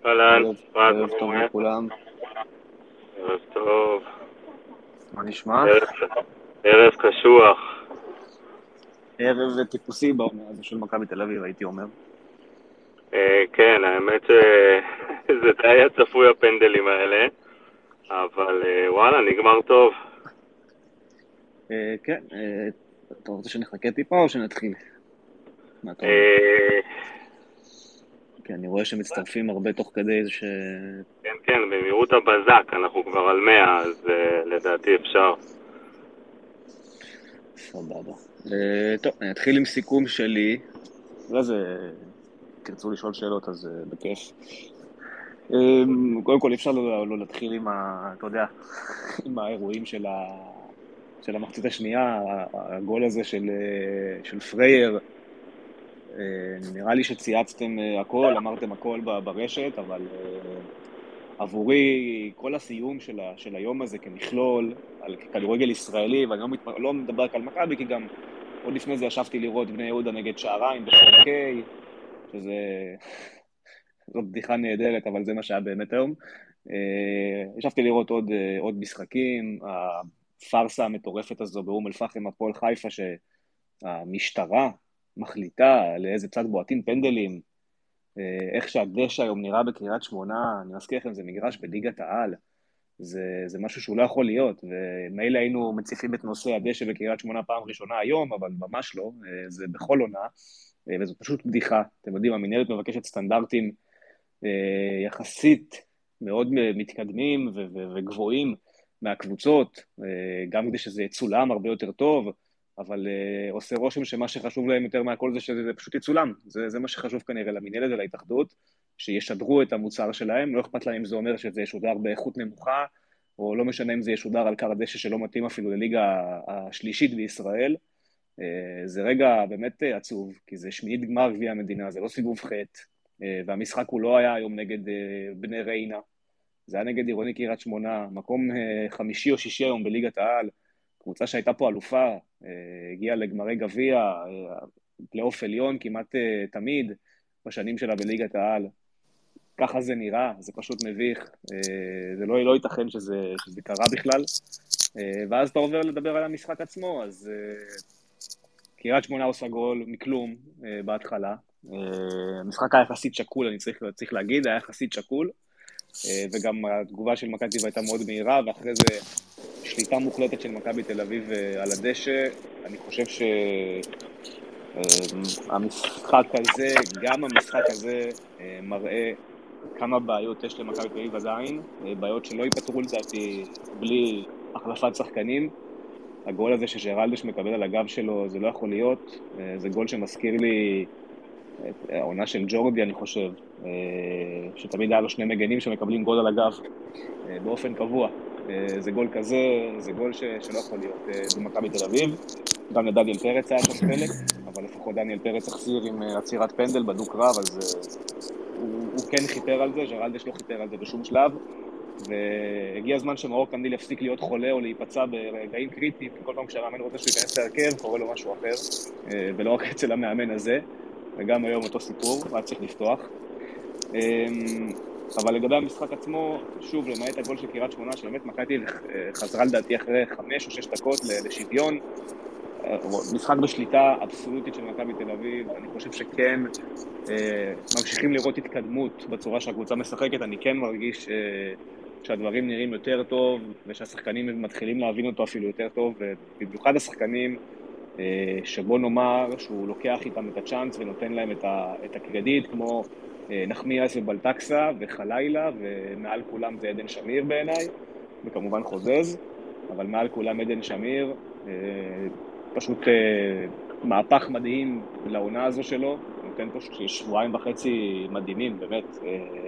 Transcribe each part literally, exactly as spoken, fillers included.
אהלן, ערב, פרט, מה ערב טוב קורה? לכולם. ערב טוב, מה נשמע? ערב, ערב קשוח. ערב טיפוסי בעונה הזו של מכבי תל אביב, הייתי אומר. אה, כן, האמת שזה די היה צפוי הפנדלים האלה, אבל אה, וואלה, נגמר טוב. אה, כן, אה, אתה רוצה שנחכה טיפה או שנתחיל? מה אתה אומר? אה, כי אני רואה שמצטרפים הרבה תוך כדי זה ש... כן, כן, במהירות הבזק, אנחנו כבר על מאה, אז אה, לדעתי אפשר. סבבה. אה, טוב, אני אתחיל עם סיכום שלי. אחרי זה תרצו לשאול שאלות, אז אה, בכיף. אה, קודם כל, אי אפשר לא, לא להתחיל עם ה... אתה יודע, עם האירועים של ה... של המחצית השנייה, הגול הזה של, אה, של פרייר. נראה לי שצייצתם הכל, אמרתם הכל ברשת, אבל עבורי כל הסיום של, ה, של היום הזה כמכלול, על כדורגל ישראלי, ואני לא, מת, לא מדבר רק על מכבי, כי גם עוד לפני זה ישבתי לראות בני יהודה נגד שעריים ב-פור קיי, שזה... זאת בדיחה נהדרת, אבל זה מה שהיה באמת היום. ישבתי לראות עוד, עוד משחקים, הפרסה המטורפת הזו באום אל-פחם, הפועל חיפה, שהמשטרה מחליטה לאיזה צד בועטים פנדלים, איך שהדשא היום נראה בקריית שמונה, אני מזכיר לכם, זה מגרש בליגת העל, זה, זה משהו שהוא לא יכול להיות, ומילא היינו מציפים את נושא הדשא בקריית שמונה פעם ראשונה היום, אבל ממש לא, זה בכל עונה, וזו פשוט בדיחה. אתם יודעים, המנהלת מבקשת סטנדרטים יחסית מאוד מתקדמים ו- ו- וגבוהים מהקבוצות, גם כדי שזה יצולם הרבה יותר טוב, אבל uh, עושה רושם שמה שחשוב להם יותר מהכל זה שזה פשוט יצולם. זה, זה מה שחשוב כנראה למנהלת ולהתאחדות, שישדרו את המוצר שלהם, לא אכפת להם אם זה אומר שזה ישודר באיכות נמוכה, או לא משנה אם זה ישודר על קר הדשא שלא מתאים אפילו לליגה השלישית בישראל. Uh, זה רגע באמת uh, עצוב, כי זה שמינית גמר גביע המדינה, זה לא סיבוב חטא, uh, והמשחק הוא לא היה היום נגד uh, בני ריינה, זה היה נגד עירוני קריית שמונה, מקום uh, חמישי או שישי היום בליגת העל, קבוצה שהייתה פה אלופה, הגיעה לגמרי גביע, פלייאוף עליון כמעט תמיד בשנים שלה בליגת העל. ככה זה נראה, זה פשוט מביך, זה לא, לא ייתכן שזה, שזה קרה בכלל. ואז אתה עובר לדבר על המשחק עצמו, אז קריית שמונה עושה גול מכלום בהתחלה. המשחק היה יחסית שקול, אני צריך, צריך להגיד, היה יחסית שקול, וגם התגובה של מכבי תל אביב הייתה מאוד מהירה, ואחרי זה שליטה מוחלטת של מכבי תל אביב על הדשא. אני חושב שהמשחק הזה, גם המשחק הזה, מראה כמה בעיות יש למכבי תל אביב עדיין, בעיות שלא ייפתרו לדעתי בלי החלפת שחקנים. הגול הזה שג'רלדש מקבל על הגב שלו, זה לא יכול להיות, זה גול שמזכיר לי את העונה של ג'ורדי, אני חושב, שתמיד היה לו שני מגנים שמקבלים גול על הגב באופן קבוע. זה גול כזה, זה גול ש... שלא יכול להיות במכבי תל אביב. גם לדניאל פרץ היה שם חלק, אבל לפחות דניאל פרץ החסיר עם עצירת פנדל בדוק רב, אז הוא, הוא כן חיפר על זה, ג'רלדש לא חיפר על זה בשום שלב, והגיע הזמן שמאור קנדיל יפסיק להיות חולה או להיפצע ברגעים קריטיים, כל פעם כשהמאמן רוצה שהוא ייכנס להרכב, קורה לו משהו אחר, ולא רק אצל המאמן הזה, וגם היום אותו סיפור, רק צריך לפתוח. אבל לגבי המשחק עצמו, שוב, למעט הגול של קריית שמונה, שבאמת מכבי חזרה לדעתי אחרי חמש או שש דקות לשוויון, משחק בשליטה אבסולוטית של מכבי תל אביב. אני חושב שכן ממשיכים לראות התקדמות בצורה שהקבוצה משחקת. אני כן מרגיש שהדברים נראים יותר טוב, ושהשחקנים מתחילים להבין אותו אפילו יותר טוב, ובמיוחד השחקנים שבו נאמר שהוא לוקח איתם את הצ'אנס ונותן להם את הקרדיט, כמו נחמיאס ובלטקסה וחלילה, ומעל כולם זה עדן שמיר בעיניי, וכמובן חוזז, אבל מעל כולם עדן שמיר, פשוט מהפך מדהים לעונה הזו שלו, נותן פה שבועיים וחצי מדהימים, באמת,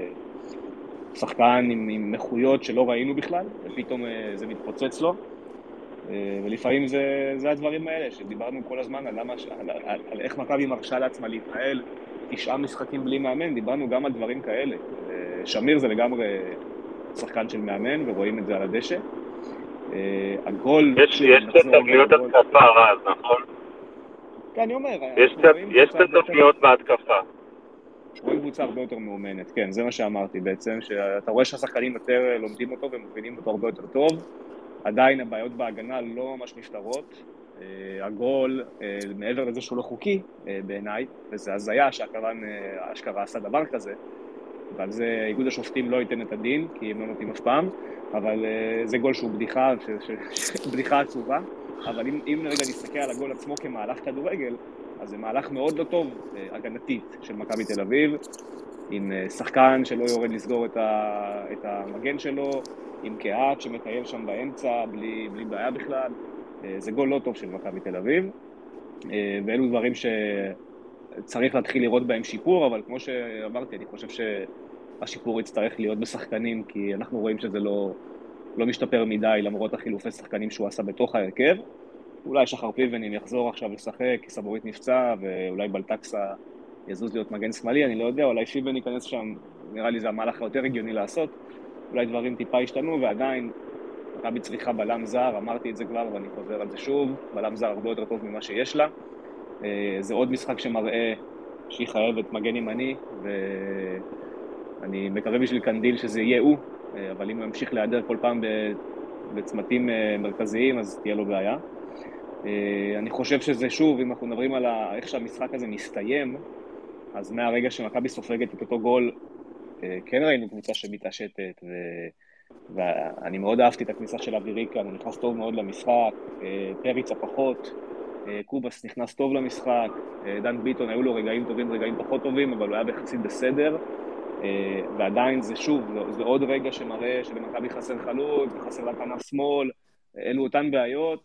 שחקן עם, עם מחויות שלא ראינו בכלל, ופתאום זה מתפוצץ לו, ולפעמים זה, זה הדברים האלה, שדיברנו כל הזמן על, למה, על, על, על איך מכבי מרשה לעצמה להתנהל תשעה משחקים בלי מאמן, דיברנו גם על דברים כאלה. שמיר זה לגמרי שחקן של מאמן, ורואים את זה על הדשא. הגול... יש קצת תבניות התקפה רז, נכון? כן, אני אומר... יש קצת תבניות בהתקפה. רואים קבוצה הרבה יותר מאומנת, כן, זה מה שאמרתי בעצם, שאתה רואה שהשחקנים יותר לומדים אותו ומבינים אותו הרבה יותר טוב, עדיין הבעיות בהגנה לא ממש נפתרות, הגול, מעבר לזה שהוא לא חוקי בעיניי, וזה הזיה שהקרן אשכרה עשה דבר כזה, ועל זה איגוד השופטים לא ייתן את הדין, כי הם לא נותנים אף פעם, אבל זה גול שהוא בדיחה, בדיחה עצובה, אבל אם, אם רגע נסתכל על הגול עצמו כמהלך כדורגל, אז זה מהלך מאוד לא טוב, הגנתית של מכבי תל אביב, עם שחקן שלא יורד לסגור את, ה, את המגן שלו, עם קהת שמטייל שם באמצע, בלי, בלי בעיה בכלל, זה גול לא טוב של מכבי תל אביב, ואלו דברים שצריך להתחיל לראות בהם שיפור, אבל כמו שאמרתי, אני חושב שהשיפור יצטרך להיות בשחקנים, כי אנחנו רואים שזה לא, לא משתפר מדי, למרות החילופי שחקנים שהוא עשה בתוך ההרכב. אולי שחר פיבנים יחזור עכשיו לשחק, כי סבורית נפצע, ואולי בלטקסה יזוז להיות מגן שמאלי, אני לא יודע, אולי פיבן ייכנס שם, נראה לי זה המהלך היותר הגיוני לעשות, אולי דברים טיפה ישתנו, ועדיין מכבי צריכה בלם זר, אמרתי את זה כבר ואני חוזר על זה שוב, בלם זר הרבה יותר טוב ממה שיש לה, זה עוד משחק שמראה שהיא חייבת מגן ימני, ואני מקווה בשביל קנדיל שזה יהיה הוא, אבל אם הוא ימשיך להיעדר כל פעם בצמתים מרכזיים, אז תהיה לו בעיה. אני חושב שזה שוב, אם אנחנו מדברים על איך שהמשחק הזה מסתיים, אז מהרגע שמכבי סופגת את אותו גול, כן ראינו קבוצה שמתעשתת, ו... ואני מאוד אהבתי את הכניסה של אביריקה, הוא נכנס טוב מאוד למשחק, פריצה פחות, קובס נכנס טוב למשחק, דן ביטון היו לו רגעים טובים, רגעים פחות טובים, אבל הוא היה ביחסית בסדר, ועדיין זה שוב, זה עוד רגע שמראה שלמכבי חסר חלוץ, וחסר לה כנף שמאל, אלו אותן בעיות,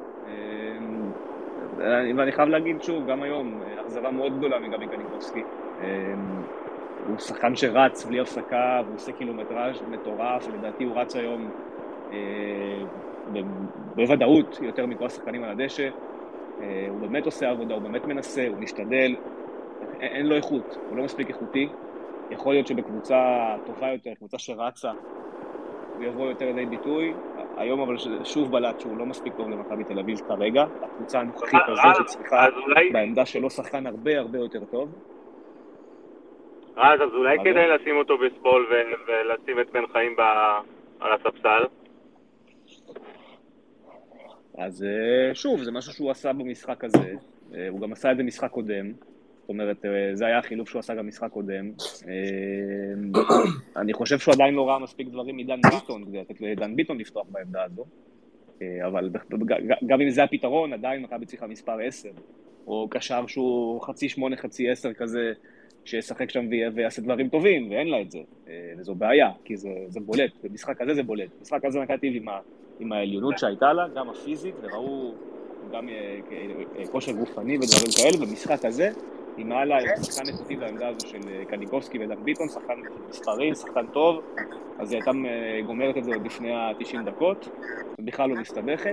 ואני חייב להגיד שוב, גם היום, אכזבה מאוד גדולה מגבי קניקובסקי, הוא שחקן שרץ בלי הפסקה, והוא עושה קילומטראז' מטורף, ולדעתי הוא רץ היום בוודאות יותר מכל השחקנים על הדשא, הוא באמת עושה עבודה, הוא באמת מנסה, הוא משתדל, אין לו איכות, הוא לא מספיק איכותי, יכול להיות שבקבוצה טובה יותר, קבוצה שרצה, הוא יבוא יותר לידי ביטוי, היום אבל שוב בלט שהוא לא מספיק טוב למכבי תל אביב כרגע, הקבוצה הנוכחית הזאת שצריכה בעמדה שלו שחקן הרבה הרבה יותר טוב. אז אולי כדאי לשים אותו בסבול ולשים את בן חיים על הספסל? אז שוב, זה משהו שהוא עשה במשחק הזה, הוא גם עשה את זה משחק קודם, זאת אומרת, זה היה החילוף שהוא עשה גם משחק קודם. אני חושב שהוא עדיין לא ראה מספיק דברים מדן ביטון, כדי לתת לדן ביטון לפתוח בעמדה הזו, אבל גם אם זה הפתרון, עדיין מכבי צריכה מספר עשר, או קשר שהוא חצי שמונה, חצי עשר כזה, שישחק שם ויעשה דברים טובים, ואין לה את זה, וזו בעיה, כי זה, זה בולט, במשחק הזה זה בולט. במשחק הזה מכבי עם, עם העליונות שהייתה לה, גם הפיזית, וראו גם כושר גופני ודברים כאלה, במשחק הזה, היא מעלה שחקן איכותי בעמדה הזו של קניקובסקי ודן ביטון, שחקן מספרי, שחקן טוב, אז היא הייתה גומרת את זה עוד לפני ה-תשעים דקות, ובכלל לא מסתבכת.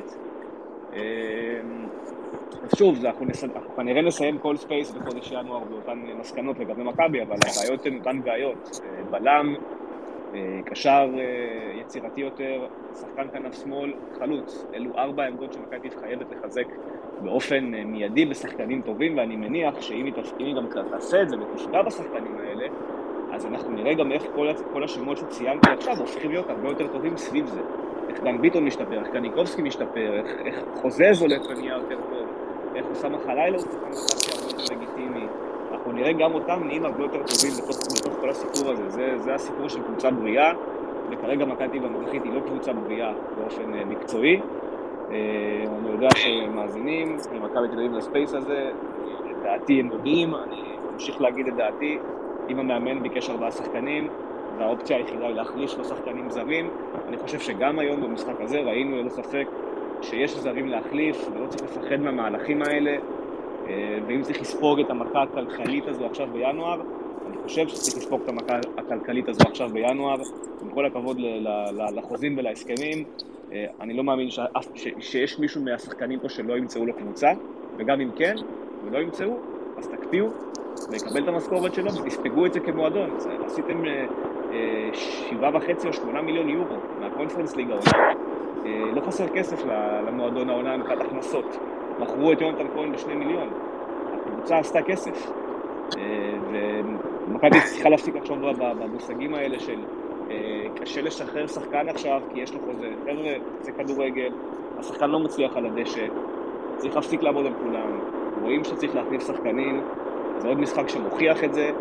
אז שוב, אנחנו, נס... אנחנו כנראה נסיים כל ספייס בחודש ינואר באותן מסקנות לגבי מכבי, אבל הבעיות הן אותן בעיות. בלם, קשר יצירתי יותר, שחקן כנף שמאל, חלוץ. אלו ארבע עמדות שמכבי חייבת לחזק באופן מיידי בשחקנים טובים, ואני מניח שאם היא גם תעשה את זה ותפגע בשחקנים האלה, אז אנחנו נראה גם איך כל, כל השמות שציינתי עכשיו הופכים להיות הרבה יותר טובים סביב זה. איך דן ביטון משתפר, איך קניקובסקי משתפר, איך, איך חוזז הולך ונהיה יותר טוב, איך אוסאמה חלילה הוא שחקן משחקי הרבה יותר לגיטימי. אנחנו נראה גם אותם נהיים הרבה יותר טובים בתוך, בתוך כל הסיפור הזה. זה, זה הסיפור של קבוצה בריאה, וכרגע מכבי הנוכחית היא לא קבוצה בריאה באופן מקצועי. אני יודע שמאזינים ממכבי תל אביב לספייס הזה, דעתי הם יודעים, אני ממשיך להגיד את דעתי, אם המאמן ביקש ארבעה שחקנים, והאופציה היחידה היא להחליש לו שחקנים זרים, אני חושב שגם היום במשחק הזה ראינו ללא ספק שיש זרים להחליף, ולא צריך לפחד מהמהלכים האלה, ואם צריך לספוג את המכה הכלכלית הזו עכשיו בינואר, אני חושב שצריך לספוג את המכה הכלכלית הזו עכשיו בינואר, עם כל הכבוד לחוזים ולהסכמים, אני לא מאמין ש... ש... שיש מישהו מהשחקנים פה שלא ימצאו לו קבוצה, וגם אם כן, ולא ימצאו, אז תקפיאו, ויקבל את המשכורת שלו, ותספגו את זה כמועדון. עשיתם שבעה וחצי או שמונה מיליון יורו מהקונפרנס ליגה העונה. לא חסר כסף למועדון העונה מבחינת הכנסות. מכרו את יונתן כהן בשני מיליון. הקבוצה עשתה כסף. מכבי צריכה להפסיק לחשוב במושגים האלה של קשה לשחרר שחקן עכשיו, כי יש לו חוזה. חבר'ה, זה כדורגל, השחקן לא מצליח על הדשא, צריך להפסיק לעבוד על כולם, רואים שצריך להחליף שחקנים, זה עוד משחק שמוכיח את זה,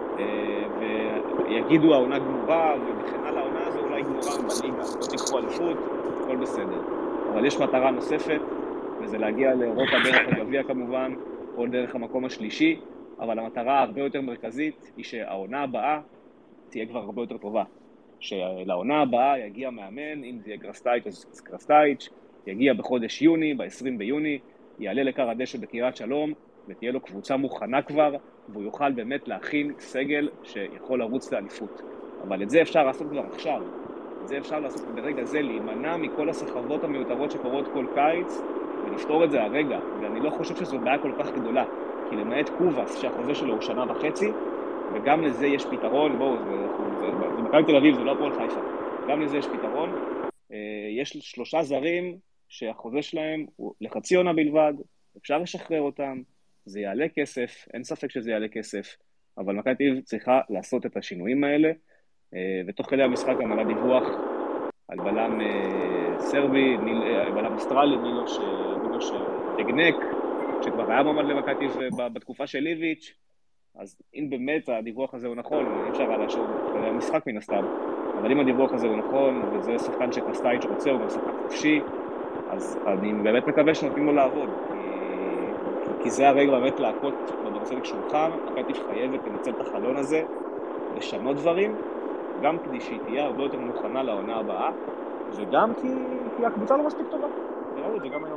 ויגידו העונה גמורה, ובכן על העונה הזו אולי גמורה בליגה, לא תיקחו אליפות, הכל בסדר. אבל יש מטרה נוספת, וזה להגיע לאירופה דרך הגביע כמובן, או דרך המקום השלישי, אבל המטרה הרבה יותר מרכזית היא שהעונה הבאה תהיה כבר הרבה יותר טובה. שלעונה הבאה יגיע מאמן, אם זה יהיה קרסטייץ' אז קרסטייץ', יגיע בחודש יוני, ב-עשרים ביוני, יעלה לקר הדשא בקריית שלום, ותהיה לו קבוצה מוכנה כבר, והוא יוכל באמת להכין סגל שיכול לרוץ לאליפות. אבל את זה אפשר לעשות כבר עכשיו. את זה אפשר לעשות ברגע זה, להימנע מכל הסחבות המיותרות שקורות כל קיץ, ולפתור את זה הרגע. ואני לא חושב שזו בעיה כל כך גדולה, כי למעט קובס, שהחוזה שלו הוא שנה וחצי, וגם לזה יש פתרון, בואו, זה מכבי תל אביב, זה לא הפועל חיפה. גם לזה יש פתרון. יש שלושה זרים שהחוזה שלהם הוא לחצי עונה בלבד, אפשר לשחרר אותם, זה יעלה כסף, אין ספק שזה יעלה כסף, אבל מכבי תל אביב צריכה לעשות את השינויים האלה, ותוך כדי המשחק גם עלה דיווח על בלם סרבי, בלם אוסטרלי, מילוש דגנק, שכבר היה מועמד למכבי תל אביב בתקופה של ליביץ', אז אם באמת הדיווח הזה הוא נכון, אי אפשר היה להשאיר המשחק מן הסתם, אבל אם הדיווח הזה הוא נכון, וזה שחקן שקרסטייץ' רוצה, הוא גם שחקן חופשי, אז אני באמת מקווה שנותנים לו לעבוד, כי, כי זה הרגע באמת להכות בברסלק שולחן, מכבי תל אביב חייבת לנצל את החלון הזה, לשנות דברים, גם כדי שהיא תהיה הרבה יותר מוכנה לעונה הבאה, וגם כי, כי הקבוצה לא מספיק טובה, וראו את זה גם היום.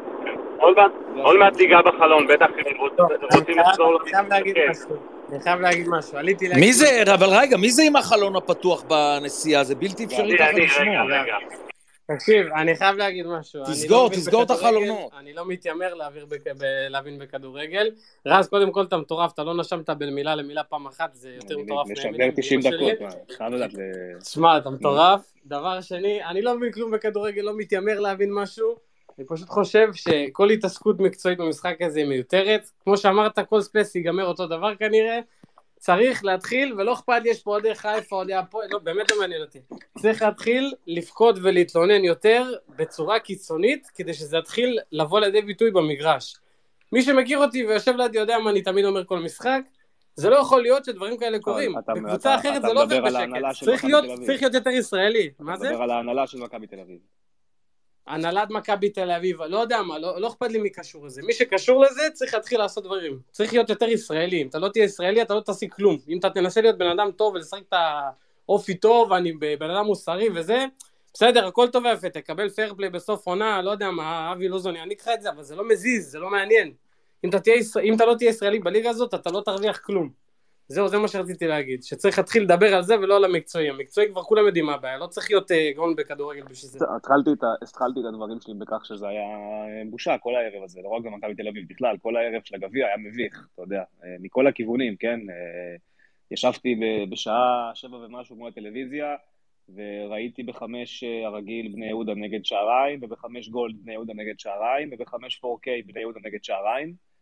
עוד מעט תיגע בחלון, בטח רוצים לחזור אני חייב להגיד משהו, עליתי להגיד... מי זה, אבל רגע, מי זה עם החלון הפתוח בנסיעה? זה בלתי אפשרי ככה לשמוע. תקשיב, אני חייב להגיד משהו. תסגור, תסגור את החלונות. אני לא מתיימר להבין בכדורגל. רז, קודם כל אתה מטורף, אתה לא נשמת בין מילה למילה פעם אחת, זה יותר מטורף משדר תשעים דקות. תשמע, אתה מטורף. דבר שני, אני לא מבין כלום בכדורגל, לא מתיימר להבין משהו. אני פשוט חושב שכל התעסקות מקצועית במשחק הזה היא מיותרת. כמו שאמרת, כל ספייס ייגמר אותו דבר כנראה. צריך להתחיל, ולא אכפת לי, יש פה עודי חיפה, עודי הפועל, לא, באמת לא מעניין אותי. צריך להתחיל לפקוד ולהתלונן יותר בצורה קיצונית, כדי שזה יתחיל לבוא לידי ביטוי במגרש. מי שמכיר אותי ויושב לידי יודע מה אני תמיד אומר כל משחק, זה לא יכול להיות שדברים כאלה קורים. בקבוצה אחרת זה לא עובר בשקט. צריך להיות יותר ישראלי. מה זה? אתה מדבר על ההנהלה של מכבי תל אביב. הנהלת מכבי תל אביב, לא יודע מה, לא, לא אכפת לי מי קשור לזה. מי שקשור לזה צריך להתחיל לעשות דברים. צריך להיות יותר ישראלי. אם אתה לא תהיה ישראלי, אתה לא תעשי כלום. אם אתה תנסה להיות בן אדם טוב ולשחק את האופי טוב, אני בן אדם מוסרי וזה, בסדר, הכל טוב ויפה, תקבל פייר פליי בסוף עונה, לא יודע מה, אבי לוזון יעניק לך את זה, אבל זה לא מזיז, זה לא מעניין. אם אתה, תהיה, אם אתה לא תהיה ישראלי בליגה הזאת, אתה לא תרוויח כלום. זהו, זה מה שרציתי להגיד, שצריך להתחיל לדבר על זה ולא על המקצועי. המקצועי כבר כולם יודעים מה הבעיה, לא צריך להיות גאון בכדורגל בשביל זה. התחלתי את הדברים שלי בכך שזה היה בושה כל הערב הזה, לא רק גם מכבי תל אביב בכלל, כל הערב של הגביע היה מביך, אתה יודע, מכל הכיוונים, כן? ישבתי בשעה שבע ומשהו כמו הטלוויזיה, וראיתי בחמש הרגיל בני יהודה נגד שעריים, ובחמש גולד בני יהודה נגד שעריים, ובחמש פור קיי בני יהודה נגד שעריים.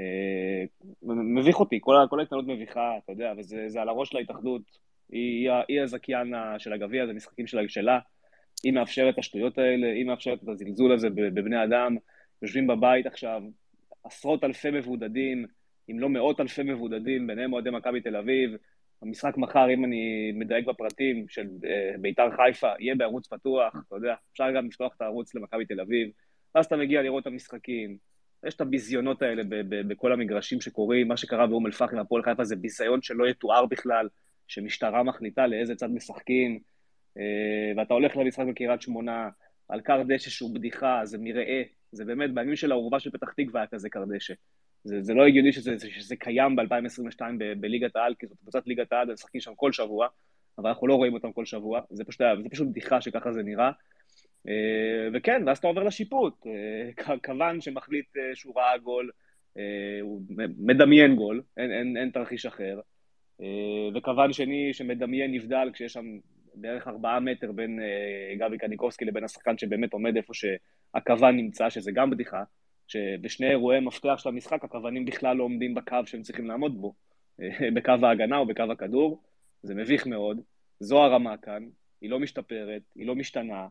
מביך אותי, כל, כל ההתנהלות מביכה, אתה יודע, וזה על הראש של ההתאחדות, היא, היא הזכיין של הגביע, זה משחקים שלה, שלה, היא מאפשרת את השטויות האלה, היא מאפשרת את הזלזול הזה בבני אדם, יושבים בבית עכשיו, עשרות אלפי מבודדים, אם לא מאות אלפי מבודדים, ביניהם אוהדי מכבי תל אביב, המשחק מחר, אם אני מדייק בפרטים של ביתר חיפה, יהיה בערוץ פתוח, אתה יודע, אפשר גם לפתוח את הערוץ למכבי תל אביב, ואז אתה מגיע לראות את המשחקים, יש את הביזיונות האלה בכל המגרשים שקורים, מה שקרה באום אל-פחם הפועל חיפה זה ביזיון שלא יתואר בכלל, שמשטרה מחליטה לאיזה צד משחקים, ואתה הולך למשחק בקריית שמונה, על קר דשא שהוא בדיחה, זה מראה, זה באמת בימים של העורבה של פתח תקווה כזה קר דשא. זה, זה לא הגיוני שזה, שזה קיים ב-אלפיים עשרים ושתיים בליגת העל, כי זאת קבוצת ליגת העל, ומשחקים שם כל שבוע, אבל אנחנו לא רואים אותם כל שבוע, זה פשוט, זה פשוט בדיחה שככה זה נראה. וכן, ואז אתה עובר לשיפוט, כוון שמחליט שהוא ראה גול, הוא מדמיין גול, אין, אין, אין תרחיש אחר, וכוון שני שמדמיין נבדל כשיש שם בערך ארבעה מטר בין גבי קניקובסקי לבין השחקן שבאמת עומד איפה שהכוון נמצא, שזה גם בדיחה, שבשני אירועי מפתח של המשחק הכוונים בכלל לא עומדים בקו שהם צריכים לעמוד בו, בקו ההגנה או בקו הכדור, זה מביך מאוד, זו הרמה כאן, היא לא משתפרת, היא לא משתנה,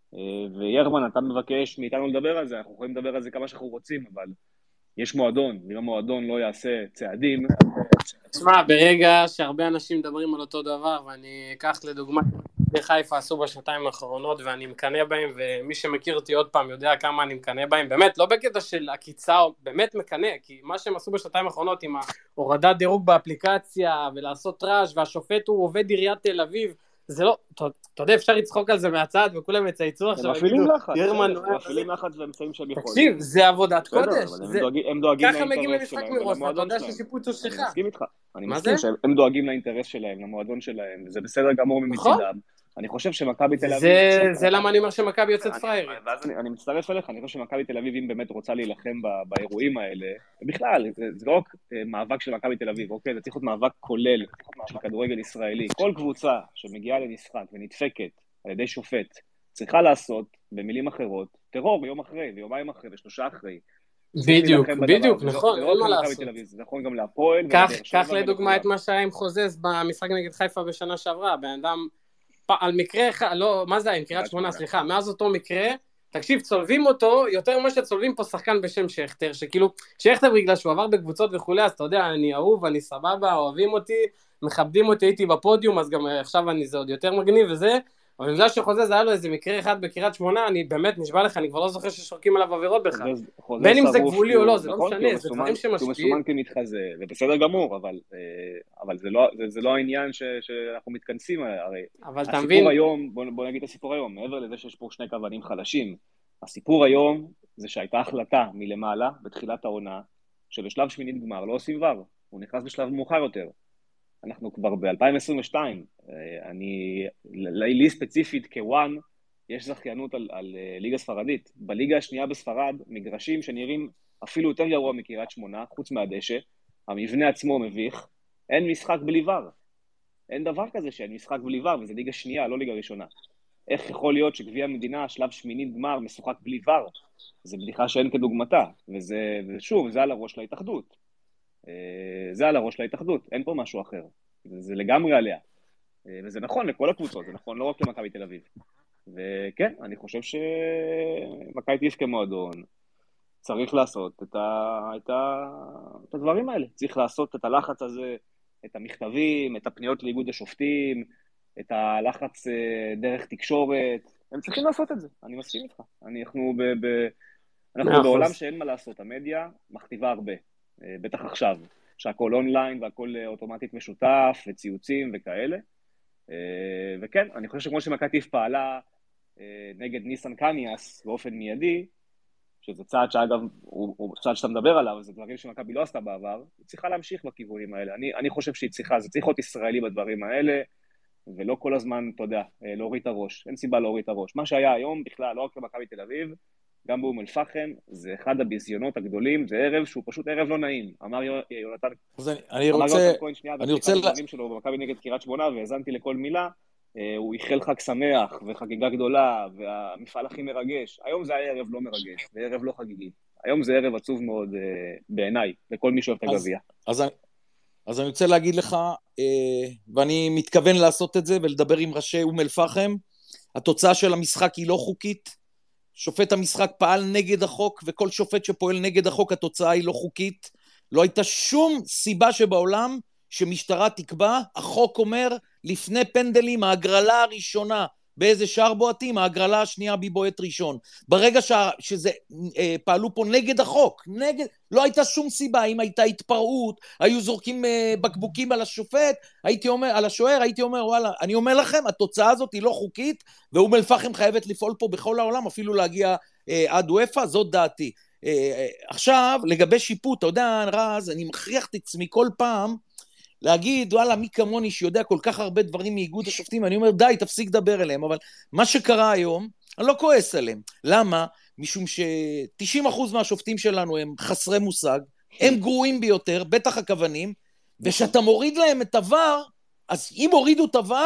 וירמן, אתה מבקש מאיתנו לדבר על זה, אנחנו יכולים לדבר על זה כמה שאנחנו רוצים, אבל יש מועדון, ואם המועדון לא יעשה צעדים... תשמע, ברגע שהרבה אנשים מדברים על אותו דבר, ואני אקח לדוגמה, חיפה עשו בשנתיים האחרונות, ואני מקנה בהם, ומי שמכיר אותי עוד פעם יודע כמה אני מקנה בהם, באמת, לא בקטע של עקיצה, באמת מקנה, כי מה שהם עשו בשנתיים האחרונות, עם ההורדת דירוג באפליקציה, ולעשות רעש, והשופט הוא עובד עיריית תל אביב, זה לא, אתה יודע, אפשר לצחוק על זה מהצד, וכולם יצייצו עכשיו, הם מפעילים לחץ, הם מפעילים לחץ ואמצעים שהם יכולים. תקשיב, זה עבודת קודש. הם דואגים ככה מגיעים למשחק מראש, ואתה יודע ששיפוט הוא שלך. אני מסכים איתך, אני מסכים שהם דואגים לאינטרס שלהם, למועדון שלהם, וזה בסדר גמור ממצדם. אני חושב שמכבי תל אביב... זה למה אני אומר שמכבי יוצאת פריירית. אני מצטרף אליך, אני חושב שמכבי תל אביב, אם באמת רוצה להילחם באירועים האלה, בכלל, זה לא רק מאבק של מכבי תל אביב, אוקיי? זה צריך להיות מאבק כולל של כדורגל ישראלי. כל קבוצה שמגיעה למשחק ונדפקת על ידי שופט, צריכה לעשות, במילים אחרות, טרור יום אחרי, ויומיים אחרי, ושלושה אחרי. בדיוק, בדיוק, נכון, אין מה לעשות. זה נכון גם להפועל. כך לדוגמה את מה שהיה עם חוזז במשחק נגד חיפה בשנה שעברה, בן אדם על מקרה אחד, לא, מה זה היה, עם קריית שמונה, סליחה, מאז אותו מקרה, תקשיב, צולבים אותו, יותר ממה שצולבים פה שחקן בשם שכתר, שכאילו, שכתר בגלל שהוא עבר בקבוצות וכולי, אז אתה יודע, אני אהוב, אני סבבה, אוהבים אותי, מכבדים אותי, הייתי בפודיום, אז גם עכשיו אני זה עוד יותר מגניב וזה, אבל בגלל שחוזז היה לו איזה מקרה אחד בקריית שמונה, אני באמת נשבע לך, אני כבר לא זוכר ששורקים עליו עבירות בכלל. בין אם זה גבולי או לא, זה לא משנה, זה דברים שמשפיעים. הוא מסומן כמתחזה, זה בסדר גמור, אבל זה לא העניין שאנחנו מתכנסים, הרי הסיפור היום, בוא נגיד את הסיפור היום, מעבר לזה שיש פה שני כוונים חלשים, הסיפור היום זה שהייתה החלטה מלמעלה, בתחילת העונה, שבשלב שמינית גמר לא עושים ור, הוא נכנס בשלב מאוחר יותר. אנחנו כבר ב-אלפיים עשרים ושתיים, אני, לי ספציפית כוואן, יש זכיינות על, על ליגה ספרדית. בליגה השנייה בספרד, מגרשים שנראים אפילו יותר גרוע מקריית שמונה, חוץ מהדשא, המבנה עצמו מביך, אין משחק בלי ור. אין דבר כזה שאין משחק בלי ור, וזה ליגה שנייה, לא ליגה ראשונה. איך יכול להיות שגביע המדינה, שלב שמינית גמר, משוחק בלי ור? זה בדיחה שאין כדוגמתה, וזה, ושוב, זה על הראש להתאחדות. זה על הראש להתאחדות, אין פה משהו אחר, זה, זה לגמרי עליה, וזה נכון לכל הקבוצות, זה נכון לא רק למכבי תל אביב, וכן, אני חושב שמכבי תל אביב כמועדון צריך לעשות את, ה, את, ה, את הדברים האלה, צריך לעשות את הלחץ הזה, את המכתבים, את הפניות לאיגוד השופטים, את הלחץ דרך תקשורת, הם צריכים לעשות את זה, אני מסכים איתך, אנחנו, ב, ב, אנחנו בעולם שאין מה לעשות, המדיה מכתיבה הרבה, בטח עכשיו, שהכל אונליין והכל אוטומטית משותף וציוצים וכאלה. וכן, אני חושב שכמו שמכבי פעלה נגד ניסן קניאס באופן מיידי, שזה צעד שאגב, הוא, הוא צעד שאתה מדבר עליו, זה דברים שמכבי לא עשתה בעבר, היא צריכה להמשיך בכיוונים האלה. אני, אני חושב שהיא צריכה, זה צריך להיות ישראלי בדברים האלה, ולא כל הזמן, אתה יודע, להוריד את הראש. אין סיבה להוריד את הראש. מה שהיה היום בכלל, לא רק למכבי תל אביב, גם באום אל-פחם, זה אחד הביזיונות הגדולים, זה ערב שהוא פשוט ערב לא נעים. אמר יונתן, אני רוצה, אני רוצה, שלו במכבי נגד קריית שמונה, והזנתי לכל מילה, הוא איחל חג שמח וחגיגה גדולה, והמפעל הכי מרגש. היום זה היה ערב לא מרגש, זה ערב לא חגיגי. היום זה ערב עצוב מאוד בעיניי, לכל מי שאוהב את הגביע. אז, אז אני רוצה להגיד לך, ואני מתכוון לעשות את זה, ולדבר עם ראשי אום אל-פחם, התוצאה של המשחק היא לא חוקית, שופט המשחק פעל נגד החוק, וכל שופט שפועל נגד החוק, התוצאה היא לא חוקית. לא הייתה שום סיבה שבעולם שמשטרה תקבע, החוק אומר, לפני פנדלים, ההגרלה הראשונה, באיזה שער בועטים, ההגרלה השנייה בבועט ראשון. ברגע ש... שזה אה, פעלו פה נגד החוק, נגד... לא הייתה שום סיבה, אם הייתה התפרעות, היו זורקים אה, בקבוקים על השופט, הייתי אומר, על השוער, הייתי אומר, וואלה, אני אומר לכם, התוצאה הזאת היא לא חוקית, ואום אל-פחם חייבת לפעול פה בכל העולם, אפילו להגיע אה, עד וופא, זאת דעתי. אה, אה, עכשיו, לגבי שיפוט, אתה יודע, רז, אני מכריח את עצמי כל פעם, להגיד, וואלה, מי כמוני שיודע כל כך הרבה דברים מאיגוד השופטים, אני אומר, די, תפסיק לדבר אליהם, אבל מה שקרה היום, אני לא כועס עליהם. למה? משום ש-תשעים אחוז מהשופטים שלנו הם חסרי מושג, הם גרועים ביותר, בטח הכוונים, ושאתה מוריד להם את עבר, אז אם הורידו את עבר,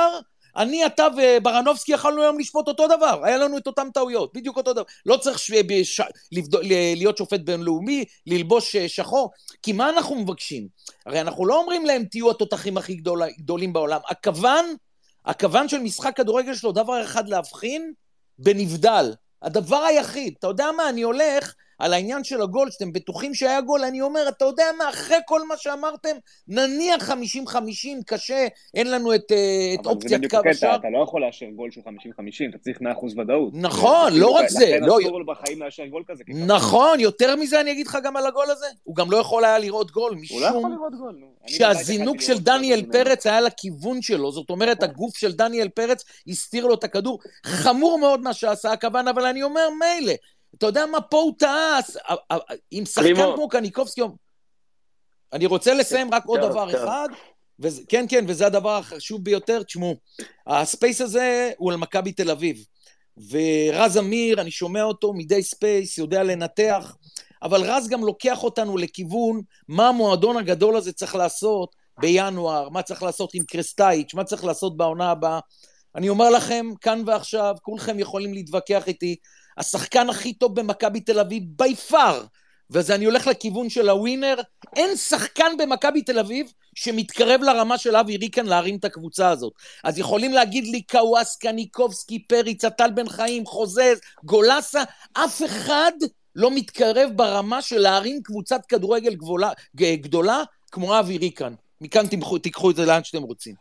אני, אתה וברנובסקי יכלנו היום לשפוט אותו דבר, היה לנו את אותם טעויות, בדיוק אותו דבר. לא צריך ש... בש... לבד... להיות שופט בינלאומי, ללבוש שחור, כי מה אנחנו מבקשים? הרי אנחנו לא אומרים להם, תהיו התותחים הכי גדול... גדולים בעולם. הכוון, הכוון של משחק כדורגל שלו, דבר אחד להבחין, בנבדל. הדבר היחיד, אתה יודע מה, אני הולך על העניין של הגול, שאתם בטוחים שהיה גול, אני אומר, אתה יודע מה, אחרי כל מה שאמרתם, נניח חמישים חמישים, קשה, אין לנו את, את אופציית קו השאר. אתה לא יכול לאשר גול של חמישים חמישים, אתה צריך מאה אחוז ודאות. נכון, לא רק זה. לכן אסור בחיים לאשר גול כזה. נכון, יותר מזה אני אגיד לך גם על הגול הזה, הוא גם לא יכול היה לראות גול, משום שהזינוק של דניאל פרץ היה לכיוון שלו, זאת אומרת, הגוף של דניאל פרץ הסתיר לו את הכדור, חמור מאוד מה שעשה הכוון, אבל אני אומר מילא, אתה יודע מה פה הוא טעס, עם שחקן כמו קניקובסקי, אני רוצה לסיים רק עוד דבר אחד, כן כן, וזה הדבר החשוב ביותר, תשמעו, הספייס הזה הוא על מכבי תל אביב, ורז אמיר, אני שומע אותו מדי ספייס, יודע לנתח, אבל רז גם לוקח אותנו לכיוון, מה המועדון הגדול הזה צריך לעשות בינואר, מה צריך לעשות עם קרסטייץ', מה צריך לעשות בעונה הבאה, אני אומר לכם, כאן ועכשיו, כולכם יכולים להתווכח איתי, השחקן הכי טוב במכבי תל אביב, בי פאר, וזה אני הולך לכיוון של הווינר, אין שחקן במכבי תל אביב, שמתקרב לרמה של אבי ריקן להרים את הקבוצה הזאת. אז יכולים להגיד לי, קוואס, קניקובסקי, פריץ, טל בן חיים, חוזז, גולסה, אף אחד לא מתקרב ברמה של להרים קבוצת כדורגל גבולה, גדולה, כמו אבי ריקן. מכאן תמחו, תיקחו את זה לאן שאתם רוצים.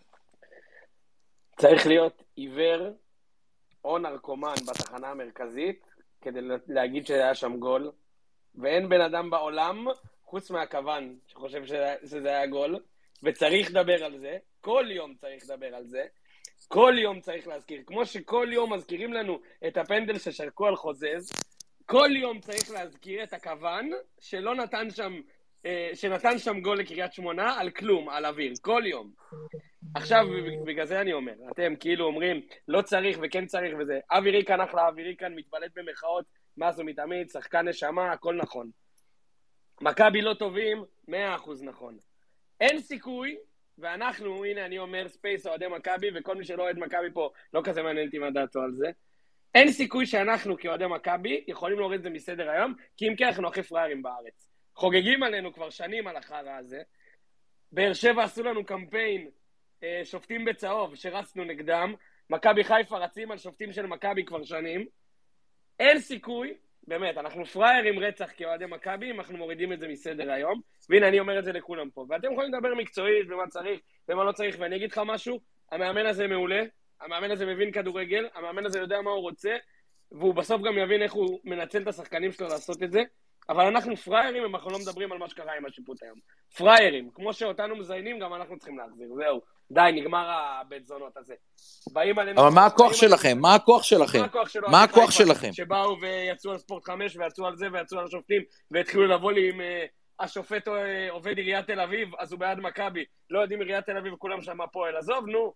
צריך להיות עיוור או נרקומן בתחנה המרכזית, כדי להגיד שהיה שם גול, ואין בן אדם בעולם, חוץ מהכוון, שחושב שזה היה גול, וצריך לדבר על זה, כל יום צריך לדבר על זה, כל יום צריך להזכיר, כמו שכל יום מזכירים לנו את הפנדל ששרקו על חוזז, כל יום צריך להזכיר את הכוון שלא נתן שם, שנתן שם גול לקריית שמונה על כלום, על אוויר, כל יום. עכשיו, בגלל זה אני אומר, אתם כאילו אומרים, לא צריך וכן צריך וזה, אבי ריקן אחלה, אבי ריקן מתבלט במחאות, מאז הוא מתעמיד, שחקן נשמה, הכל נכון. מכבי לא טובים, מאה אחוז נכון. אין סיכוי, ואנחנו, הנה אני אומר, ספייס אוהדי מכבי, וכל מי שלא אוהד מכבי פה, לא כזה מעניין אותי מה דעתו על זה, אין סיכוי שאנחנו כאוהדי מכבי יכולים להוריד את זה מסדר היום, כי אם כן אנחנו הכי פראיירים בארץ. חוגגים עלינו כבר שנים על החרא הזה, באר שבע עשו לנו קמפיין, שופטים בצהוב, שרצנו נגדם, מכבי חיפה רצים על שופטים של מכבי כבר שנים, אין סיכוי, באמת, אנחנו פריירים רצח כאוהדי מכבי, אנחנו מורידים את זה מסדר היום, והנה אני אומר את זה לכולם פה, ואתם יכולים לדבר מקצועית ומה צריך ומה לא צריך, ואני אגיד לך משהו, המאמן הזה מעולה, המאמן הזה מבין כדורגל, המאמן הזה יודע מה הוא רוצה, והוא בסוף גם יבין איך הוא מנצל את השחקנים שלו לעשות את זה, אבל אנחנו פריירים, אם אנחנו לא מדברים על מה שקרה עם השיפוט היום. פריירים, כמו שאותנו מזיינים, גם אנחנו צריכים להחזיר, זהו. די, נגמר הבית זונות הזה. אבל מה הכוח שלכם? מה הכוח שלכם? מה הכוח שלכם? שבאו ויצאו על ספורט חמש, ויצאו על זה, ויצאו על השופטים, והתחילו לבוא לי עם השופט עובד עיריית תל אביב, אז הוא בעד מכבי. לא יודעים עיריית תל אביב וכולם שם הפועל. עזוב, נו.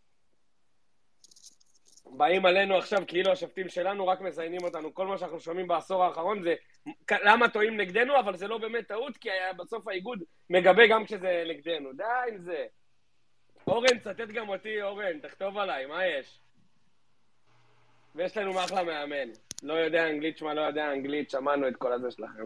באים עלינו עכשיו כאילו השופטים שלנו רק מזיינים אותנו. כל מה שאנחנו שומעים בעשור האחרון זה למה טועים נגדנו, אבל זה לא באמת טעות, כי בסוף האיגוד מגבה גם כשזה נגדנו. די עם זה. אורן, צטט גם אותי, אורן, תכתוב עליי, מה יש? ויש לנו מאחלה מאמן. לא יודע אנגלית, שמה לא יודע אנגלית, שמענו את כל הזה שלכם.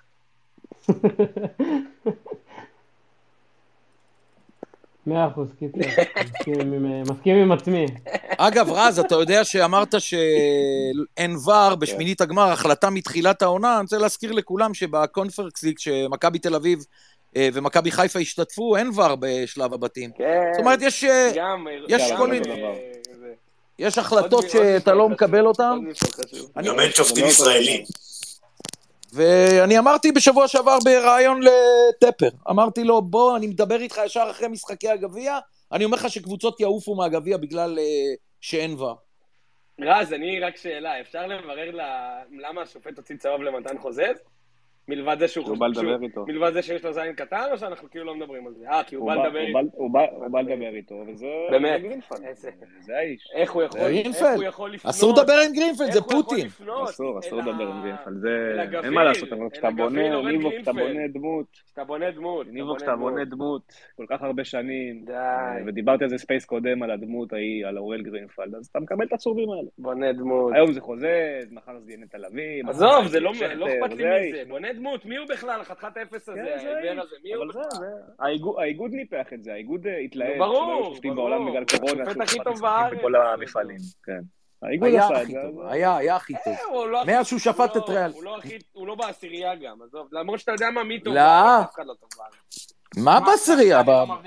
מאה אחוז, קיצר. מסכים עם עצמי. אגב, רז, אתה יודע שאמרת שאין ור בשמינית הגמר, החלטה מתחילת העונה, אני רוצה להזכיר לכולם שבקונפרנס ליג, שמכבי תל אביב ומכבי חיפה השתתפו, אין ור בשלב הבתים. זאת אומרת, יש יש כל מיני... יש החלטות שאתה לא מקבל אותן. גם אין שופטים ישראלים. ואני אמרתי בשבוע שעבר ברעיון לטפר, אמרתי לו, בוא, אני מדבר איתך ישר אחרי משחקי הגביע, אני אומר לך שקבוצות יעופו מהגביע בגלל שאין ור. רז, אני רק שאלה, אפשר לברר למה השופט הוציא צהוב למתן חוזז? מלבד זה שהוא הוא בא לדבר איתו. מלבד זה שיש לו זין קטן, או שאנחנו כאילו לא מדברים על זה? אה, כי הוא בא לדבר איתו. הוא בא לדבר איתו, וזה... באמת. זה האיש. איך הוא יכול לפנות? אסור לדבר עם גרינפלד, זה פוטין. אסור, אסור לדבר עם גרינפלד, זה... אין מה לעשות, אבל כשאתה בונה, ניבו, כשאתה בונה דמות... כשאתה בונה דמות. ניבו, כשאתה בונה דמות, כל כך הרבה שנים, ודיברתי על זה ספייס קודם, על הדמות ההיא, על אוראל גרינפלד, אז אתה מקבל את הצורבים האלה. בונה דמות. היום זה חוזז, מחר זה יהיה תל אביב. עזוב, זה לא אכפת לי מזה. בונה דמות, מי הוא בכלל? חתיכת אפס הזה, העבר הזה, מי הוא בכלל? האיגוד ניפח את זה, האיגוד התלהב. ברור, שופטים בעולם בגלל קורונה. השופט הכי טוב בארץ. בכל המפעלים, כן. האיגוד עשה את זה. היה, היה הכי טוב. מאז שהוא שפט את ריאל. הוא לא בעשירייה גם, עזוב. למרות שאתה יודע מה, מי טוב בארץ, אף אחד לא טוב בארץ. מה בעשירייה?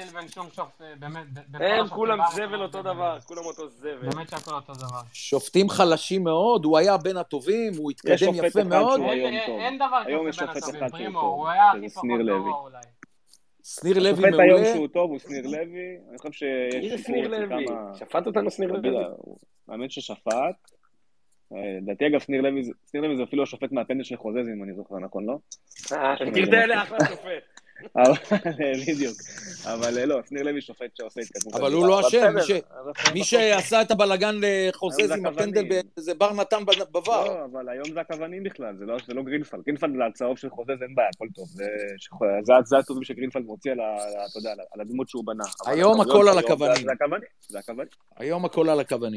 הם כולם זבל אותו דבר, כולם אותו זבל. באמת שהכל אותו דבר. שופטים חלשים מאוד, הוא היה בין הטובים, הוא התקדם יפה מאוד. אין דבר כזה בין הטובים, פרימו, הוא היה הכי פחות גרוע אולי. שניר לוי מעולה. מעולה. השופט היום שהוא טוב הוא שניר לוי, אני חושב שיש... איזה שניר לוי? שפט אותנו שניר לוי? האמת ששפט. לדעתי אגב שניר לוי, שניר לוי זה אפילו השופט מהפנדל של חוזז, אם אני זוכר נכון, לא? אה, מכיר את האלה אחלה שופט. בדיוק, אבל לא, שניר לוי שופט שעושה התקדמות. אבל הוא לא אשם, מי שעשה את הבלגן לחוזז עם הפנדל זה בר נתן בבר. לא, אבל היום זה הכוונים בכלל, זה לא גרינפלד. גרינפלד לצהוב של חוזז אין בעיה, הכל טוב. זה הטובים שגרינפלד מוציא על הדמות שהוא בנה. היום הכל על הכוונים. זה הכוונים, זה הכוונים. היום הכל על הכוונים.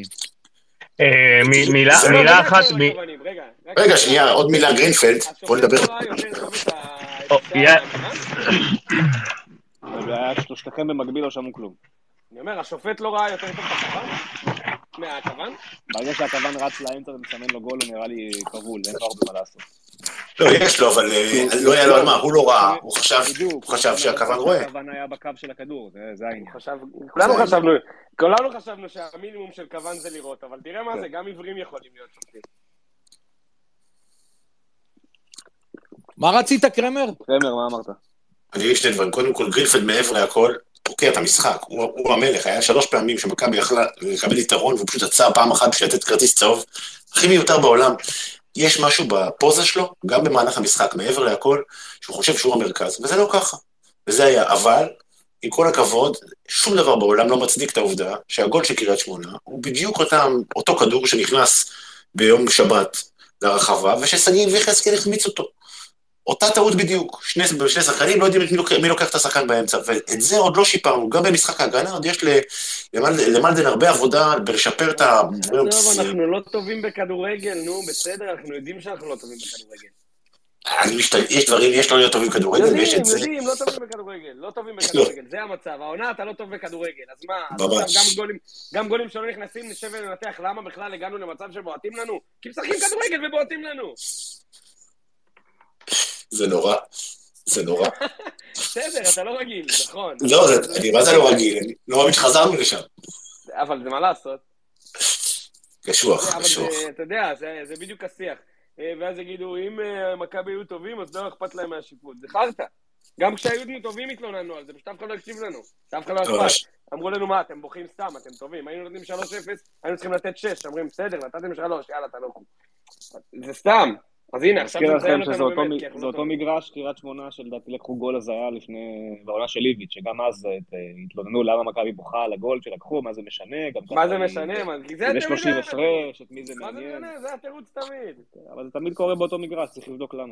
מילה אחת... רגע, שנייה, עוד מילה גרינפלד, בוא נדבר. שלושתכם במקביל לא שמעו כלום. אני אומר, השופט לא ראה יותר טוב את הכוון? מהכוון? ברגע שהכוון רץ לאמצע ומסמן לו גול, הוא נראה לי כבול, אין לו הרבה מה לעשות. לא, יש לו, אבל לא היה לו על מה, הוא לא ראה, הוא חשב שהכוון רואה. הכוון היה בקו של הכדור, זה העניין. כולנו חשבנו, כולנו חשבנו שהמינימום של כוון זה לראות, אבל תראה מה זה, גם עיוורים יכולים להיות שופטים. מה רצית, קרמר? קרמר, מה אמרת? אני אגיד שני דברים, קודם כל גרינפלד מעבר להכל, תוקע את המשחק, הוא המלך, היה שלוש פעמים שמכבי יכלה לקבל יתרון, והוא פשוט עצר פעם אחת בשביל לתת כרטיס צהוב, הכי מיותר בעולם. יש משהו בפוזה שלו, גם במהלך המשחק, מעבר להכל, שהוא חושב שהוא המרכז, וזה לא ככה. וזה היה, אבל, עם כל הכבוד, שום דבר בעולם לא מצדיק את העובדה שהגול של קריית שמונה, הוא בדיוק אותם, אותו כדור שנכנס ביום שבת לרחבה, ושסגי ויחזקאל החמיץ אותו. אותה טעות בדיוק, שני, שני שחקנים לא יודעים מי לוקח, מי לוקח את השחקן באמצע, ואת זה עוד לא שיפרנו, גם במשחק ההגנה, עוד יש למלדן הרבה עבודה בלשפר את ה... טוב, אנחנו לא טובים בכדורגל, נו, בסדר, אנחנו יודעים שאנחנו לא טובים בכדורגל. יש דברים, יש לא להיות טובים בכדורגל, ויש את זה. יודעים, יודעים, לא טובים בכדורגל, לא טובים בכדורגל, זה המצב, העונה אתה לא טוב בכדורגל, אז מה, גם גולים שלא נכנסים, נשב וננתח למה בכלל הגענו למצב שבועטים לנו, כי משחקים כדורגל ובועטים לנו. זה נורא, זה נורא. בסדר, אתה לא רגיל, נכון. לא, אני מה זה לא רגיל, אני לא מאמין שחזרנו לשם. אבל זה מה לעשות. קשוח, קשוח. אתה יודע, זה בדיוק השיח. ואז יגידו, אם מכבי היו טובים, אז לא אכפת להם מהשיפוט. זה חרטא. גם כשהיו טובים התלוננו על זה, פשוט אף אחד לא הקשיב לנו. אף אחד לא אכפת. אמרו לנו, מה, אתם בוכים סתם, אתם טובים. היינו נותנים שלוש אפס, היינו צריכים לתת שש. אומרים, בסדר, נתתם שלוש, יאללה, תנוחו. זה סתם. אז הנה, עכשיו זה מציין אותנו באמת. זה אותו מגרש, קריית שמונה, שלדעתי לקחו גול הזיה לפני, בעונה של ליביץ', שגם אז התלוננו למה מכבי בוכה על הגול שלקחו, מה זה משנה. מה זה משנה? זה שלושים הפרש, את מי זה מעניין. מה זה משנה? זה התירוץ תמיד. אבל זה תמיד קורה באותו מגרש, צריך לבדוק למה.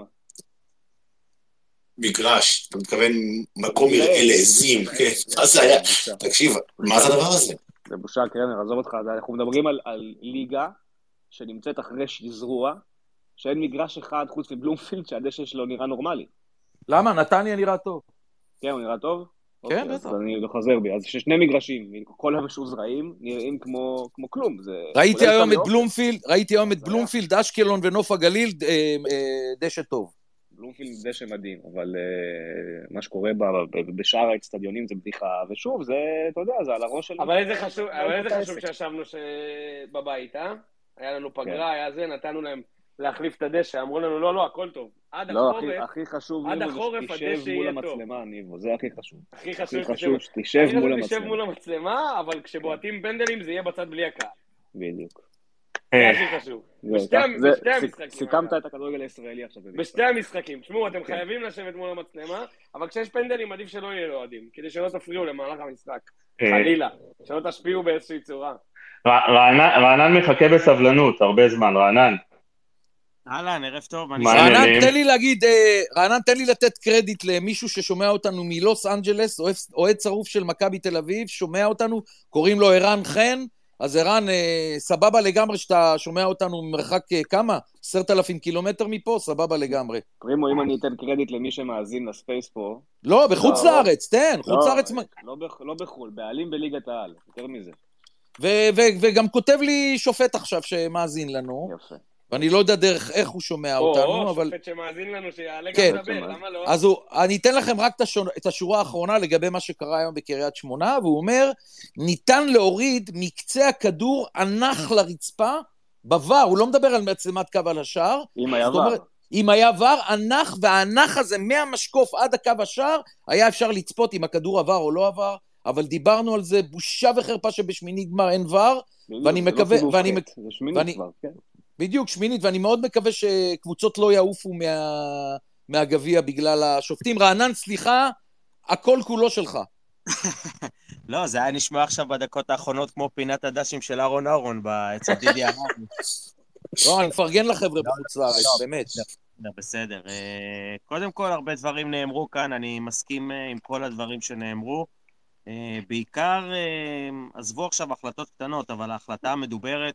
מגרש, אתה מתכוון מקום יראה לעזים, כן, מה זה היה? תקשיב, מה זה הדבר הזה? זה בושה, קרמר, עזוב אותך, אנחנו מדברים על ליגה שנמצאת אחרי שזרוע, שאין מגרש אחד חוץ מבלומפילד שהדשא שלו נראה נורמלי. למה? נתניה נראה טוב. כן, הוא נראה טוב? כן, בטח. אז אני לא חוזר בי. אז ששני מגרשים, כל המשוזרעים, נראים כמו כלום. ראיתי היום את בלומפילד, ראיתי היום את בלומפילד, אשקלון ונוף הגליל, דשא טוב. בלומפילד דשא מדהים, אבל מה שקורה בשאר האצטדיונים זה בדיחה, ושוב, זה, אתה יודע, זה על הראש של... אבל איזה חשוב שישבנו בבית, אה? היה לנו פגרה, היה זה, נתנו להם להחליף את הדשא, אמרו לנו, לא, לא, הכל טוב. עד החורף, הכי חשוב, עד החורף הדשא יהיה טוב. ניבו, זה הכי חשוב. הכי חשוב, שתשב מול המצלמה. מול המצלמה, אבל כשבועטים פנדלים זה יהיה בצד בלי הקהל. בדיוק. זה הכי חשוב. בשתי המשחקים. סיכמת את הכדורגל הישראלי עכשיו. בשתי המשחקים. תשמעו, אתם חייבים לשבת מול המצלמה, אבל כשיש פנדלים עדיף שלא יהיה לו אוהדים, כדי שלא תפריעו למהלך המשחק. חלילה. שלא תשפיעו באיזושהי צורה. רענן מחכה בסבלנות, הרבה זמן, רענן. אהלן, ערב טוב. רענן, תן לי להגיד, רענן, תן לי לתת קרדיט למישהו ששומע אותנו מלוס אנג'לס, אוהד צרוף של מכבי תל אביב, שומע אותנו, קוראים לו ערן חן, אז ערן, סבבה לגמרי שאתה שומע אותנו ממרחק כמה? עשרת אלפים קילומטר מפה, סבבה לגמרי. פרימו, אם אני אתן קרדיט למי שמאזין לספייס פה... לא, בחוץ לארץ, תן, חוץ לארץ... לא בחול, בעלים בליגת העל, יותר מזה. וגם כותב לי שופט עכשיו שמאזין לנו. יפה. ואני לא יודע דרך איך הוא שומע אותנו, אבל... או, שופט שמאזין לנו שיעלה גם לדבר, למה לא? אז אני אתן לכם רק את השורה האחרונה לגבי מה שקרה היום בקריית שמונה, והוא אומר, ניתן להוריד מקצה הכדור ענך לרצפה, בוואר, הוא לא מדבר על מצלמת קו על השער. אם היה וואר. אם היה וואר, ענך, והענך הזה מהמשקוף עד הקו השער, היה אפשר לצפות אם הכדור עבר או לא עבר, אבל דיברנו על זה, בושה וחרפה שבשמיני גמר אין וואר, ואני מקווה... זה שמינית כבר, כן. בדיוק, שמינית, ואני מאוד מקווה שקבוצות לא יעופו מה... מהגביע בגלל השופטים. רענן, סליחה, הכל כולו שלך. לא, זה היה נשמע עכשיו בדקות האחרונות כמו פינת הדשים של אהרון אהרון אצל דידי אהרון. לא, אני מפרגן לחבר'ה בחוץ לארץ, באמת. בסדר. קודם כל, הרבה דברים נאמרו כאן, אני מסכים עם כל הדברים שנאמרו. בעיקר, עזבו עכשיו החלטות קטנות, אבל ההחלטה המדוברת,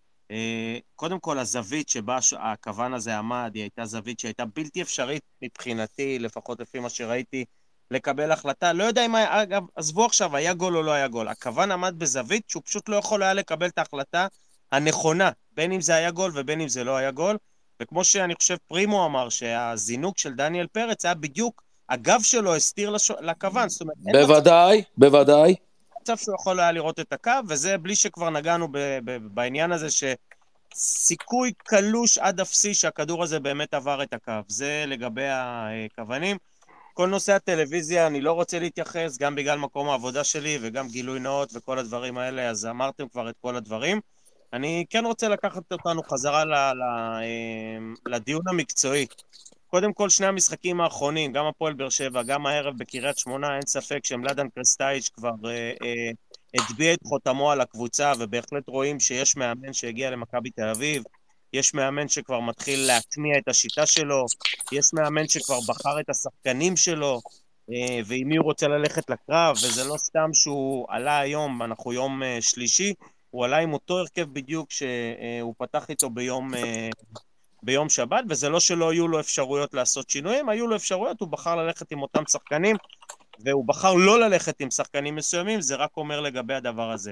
קודם כל, הזווית שבה הכוון הזה עמד, היא הייתה זווית שהייתה בלתי אפשרית מבחינתי, לפחות לפי מה שראיתי, לקבל החלטה. לא יודע אם היה, אגב, עזבו עכשיו, היה גול או לא היה גול. הכוון עמד בזווית שהוא פשוט לא יכול היה לקבל את ההחלטה הנכונה, בין אם זה היה גול ובין אם זה לא היה גול. וכמו שאני חושב פרימו אמר, שהזינוק של דניאל פרץ היה בדיוק, הגב שלו הסתיר לכוון. זאת אומרת, בוודאי, בוודאי. מצב שהוא יכול היה לראות את הקו, וזה בלי שכבר נגענו ב- ב- בעניין הזה, שסיכוי קלוש עד אפסי שהכדור הזה באמת עבר את הקו. זה לגבי הכוונים. כל נושא הטלוויזיה אני לא רוצה להתייחס, גם בגלל מקום העבודה שלי, וגם גילוי נאות וכל הדברים האלה, אז אמרתם כבר את כל הדברים. אני כן רוצה לקחת אותנו חזרה ל- ל- לדיון המקצועי. קודם כל, שני המשחקים האחרונים, גם הפועל באר שבע, גם הערב בקריית שמונה, אין ספק שמלאדן קרסטייץ' כבר אה, אה, הטביע את חותמו על הקבוצה, ובהחלט רואים שיש מאמן שהגיע למכבי תל אביב, יש מאמן שכבר מתחיל להטמיע את השיטה שלו, יש מאמן שכבר בחר את השחקנים שלו, אה, ועם מי הוא רוצה ללכת לקרב, וזה לא סתם שהוא עלה היום, אנחנו יום אה, שלישי, הוא עלה עם אותו הרכב בדיוק שהוא פתח איתו ביום... אה, ביום שבת, וזה לא שלא היו לו אפשרויות לעשות שינויים, היו לו אפשרויות, הוא בחר ללכת עם אותם שחקנים, והוא בחר לא ללכת עם שחקנים מסוימים, זה רק אומר לגבי הדבר הזה.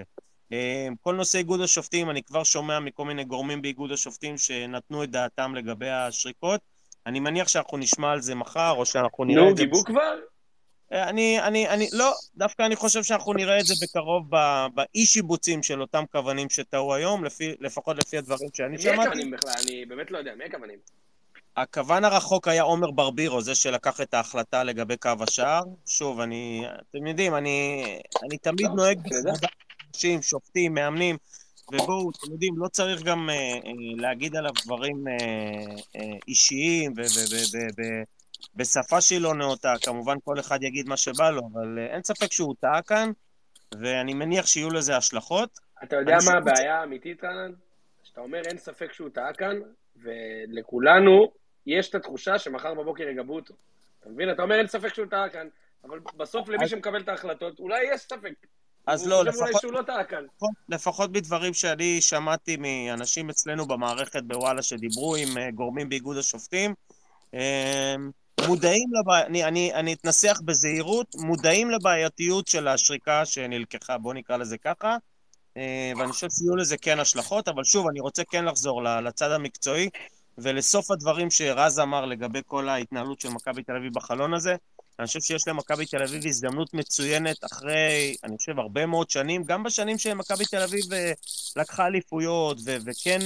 כל נושא איגוד השופטים, אני כבר שומע מכל מיני גורמים באיגוד השופטים, שנתנו את דעתם לגבי השריקות, אני מניח שאנחנו נשמע על זה מחר, או שאנחנו נראה את זה... נו, גיבו כבר? אני, אני, אני, לא, דווקא אני חושב שאנחנו נראה את זה בקרוב באי שיבוצים של אותם כוונים שטעו היום, לפי, לפחות לפי הדברים שאני שמעתי. מי הכוונים בכלל? אני באמת לא יודע, מי הכוונים? הכוון הרחוק היה עומר ברבירו, זה שלקח את ההחלטה לגבי קו השער. שוב, אני, אתם יודעים, אני, אני תמיד נוהג אנשים, שופטים, מאמנים, ובואו, אתם יודעים, לא צריך גם אה, אה, להגיד עליו דברים אה, אה, אישיים ו... ו, ו, ו, ו בשפה שהיא לא נאותה, כמובן כל אחד יגיד מה שבא לו, אבל אין ספק שהוא טעה כאן, ואני מניח שיהיו לזה השלכות. אתה יודע מה הבעיה האמיתית, רענן? שאתה אומר אין ספק שהוא טעה כאן, ולכולנו יש את התחושה שמחר בבוקר יגבו אותו. אתה מבין? אתה אומר אין ספק שהוא טעה כאן, אבל בסוף למי שמקבל את ההחלטות, אולי יש ספק. אז לא, לפחות, לא לפחות בדברים שאני שמעתי מאנשים אצלנו במערכת בוואלה שדיברו עם גורמים באיגוד השופטים, מודעים לבעיה, אני, אני, אני אתנסח בזהירות, מודעים לבעייתיות של השריקה שנלקחה, בוא נקרא לזה ככה, ואני חושב שיהיו לזה כן השלכות, אבל שוב, אני רוצה כן לחזור לצד המקצועי, ולסוף הדברים שרז אמר לגבי כל ההתנהלות של מכבי תל אביב בחלון הזה, אני חושב שיש למכבי תל אביב הזדמנות מצוינת אחרי, אני חושב, הרבה מאוד שנים, גם בשנים שמכבי תל אביב לקחה אליפויות, ו- וכן...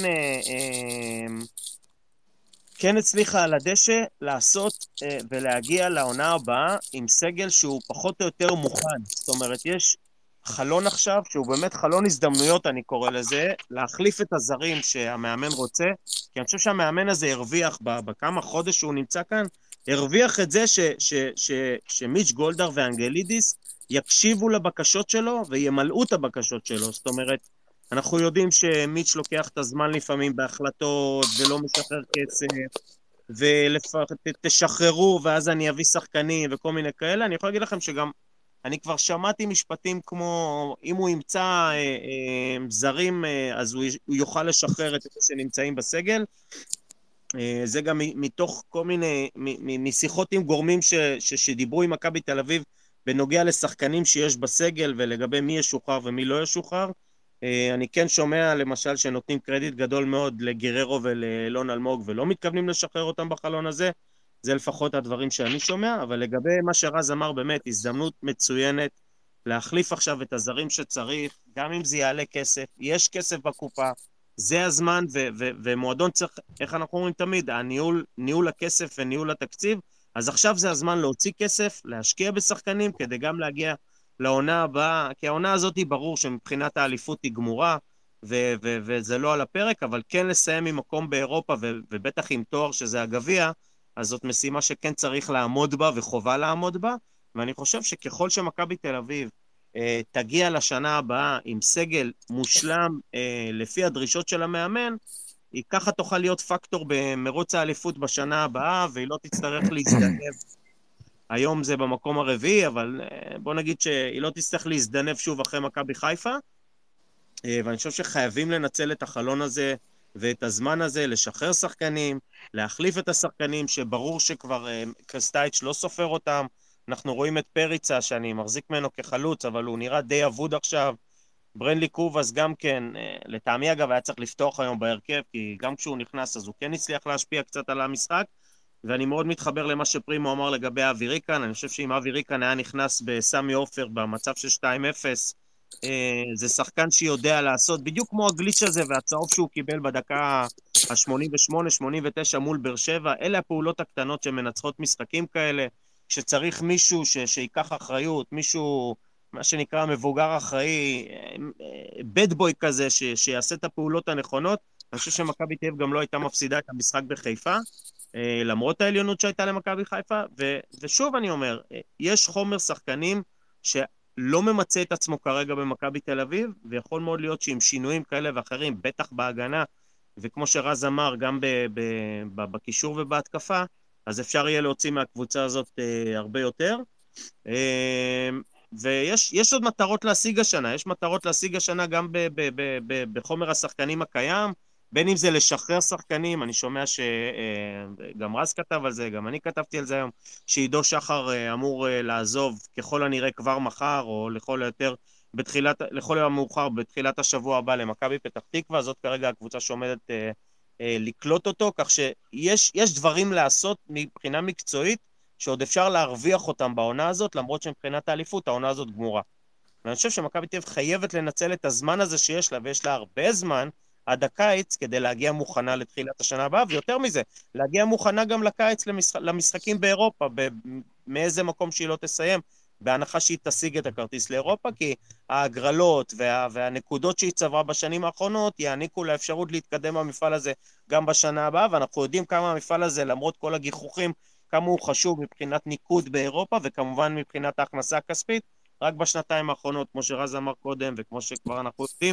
כן הצליחה על הדשא לעשות אה, ולהגיע לעונה הבאה עם סגל שהוא פחות או יותר מוכן. זאת אומרת, יש חלון עכשיו, שהוא באמת חלון הזדמנויות, אני קורא לזה, להחליף את הזרים שהמאמן רוצה, כי אני חושב שהמאמן הזה הרוויח בכמה חודש שהוא נמצא כאן, הרוויח את זה ש, ש, ש, שמיץ' גולדהר ואנגלידיס יקשיבו לבקשות שלו וימלאו את הבקשות שלו. זאת אומרת, אנחנו יודעים שמיץ' לוקח את הזמן לפעמים בהחלטות ולא משחרר כסף, ותשחררו ואז אני אביא שחקנים וכל מיני כאלה. אני יכול להגיד לכם שגם אני כבר שמעתי משפטים כמו, אם הוא ימצא אה, אה, זרים, אה, אז הוא, הוא יוכל לשחרר את אלה שנמצאים בסגל. אה, זה גם מתוך כל מיני, מ, מ, משיחות עם גורמים ש, ש, שדיברו עם מכבי תל אביב, בנוגע לשחקנים שיש בסגל, ולגבי מי ישוחרר ומי לא ישוחרר. אה, אני כן שומע, למשל, שנותנים קרדיט גדול מאוד לגררו ולאלון אלמוג, ולא מתכוונים לשחרר אותם בחלון הזה. זה לפחות הדברים שאני שומע, אבל לגבי מה שרז אמר באמת, הזדמנות מצוינת להחליף עכשיו את הזרים שצריך, גם אם זה יעלה כסף, יש כסף בקופה, זה הזמן, ו- ו- ומועדון צריך, איך אנחנו אומרים תמיד, הניהול, ניהול הכסף וניהול התקציב, אז עכשיו זה הזמן להוציא כסף, להשקיע בשחקנים, כדי גם להגיע לעונה הבאה, כי העונה הזאת היא ברור שמבחינת האליפות היא גמורה, ו- ו- וזה לא על הפרק, אבל כן לסיים ממקום באירופה, ו- ובטח עם תואר שזה הגביע, אז זאת משימה שכן צריך לעמוד בה וחובה לעמוד בה, ואני חושב שככל שמכבי תל אביב אה, תגיע לשנה הבאה עם סגל מושלם אה, לפי הדרישות של המאמן, היא ככה תוכל להיות פקטור במרוץ האליפות בשנה הבאה, והיא לא תצטרך להזדנב. היום זה במקום הרביעי, אבל אה, בוא נגיד שהיא לא תצטרך להזדנב שוב אחרי מכבי חיפה, אה, ואני חושב שחייבים לנצל את החלון הזה, ואת הזמן הזה לשחרר שחקנים, להחליף את השחקנים שברור שכבר קרסטייץ' לא סופר אותם. אנחנו רואים את פריצה שאני מחזיק ממנו כחלוץ, אבל הוא נראה די אבוד עכשיו. ברנלי קובאס גם כן, לטעמי אגב היה צריך לפתוח היום בהרכב, כי גם כשהוא נכנס אז הוא כן הצליח להשפיע קצת על המשחק, ואני מאוד מתחבר למה שפרימו אמר לגבי אבי ריקן. אני חושב שאם אבי ריקן היה נכנס בסמי אופר במצב של שתיים אפס, זה שחקן שיודע לעשות, בדיוק כמו הגליץ' הזה והצהוב שהוא קיבל בדקה ה-שמונים ושמונה שמונים ותשע מול באר שבע. אלה הפעולות הקטנות שמנצחות משחקים כאלה, כשצריך מישהו ש- שיקח אחריות, מישהו, מה שנקרא מבוגר אחראי, בד בוי כזה, ש- שיעשה את הפעולות הנכונות. אני חושב שמכבי תל אביב גם לא הייתה מפסידה את המשחק בחיפה, למרות העליונות שהייתה למכבי חיפה, ו- ושוב אני אומר, יש חומר שחקנים ש... לא ממצא את עצמו כרגע במכבי תל אביב, ויכול מאוד להיות שעם שינויים כאלה ואחרים, בטח בהגנה, וכמו שרז אמר, גם ב- ב- בקישור ובהתקפה, אז אפשר יהיה להוציא מהקבוצה הזאת אה, הרבה יותר. אה, ויש יש עוד מטרות להשיג השנה, יש מטרות להשיג השנה גם ב- ב- ב- ב- בחומר השחקנים הקיים, בין אם זה לשחרר שחקנים. אני שומע שגם רז כתב על זה, גם אני כתבתי על זה היום, שעידו שחר אמור לעזוב ככל הנראה כבר מחר, או לכל היותר בתחילת, לכל המאוחר בתחילת השבוע הבא למכבי פתח תקווה. זאת כרגע הקבוצה שעומדת אה, אה, לקלוט אותו, כך שיש יש דברים לעשות מבחינה מקצועית, שעוד אפשר להרוויח אותם בעונה הזאת, למרות שמבחינת האליפות העונה הזאת גמורה. ואני חושב שמכבי תל אביב חייבת לנצל את הזמן הזה שיש לה, ויש לה הרבה זמן, עד הקיץ, כדי להגיע מוכנה לתחילת השנה הבאה, ויותר מזה, להגיע מוכנה גם לקיץ למשח... למשחקים באירופה, ב... מאיזה מקום שהיא לא תסיים, בהנחה שהיא תשיג את הכרטיס לאירופה, כי ההגרלות וה... והנקודות שהיא צברה בשנים האחרונות, יעניקו לה אפשרות להתקדם במפעל הזה גם בשנה הבאה, ואנחנו יודעים כמה המפעל הזה, למרות כל הגיחוכים, כמה הוא חשוב מבחינת ניקוד באירופה, וכמובן מבחינת ההכנסה הכספית, רק בשנתיים האחרונות, כמו שרז אמר קודם, וכמו שכבר אנחנו יודעים,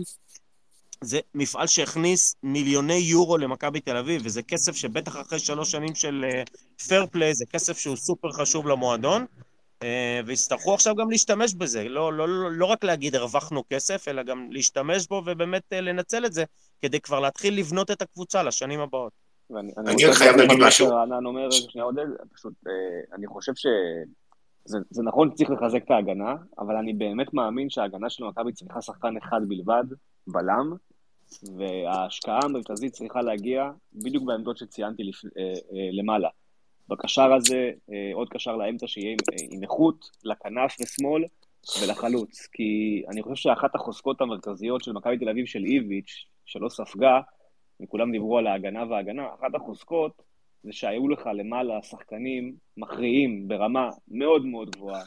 זה מפעל שהכניס מיליוני יורו למכבי תל אביב, וזה כסף שבטח אחרי שלוש שנים של פייר פליי, זה כסף שהוא סופר חשוב למועדון, והצטרכו עכשיו גם להשתמש בזה, לא, לא, לא, לא רק להגיד הרווחנו כסף, אלא גם להשתמש בו ובאמת לנצל את זה, כדי כבר להתחיל לבנות את הקבוצה לשנים הבאות. ואני, אני חייב להגיד משהו. רענן אומר, שנייה עודד, פשוט, אני חושב ש... זה, זה נכון שצריך לחזק את ההגנה, אבל אני באמת מאמין שההגנה של מכבי צריכה שחקן אחד בלבד, בלם, וההשקעה המרכזית צריכה להגיע בדיוק בעמדות שציינתי לפ... למעלה. בקשר הזה, עוד קשר לאמצע שיהיה עם, עם איכות, לכנף ושמאל ולחלוץ. כי אני חושב שאחת החוזקות המרכזיות של מכבי תל אביב של איביץ', שלא ספגה, וכולם דיברו על ההגנה וההגנה, אחת החוזקות זה שהיו לך למעלה שחקנים מכריעים ברמה מאוד מאוד גבוהה,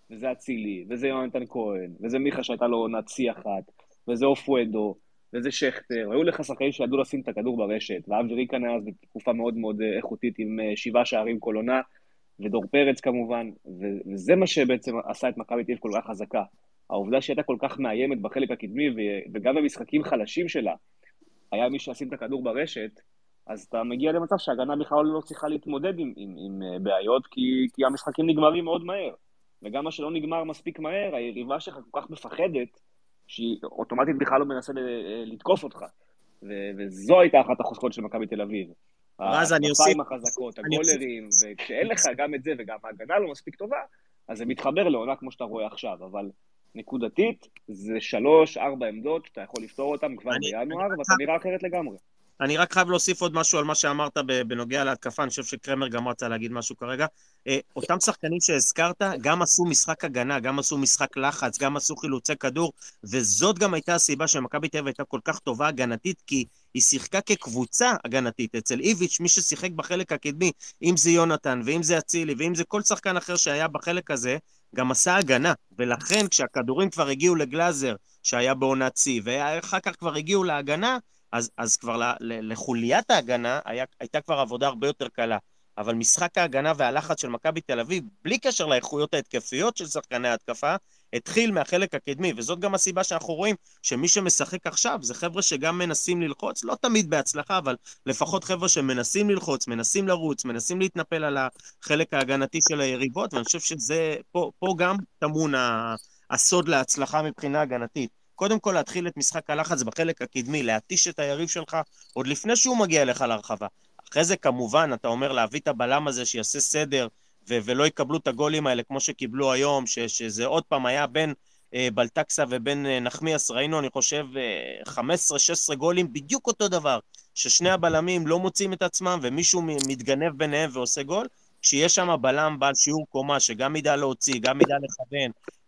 וזה אצילי, וזה יונתן כהן, וזה מיכה שהייתה לו עונת שיא אחת, וזה אופואדו, וזה שכטר, היו לך שחקנים שידעו לשים את הכדור ברשת, ואברי ריקן היה אז בתקופה מאוד מאוד איכותית עם שבעה שערים כל עונה, ודור פרץ כמובן, וזה מה שבעצם עשה את מכבי תל אביב כל כך חזקה. העובדה שהייתה כל כך מאיימת בחלק הקדמי, וגם במשחקים חלשים שלה, היה מי שעשים את הכדור ברשת, אז אתה מגיע למצב שההגנה בכלל לא צריכה להתמודד עם, עם, עם בעיות, כי, כי המשחקים נגמרים מאוד מהר. וגם מה שלא נגמר מספיק מהר, היריבה שלך כל כך מפחדת, שהיא אוטומטית בכלל לא מנסה לתקוף אותך. ו- וזו הייתה אחת החוזקות של מכבי תל אביב. הכנפיים החזקות, הגולרים, וכשאין לך גם את זה וגם ההגנה לא מספיק טובה, אז זה מתחבר לעונה כמו שאתה רואה עכשיו, אבל נקודתית זה שלוש, ארבע עמדות שאתה יכול לפתור אותם כבר בינואר, ואתה נראה אחרת לגמרי. אני רק חייב להוסיף עוד משהו על מה שאמרת בנוגע להתקפה, אני חושב שקרמר גם רצה להגיד משהו כרגע. אותם שחקנים שהזכרת, גם עשו משחק הגנה, גם עשו משחק לחץ, גם עשו חילוצי כדור, וזאת גם הייתה הסיבה שמכבי תל אביב הייתה כל כך טובה הגנתית, כי היא שיחקה כקבוצה הגנתית. אצל איביץ', מי ששיחק בחלק הקדמי, אם זה יונתן, ואם זה אצילי, ואם זה כל שחקן אחר שהיה בחלק הזה, גם עשה הגנה, ולכן כשהכדורים כבר הגיעו לגלאזר, שהיה בעונת שיא, ואחר כך כבר הגיעו להגנה, אז, אז כבר ל, ל, לחוליית ההגנה היה, הייתה כבר עבודה הרבה יותר קלה. אבל משחק ההגנה והלחץ של מכבי תל אביב, בלי קשר לאיכויות ההתקפיות של שחקני ההתקפה, התחיל מהחלק הקדמי, וזאת גם הסיבה שאנחנו רואים שמי שמשחק עכשיו זה חבר'ה שגם מנסים ללחוץ, לא תמיד בהצלחה, אבל לפחות חבר'ה שמנסים ללחוץ, מנסים לרוץ, מנסים להתנפל על החלק ההגנתי של היריבות, ואני חושב שזה, פה, פה גם תמון הסוד להצלחה מבחינה הגנתית. קודם כל להתחיל את משחק הלחץ בחלק הקדמי, להתיש את היריב שלך עוד לפני שהוא מגיע לך להרחבה. אחרי זה כמובן אתה אומר להביא את הבלם הזה שיעשה סדר ו- ולא יקבלו את הגולים האלה כמו שקיבלו היום, ש- שזה עוד פעם היה בין אה, בלטקסה ובין אה, נחמיאס, ראינו אני חושב אה, חמש עשרה שש עשרה גולים, בדיוק אותו דבר, ששני הבלמים לא מוצאים את עצמם ומישהו מתגנב ביניהם ועושה גול, כשיש שם בלם בעל שיעור קומה שגם ידע להוציא, גם ידע לכוון,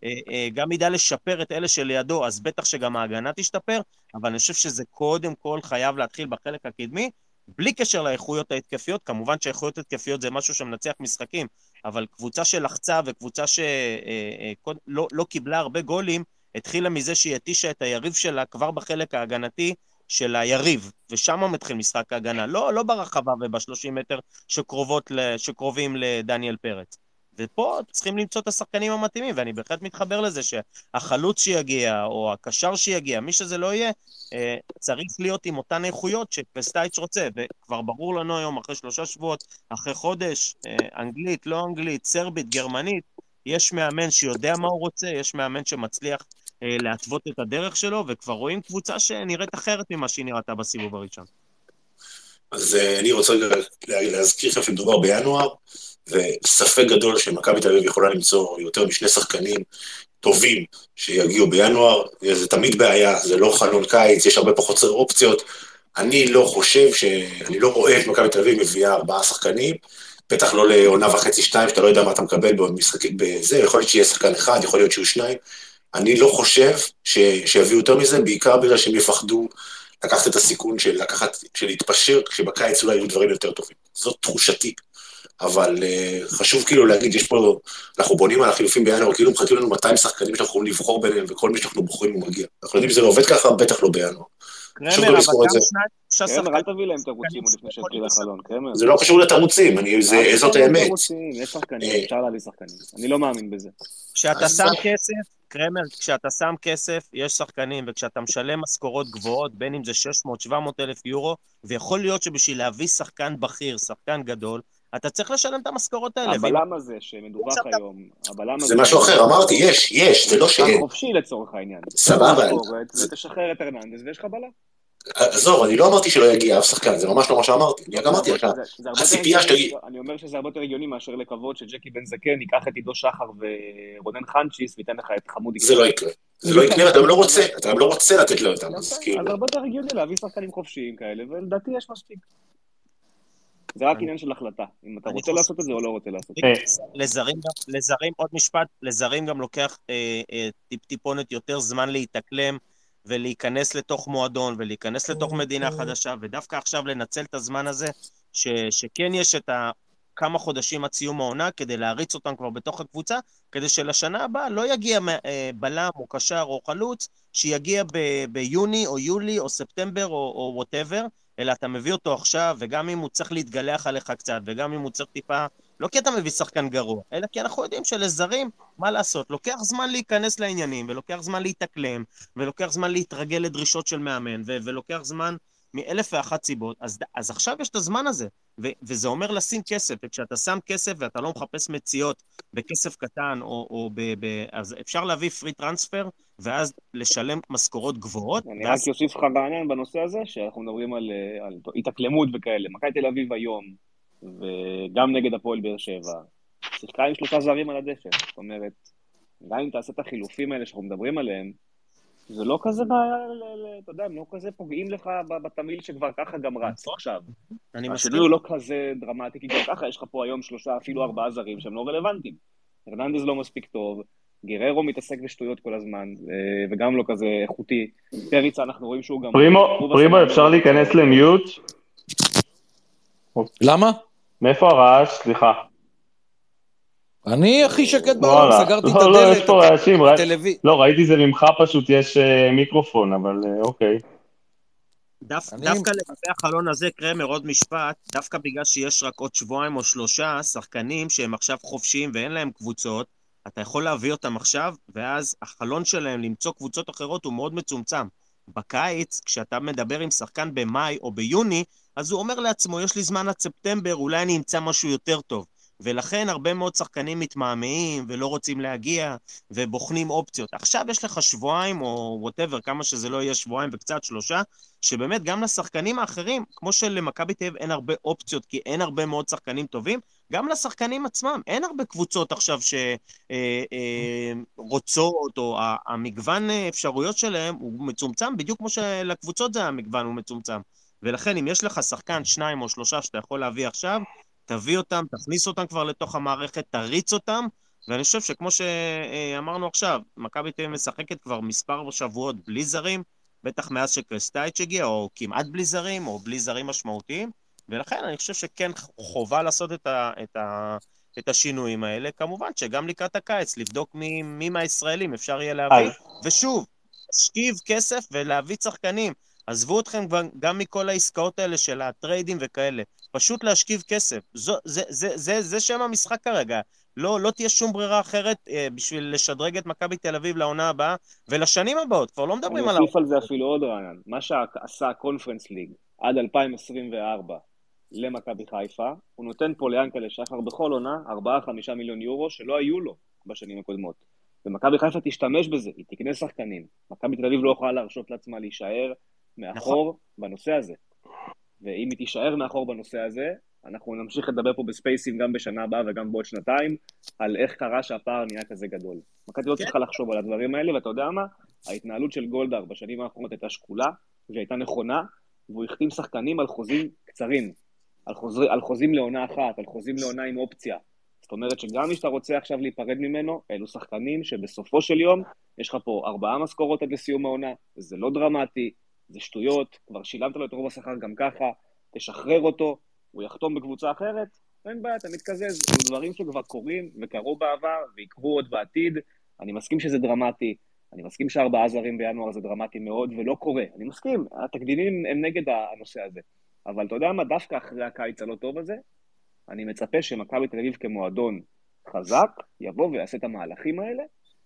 גם ידע לשפר את אלה שלידו, אז בטח שגם ההגנה תשתפר, אבל אני חושב שזה קודם כל חייב להתחיל בחלק הקדמי, בלי קשר לאיכויות ההתקפיות, כמובן שהאיכויות ההתקפיות זה משהו שמנצח משחקים, אבל קבוצה שלחצה וקבוצה שלא לא קיבלה הרבה גולים, התחילה מזה שהיא התישה את היריב שלה כבר בחלק ההגנתי של היריב, ושם מתחיל משחק ההגנה, לא, לא ברחבה ובשלושים מטר שקרובות, שקרובים לדניאל פרץ. ופה צריכים למצוא את השחקנים המתאימים, ואני בהחלט מתחבר לזה שהחלוץ שיגיע, או הקשר שיגיע, מי שזה לא יהיה, צריך להיות עם אותן איכויות שפסטייץ' רוצה, וכבר ברור לנו היום, אחרי שלושה שבועות, אחרי חודש, אנגלית, לא אנגלית, סרבית, גרמנית, יש מאמן שיודע מה הוא רוצה, יש מאמן שמצליח להתוות את הדרך שלו, וכבר רואים קבוצה שנראית אחרת ממה שהיא נראתה בסיבוב הראשון. אז אני רוצה להזכיר לכם שמדובר בינואר, וספק גדול שמכבי תל אביב יכולה למצוא יותר משני שחקנים טובים שיגיעו בינואר, זה תמיד בעיה, זה לא חלון קיץ, יש הרבה פחות אופציות, אני לא חושב, ש... אני לא רואה את מכבי תל אביב מביאה ארבעה שחקנים, בטח לא לעונה וחצי שתיים, שאתה לא יודע מה אתה מקבל במשחקים בזה, יכול להיות שיהיה שחקן אחד, יכול להיות שיהיו שניים, אני לא חושב ש... שיביאו יותר מזה, בעיקר בגלל שהם יפחדו לקחת את הסיכון של לקחת, של להתפשר, כשבקיץ אולי יהיו דברים יותר טובים. זאת תחושתי. אבל uh, חשוב כאילו להגיד, יש פה, אנחנו בונים על החילופים בינואר, כאילו מחכים לנו מאתיים שחקנים שאנחנו יכולים לבחור ביניהם, וכל מי שאנחנו בוחרים הוא מגיע. אנחנו יודעים שזה לא עובד ככה, בטח לא בינואר. קרמר, אבל גם שניים, קרמר, אל תביא להם תירוצים עוד לפני שהתחיל החלון, קרמר. זה לא קשור לתירוצים, זאת האמת. יש שחקנים, אפשר להביא שחקנים. אני לא מאמין בזה. כשאתה שם כסף, קרמר, כשאתה שם כסף, יש שחקנים, וכשאתה משלם משכורות גבוהות, בין אם זה שש מאות שבע מאות אלף יורו, ויכול להיות שבשביל להביא שחקן בכיר, שחקן גדול, אתה צריך לשלם את המשכורות האלה. הבלם הזה שמדווח היום, הבלם הזה... זה משהו אחר, אמרתי, יש, יש, זה לא שאין. חופשי לצורך העניין. סבבה. ותשחרר את הרננדס ויש לך בלם. עזוב, אני לא אמרתי שלא יגיע אף שחקן, זה ממש לא מה שאמרתי. אני אמרתי לך, הציפייה שתגיד... אני אומר שזה הרבה יותר הגיוני מאשר לקוות שג'קי בן זקן ייקח את עידו שחר ורונן חנצ'יס ויתן לך את חמודי. זה לא יקרה. זה לא יקרה, אתה לא רוצה, אתה לא רוצה לתת לו אותם. אז הרבה יותר הגיוני להביא שחקנים חופשיים כאלה, ולדעתי יש מספיק. זה רק עניין של החלטה, אם אתה רוצה לעשות את זה או לא רוצה לעשות את זה. לזרים, עוד משפט, לזרים גם לוקח טיפ-טיפונת יותר זמן להתאקלם, ולהיכנס לתוך מועדון, ולהיכנס לתוך מדינה חדשה, ודווקא עכשיו לנצל את הזמן הזה, ש, שכן יש את כמה חודשים עד סיום העונה, כדי להריץ אותם כבר בתוך הקבוצה, כדי שלשנה הבאה לא יגיע בלם או קשר או חלוץ, שיגיע ב- ביוני או יולי או ספטמבר או, או whatever, אלא אתה מביא אותו עכשיו, וגם אם הוא צריך להתגלח עליך קצת, וגם אם הוא צריך טיפה, לא כי אתה מביא שחקן גרוע, אלא כי אנחנו יודעים שלזרים, מה לעשות, לוקח זמן להיכנס לעניינים, ולוקח זמן להתאקלם, ולוקח זמן להתרגל לדרישות של מאמן, ו- ולוקח זמן מאלף ואחת סיבות, אז, אז עכשיו יש את הזמן הזה, ו- וזה אומר לשים כסף, וכשאתה שם כסף ואתה לא מחפש מציאות בכסף קטן, או, או ב- ב- אז אפשר להביא פרי טרנספר, ואז לשלם משכורות גבוהות. אני ואז... רק יוסיף לך בעניין בנושא הזה, שאנחנו מדברים על, על התאקלמות וכאלה. מכבי תל אביב היום, וגם נגד הפועל באר שבע, שיחקה עם שלושה זרים על הדשא. זאת אומרת, גם אם תעשה את החילופים האלה שאנחנו מדברים עליהם, זה לא כזה בעיה, אתה יודע, הם לא כזה פוגעים לך בתמיל שכבר ככה גם רץ עכשיו. השינוי הוא לא כזה דרמטי, כי גם ככה יש לך פה היום שלושה, אפילו ארבעה זרים שהם לא רלוונטיים. הרננדז לא מספיק טוב, גררו מתעסק בשטויות כל הזמן, וגם לא כזה איכותי. פריצה, אנחנו רואים שהוא גם... פרימו, פרימו, אפשר להיכנס למיוט? למה? מאיפה הרעש? סליחה. אני הכי שקט בעולם, סגרתי את הדלת. לא, לא, יש פה רעשים. לא, ראיתי זה ממך פשוט, יש מיקרופון, אבל אוקיי. דווקא לגבי החלון הזה, קרמר, עוד משפט, דווקא בגלל שיש רק עוד שבועיים או שלושה שחקנים שהם עכשיו חופשיים ואין להם קבוצות, אתה יכול להביא אותם עכשיו, ואז החלון שלהם למצוא קבוצות אחרות הוא מאוד מצומצם. בקיץ, כשאתה מדבר עם שחקן במאי או ביוני, אז הוא אומר לעצמו, יש לי זמן עד ספטמבר, אולי אני אמצא משהו יותר טוב. ולכן הרבה מאוד שחקנים מתמהמהים ולא רוצים להגיע ובוחנים אופציות. עכשיו יש לך שבועיים או whatever, כמה שזה לא יהיה שבועיים וקצת שלושה, שבאמת גם לשחקנים האחרים, כמו שלמכבי תל אביב אין הרבה אופציות, כי אין הרבה מאוד שחקנים טובים, גם לשחקנים עצמם, אין הרבה קבוצות עכשיו שרוצות, או המגוון אפשרויות שלהם הוא מצומצם, בדיוק כמו שלקבוצות זה המגוון הוא מצומצם. ולכן אם יש לך שחקן שניים או שלושה שאתה יכול להביא עכשיו, תביא אותם, תכניס אותם כבר לתוך המערכת, תריץ אותם, ואני חושב שכמו שאמרנו עכשיו, מכבי תל אביב משחקת כבר מספר שבועות בלי זרים, בטח מאז שקרסטייץ' הגיע, או כמעט בלי זרים, או בלי זרים משמעותיים, ולכן אני חושב שכן חובה לעשות את, ה, את, ה, את השינויים האלה, כמובן שגם לקראת הקיץ, לבדוק מי, מי מהישראלים אפשר יהיה להביא, ושוב, שכיב כסף ולהביא שחקנים, עזבו אתכם גם מכל העסקאות האלה של הטריידים וכאלה, פשוט להשכיב כסף, זו, זה, זה, זה, זה שם המשחק כרגע, לא, לא תהיה שום ברירה אחרת אה, בשביל לשדרג את מכבי תל אביב לעונה הבאה, ולשנים הבאות, כבר לא מדברים עליו. אני אוסיף על זה אפילו עוד רעיון, מה שעשה הקונפרנס ליג עד אלפיים עשרים וארבע למכבי חיפה, הוא נותן פה ליאנקל'ה שחר בכל עונה ארבעה עד חמישה מיליון יורו שלא היו לו בשנים הקודמות, ומכבי חיפה תשתמש בזה, היא תקנה שחקנים, מכבי תל אביב לא יכולה להרשות לעצמה להישאר מאחור נכון. בנושא הזה, ואם היא תישאר מאחור בנושא הזה, אנחנו נמשיך לדבר פה בספייסים גם בשנה הבאה וגם בעוד שנתיים, על איך קרה שהפער נהיה כזה גדול. מכבי לא צריכה לחשוב על הדברים האלה, ואתה יודע מה? ההתנהלות של גולדהר בשנים האחרונות הייתה שקולה, והייתה נכונה, והוא החתים שחקנים על חוזים קצרים, על, חוזר, על חוזים לעונה אחת, על חוזים לעונה עם אופציה. זאת אומרת שגם מי שאתה רוצה עכשיו להיפרד ממנו, אלו שחקנים שבסופו של יום, יש לך פה ארבעה משכורות עד לסיום העונה, זה לא דרמטי, זה שטויות, כבר שילמת לו את רוב השכר גם ככה, תשחרר אותו, הוא יחתום בקבוצה אחרת, אין בעיה, אתה מתקזז, זה דברים שכבר קורים וקרו בעבר ויקרו עוד בעתיד, אני מסכים שזה דרמטי, אני מסכים שארבעה זרים בינואר זה דרמטי מאוד ולא קורה, אני מסכים, התקדימים הם נגד הנושא הזה, אבל אתה יודע מה, דווקא אחרי הקיץ הלא טוב הזה, אני מצפה שמכבי תל אביב כמועדון חזק, יבוא ויעשה את המהלכים האלה,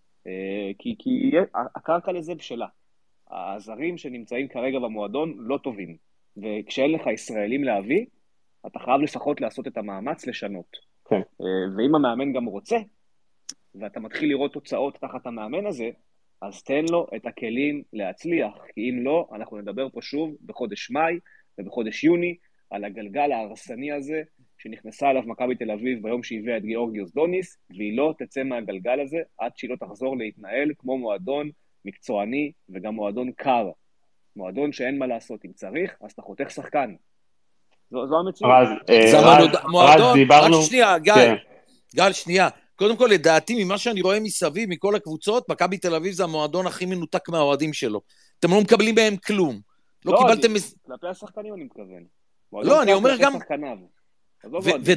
כי, כי הקרקע לזה בשלה. הזרים שנמצאים כרגע במועדון לא טובים, וכשאין לך ישראלים להביא, אתה חייב לפחות לעשות את המאמץ לשנות. כן. ואם המאמן גם רוצה, ואתה מתחיל לראות תוצאות תחת המאמן הזה, אז תן לו את הכלים להצליח, כי אם לא, אנחנו נדבר פה שוב בחודש מאי ובחודש יוני, על הגלגל ההרסני הזה, שנכנסה אליו מכבי תל אביב ביום שהביאה את גיאורגיוס דוניס, והיא לא תצא מהגלגל הזה, עד שהיא לא תחזור להתנהל כמו מועדון מקצועני וגם מועדון קר. מועדון שאין מה לעשות אם צריך, אז אתה חותך שחקן. זו, זו המציאות. זה מועדון, רק שנייה, גל, גל, שנייה. קודם כל, לדעתי, ממה שאני רואה מסביב, מכל הקבוצות, מכבי תל אביב זה המועדון הכי מנותק מהאוהדים שלו. אתם לא מקבלים בהם כלום. לא קיבלתם... כלפי השחקנים אני מתכוון. לא, אני אומר גם...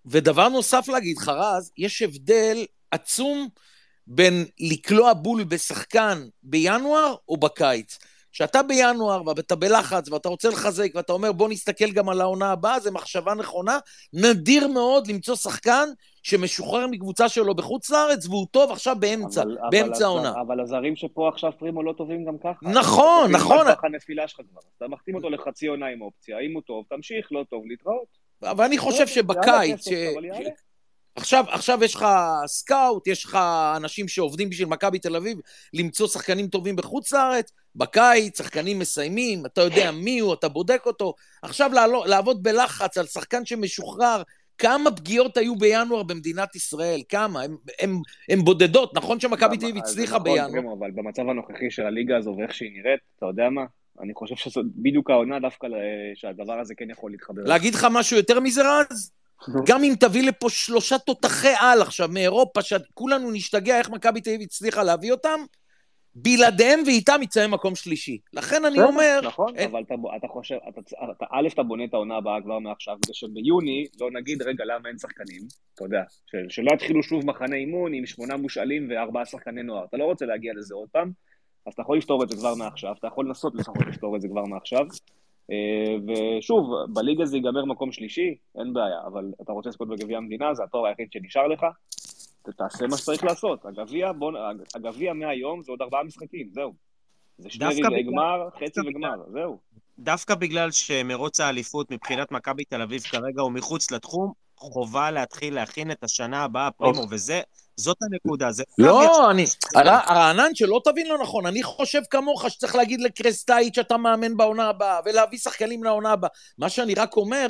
ודבר נוסף להגיד, חרז, יש הבדל עצום בין לקלוע בול בשחקן בינואר או בקיץ. שאתה בינואר ואתה בלחץ ואתה רוצה לחזק ואתה אומר בוא נסתכל גם על העונה הבאה, זה מחשבה נכונה, נדיר מאוד למצוא שחקן שמשוחרר מקבוצה שלו בחוץ לארץ והוא טוב עכשיו באמצע, אבל, באמצע אבל, העונה. אבל הזרים שפה עכשיו פרימו לא טובים גם ככה. נכון, נכון. ככה הנפילה שלך כבר. אתה מחתים אותו לחצי עונה עם אופציה, אם הוא טוב, תמשיך, לא טוב, להתראות. אבל אני חושב שבקיץ, ש... עכשיו, עכשיו יש לך סקאוט, יש לך אנשים שעובדים בשביל מכבי תל אביב, למצוא שחקנים טובים בחוץ לארץ, בקיץ, שחקנים מסיימים, אתה יודע מי הוא, אתה בודק אותו, עכשיו לעבוד בלחץ על שחקן שמשוחרר, כמה פגיעות היו בינואר במדינת ישראל, כמה, הם, הם, הם בודדות, נכון שמכבי תל אביב הצליחה בינואר. אבל במצב הנוכחי של הליגה הזו ואיך שהיא נראית, אתה יודע מה? אני חושב שזו בדיוק העונה דווקא שהדבר הזה כן יכול להתחבר. להגיד לך משהו יותר מזה רז? גם אם תביא לפה שלושה תותחי על עכשיו מאירופה, שכולנו נשתגע איך מכבי תל אביב הצליחה להביא אותם, בלעדיהם ואיתם יצא מקום שלישי. לכן אני אומר... נכון, אבל אתה חושב, א', אתה בונה את העונה הבאה כבר מעכשיו, כדי שביוני לא נגיד, רגע, למה אין שחקנים? אתה יודע, שלא יתחילו שוב מחנה אימון עם שמונה מושאלים וארבעה שחקני נוער. אתה לא רוצה להגיע לזה עוד פעם, אז אתה יכול לפתור את זה כבר מעכשיו, אתה יכול לנסות לפחות לפתור את זה כבר מעכשיו. ושוב, בליגה זה ייגמר מקום שלישי, אין בעיה, אבל אתה רוצה לזכות בגביע המדינה, זה התואר היחיד שנשאר לך, תעשה מה שצריך לעשות. הגביע, בוא, הגביע מהיום זה עוד ארבעה משחקים, זהו. זה שני רגעי גמר, חצי וגמר, זהו. דווקא בגלל שמרוץ האליפות מבחינת מכבי תל אביב כרגע הוא מחוץ לתחום, חובה להתחיל להכין את השנה הבאה פרימו, וזה, זאת הנקודה. זה לא, אני, הרענן שלא תבין לא נכון, אני חושב כמוך שצריך להגיד לקרסטייץ' שאתה מאמן בעונה הבאה, ולהביא שחקנים לעונה הבאה. מה שאני רק אומר,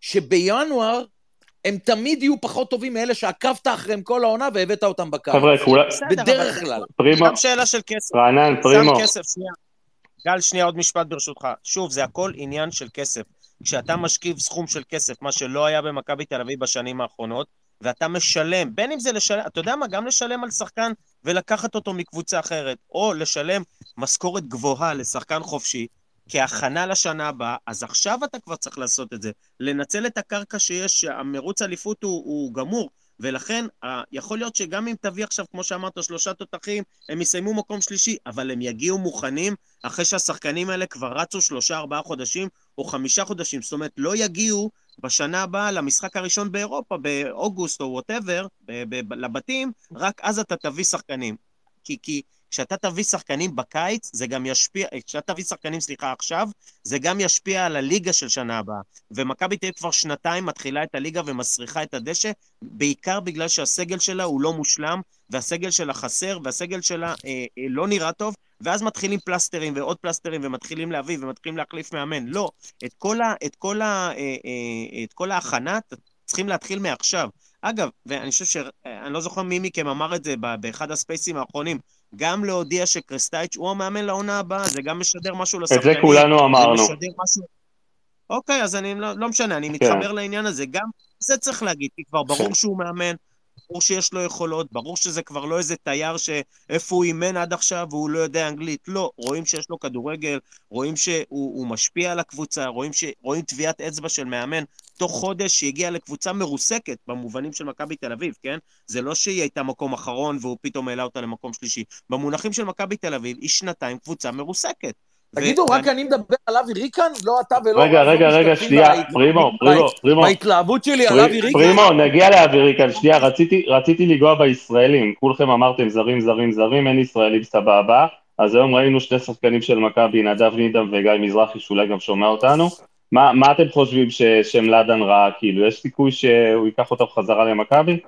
שבינואר הם תמיד יהיו פחות טובים מאלה שעקבת אחריהם כל העונה והבאת אותם בקיץ. חבר'ה, כולה... בדרך כלל. פרימו. גם שאלה של כסף. רענן, פרימו. שם כסף, שנייה. גל, שנייה, עוד משפט ברשותך. שוב, זה הכל עניין של כסף. כשאתה משכיב סכום של כסף, מה שלא היה במכבי תל אביב בשנים האחרונות, ואתה משלם, בין אם זה לשלם, אתה יודע מה, גם לשלם על שחקן ולקחת אותו מקבוצה אחרת, או לשלם משכורת גבוהה לשחקן חופשי, כהכנה לשנה הבאה, אז עכשיו אתה כבר צריך לעשות את זה. לנצל את הקרקע שיש, המרוץ אליפות הוא, הוא גמור, ולכן יכול להיות שגם אם תביא עכשיו, כמו שאמרת, שלושה תותחים, הם יסיימו מקום שלישי, אבל הם יגיעו מוכנים אחרי שהשחקנים האלה כבר רצו שלושה, ארבעה חודשים, או חמישה חודשים, זאת אומרת, לא יגיעו בשנה הבאה למשחק הראשון באירופה, באוגוסט או whatever, לבתים, רק אז אתה תביא שחקנים. כי, כי כשאתה תביא שחקנים בקיץ, זה גם ישפיע, כשאתה תביא שחקנים, סליחה, עכשיו, זה גם ישפיע על הליגה של שנה הבאה. ומכבי תהיה כבר שנתיים מתחילה את הליגה ומסריחה את הדשא, בעיקר בגלל שהסגל שלה הוא לא מושלם, והסגל שלה חסר, והסגל שלה אה, אה, לא נראה טוב, ואז מתחילים פלסטרים ועוד פלסטרים, ומתחילים להביא ומתחילים להחליף מאמן. לא, את כל, ה, את כל, ה, אה, אה, את כל ההכנה צריכים להתחיל מעכשיו. אגב, ואני חושב שאני לא זוכר מי מכם אמר את זה באחד הספייסים האחרונים, גם להודיע שקרסטייץ' הוא המאמן לעונה הבאה, זה גם משדר משהו לשחקנים. את זה כולנו אמרנו. זה משדר משהו... אוקיי, אז אני לא, לא משנה, אני מתחבר לעניין הזה. גם זה צריך להגיד, כי כבר ברור שהוא מאמן, ברור שיש לו יכולות, ברור שזה כבר לא איזה תייר שאיפה הוא אימן עד עכשיו והוא לא יודע אנגלית. לא, רואים שיש לו כדורגל, רואים שהוא משפיע על הקבוצה, רואים, ש... רואים טביעת אצבע של מאמן תוך חודש שהגיע לקבוצה מרוסקת במובנים של מכבי תל אביב, כן? זה לא שהיא הייתה מקום אחרון והוא פתאום העלה אותה למקום שלישי. במונחים של מכבי תל אביב היא שנתיים קבוצה מרוסקת. תגידו, רק אני מדבר על אבי ריקן, לא אתה ולא... רגע, רגע, רגע, שנייה, פרימו, פרימו, פרימו. בהתלהבות שלי על אבי ריקן... פרימו, נגיע לאבי ריקן, שנייה, רציתי לגוע בישראלים, כולכם אמרתם זרים, זרים, זרים, אין ישראלים סבבה, אז היום ראינו שני שחקנים של מכבי, נדב נידם וגיא מזרחי, שאולי גם שומע אותנו, מה אתם חושבים ששם לדן רע, כאילו, יש סיכוי שהוא ייקח אותם חזרה למכבי?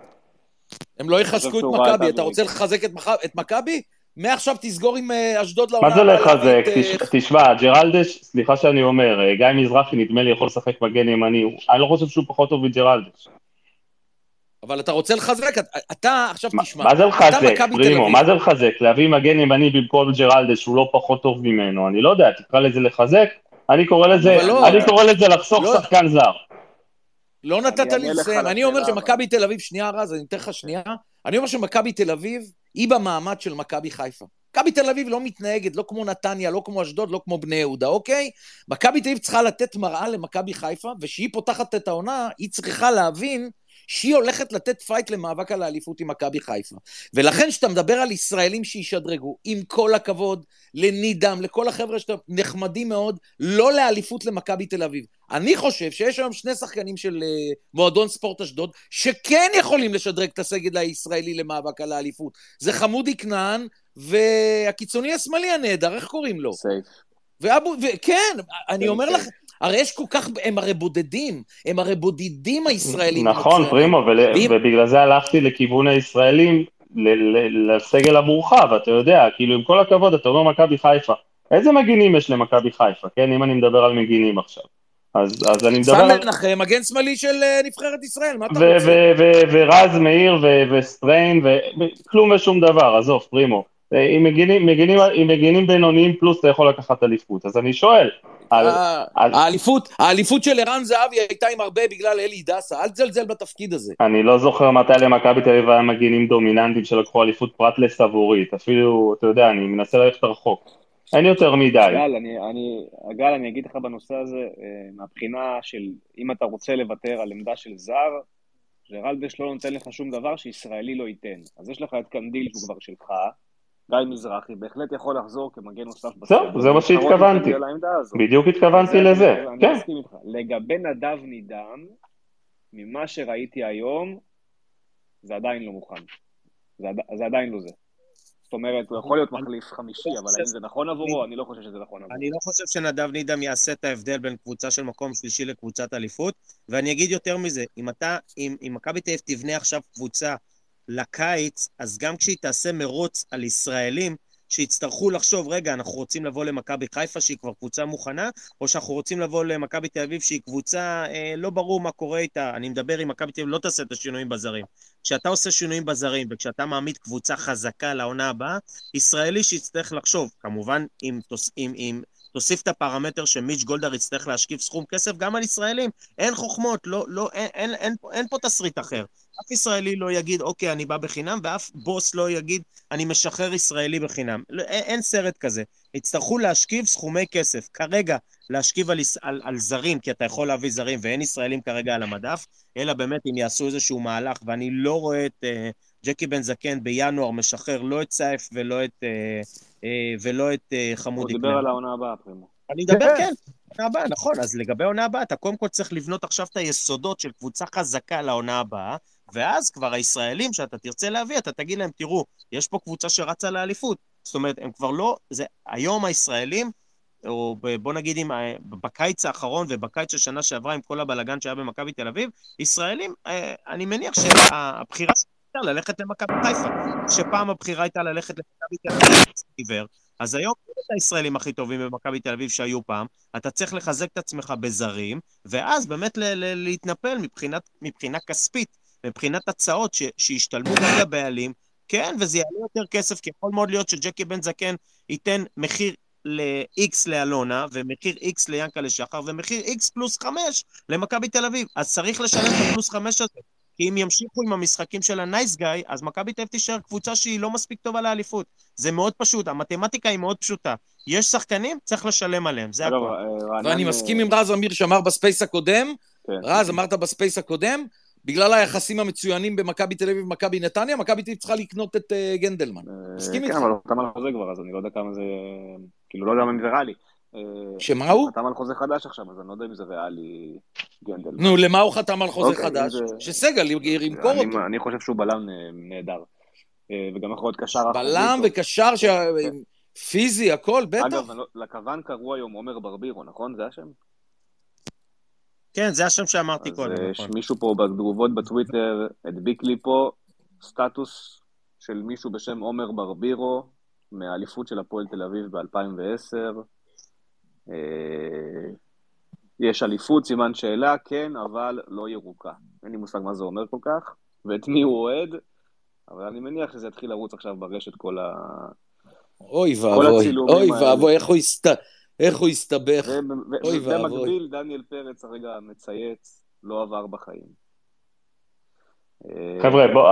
הם לא יחזקו את מכבי, אתה רוצה לחזק את מכבי? מעכשיו תסגור עם אשדוד לעונה. מה זה לחזק? תשמע, ג'רלדש, סליחה שאני אומר, גיא מזרחי נדמה לי יכול לשחק מגן ימני, אני לא חושב שהוא פחות טוב מג'רלדש. אבל אתה רוצה לחזק, אתה עכשיו תשמע. מה זה לחזק, פרימו, מה זה לחזק? להביא מגן ימני במקום ג'רלדש שהוא לא פחות טוב ממנו, אני לא יודע, תקרא לזה לחזק, אני קורא לזה לחסוך שחקן זר. לא נתת לי לסיים, אני אומר שמכבי תל אביב, שנייה רז, אני אתן לך שנייה, אני אומר שמכבי תל אביב היא במעמד של מכבי חיפה. מכבי תל אביב לא מתנהגת, לא כמו נתניה, לא כמו אשדוד, לא כמו בני יהודה, אוקיי? מכבי תל אביב צריכה לתת מראה למכבי חיפה, ושהיא פותחת את העונה, היא צריכה להבין שהיא הולכת לתת פייט למאבק על האליפות עם מכבי חיפה. ולכן שאתה מדבר על ישראלים שישדרגו, עם כל הכבוד, לנידם, לכל החבר'ה שאתה נחמדים מאוד, לא לאליפות למכבי תל אביב. אני חושב שיש היום שני שחקנים של uh, מועדון ספורט אשדוד, שכן יכולים לשדרג את הסגל הישראלי למאבק על האליפות. זה חמודי כנען, והקיצוני השמאלי הנהדר, איך קוראים לו? סייף. ואבו, וכן, אני אומר לך, הרי יש כל כך, הם הרי בודדים, הם הרי בודדים הישראלים. נכון, פרימו, ובגלל זה הלכתי לכיוון הישראלים, לסגל המורחב, אתה יודע, כאילו עם כל הכבוד, אתה אומר מכבי חיפה, איזה מגינים יש למכבי חיפה, כן, אם אני מדבר על מגינים עכשיו, אז, אז אני מדבר... סן מנחם, מגן שמאלי של נבחרת ישראל, מה אתה רוצה? ורז מאיר וסטריין, וכלום ושום דבר, עזוב, פרימו, אם מגינים, מגינים, אם מגינים בינוניים פלוס, אתה יכול לקחת אליפות, אז אני שואל, האליפות, האליפות של ערן זהבי הייתה עם הרבה בגלל אלי דסה, אל תזלזל בתפקיד הזה. אני לא זוכר מתי למכבי תל אביב היה מגינים דומיננטיים שלקחו אליפות פרט לסבורית, אפילו, אתה יודע, אני מנסה ללכת רחוק. אין יותר מדי. גל, אני, אני, גל, אני אגיד לך בנושא הזה, מהבחינה של, אם אתה רוצה לוותר על עמדה של זר, ג'רלדש לא נותן לך שום דבר שישראלי לא ייתן. אז יש לך את קנדיל שהוא כבר שלך, גיא מזרחי, בהחלט יכול לחזור כמגן נוסף בסדר. זהו, זה מה שהתכוונתי. בדיוק התכוונתי לזה. אני מסכים איתך. לגבי נדב נידם, ממה שראיתי היום, זה עדיין לא מוכן. זה עדיין לא זה. זאת אומרת, הוא יכול להיות מחליף חמישי, אבל האם זה נכון עבורו? אני לא חושב שזה נכון עבורו. אני לא חושב שנדב נידם יעשה את ההבדל בין קבוצה של מקום שלישי לקבוצת אליפות, ואני אגיד יותר מזה, אם אתה, אם מכבי תל אביב תבנה עכשיו קבוצה לקיץ, אז גם כשהיא תעשה מרוץ על ישראלים, שיצטרכו לחשוב, רגע, אנחנו רוצים לבוא למכבי חיפה שהיא כבר קבוצה מוכנה, או שאנחנו רוצים לבוא למכבי תל אביב שהיא קבוצה, אה, לא ברור מה קורה איתה, אני מדבר עם מכבי תל אביב, לא תעשה את השינויים בזרים. כשאתה עושה שינויים בזרים, וכשאתה מעמיד קבוצה חזקה לעונה הבאה, ישראלי שיצטרך לחשוב, כמובן, אם, אם, אם תוסיף את הפרמטר שמיץ' גולדהר יצטרך להשקיף סכום כסף, גם על ישראלים, אין חוכמות, לא, לא, אין, אין, אין, אין פה תסריט אחר. אף ישראלי לא יגיד, אוקיי, אני בא בחינם, ואף בוס לא יגיד, אני משחרר ישראלי בחינם. לא, אין, אין סרט כזה. יצטרכו להשכיב סכומי כסף. כרגע, להשכיב על, על, על זרים, כי אתה יכול להביא זרים, ואין ישראלים כרגע על המדף, אלא באמת אם יעשו איזשהו מהלך, ואני לא רואה את uh, ג'קי בן זקן בינואר משחרר לא את סייף ולא את, uh, uh, ולא את uh, חמודי. הוא דיבר על העונה הבאה, פרימו. אני מדבר, כן. עונה הבאה, נכון. אז לגבי העונה הבאה, אתה קודם כל צריך לבנות עכשיו את היסודות של קבוצה חזקה לעונה הבאה, ואז כבר הישראלים שאתה תרצה להביא, אתה תגיד להם, תראו, יש פה קבוצה שרצה לאליפות. זאת אומרת, הם כבר לא, זה, היום הישראלים, או בוא נגיד, עם, בקיץ האחרון ובקיץ של שנה שעברה, עם כל הבלגן שהיה במכבי תל אביב, ישראלים, אני מניח שהבחירה הייתה ללכת למכבי חיפה, שפעם הבחירה הייתה ללכת למכבי תל אביב, אז היום את הישראלים הכי טובים במכבי תל אביב שהיו פעם, אתה צריך לחזק את עצמך בזרים, ואז באמת ל- ל- להתנפל מבחינת, מבחינה כספית, מבחינת הצעות ש- שישתלמו גם לבעלים, כן, וזה יעלה יותר כסף, כי יכול מאוד להיות שג'קי בן זקן ייתן מחיר ל-X לאלונה, ומחיר X ליאנקה לשחר, ומחיר X פלוס חמש למכבי תל אביב. אז צריך לשלם את הפלוס חמש הזה, כי אם ימשיכו עם המשחקים של הנייס גיא, אז מכבי תל אביב תישאר קבוצה שהיא לא מספיק טובה לאליפות. זה מאוד פשוט, המתמטיקה היא מאוד פשוטה. יש שחקנים, צריך לשלם עליהם, זה הכל. ואני מסכים עם רז אמיר שאמר בספייס הקודם, רז אמרת בספייס הקודם, בגלל היחסים המצוינים במכבי תל אביב ומכבי נתניה, מכבי תל אביב צריכה לקנות את גנדלמן. מסכים איתך? כן, אבל הוא חתם על חוזה כבר, אז אני לא יודע כמה זה, כאילו לא יודע מה זה ריאלי. שמה הוא? חתם על חוזה חדש עכשיו, אז אני לא יודע אם זה ריאלי גנדלמן. נו, למה הוא חתם על חוזה חדש? שסגל ימכור אותו. אני חושב שהוא בלם נהדר. וגם יכול להיות קשר אחר. בלם וקשר פיזי, הכל, בטח. אגב, לכוון קראו היום עומר ברבירו, נכון? זה השם? כן, זה השם שאמרתי קודם. אז יש מישהו פה בתגובות בטוויטר, הדביק לי פה סטטוס של מישהו בשם עומר ברבירו, מהאליפות של הפועל תל אביב ב-אלפיים ועשר. יש אליפות, סימן שאלה, כן, אבל לא ירוקה. אין לי מושג מה זה אומר כל כך, ואת מי הוא אוהד, אבל אני מניח שזה יתחיל לרוץ עכשיו ברשת כל ה... אוי ואבוי, אוי ואבוי, איך הוא יסתכל. איך הוא הסתבך, אוי ואבוי. במקביל, דניאל פרץ הרגע מצייץ, לא עבר בחיים. חבר'ה, בוא,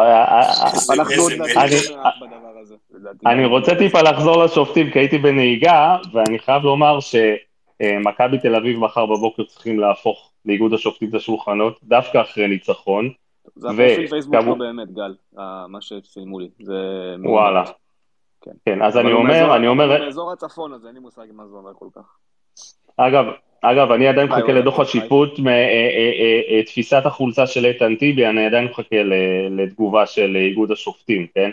אני רוצה טיפה לחזור לשופטים, כי הייתי בנהיגה, ואני חייב לומר שמכבי תל אביב מחר בבוקר צריכים להפוך לאיגוד השופטים את השולחנות, דווקא אחרי ניצחון, זה הפרופיל פייסבוק שלו באמת, גל, מה שצילמו לי, זה וואלה. כן, אז אני אומר, אני אומר... אבל מאזור הצפון, אז אין לי מושג מה זה אומר כל כך. אגב, אגב, אני עדיין מחכה לדוח השיפוט מתפיסת החולצה של איתן טיבי, אני עדיין מחכה לתגובה של איגוד השופטים, כן?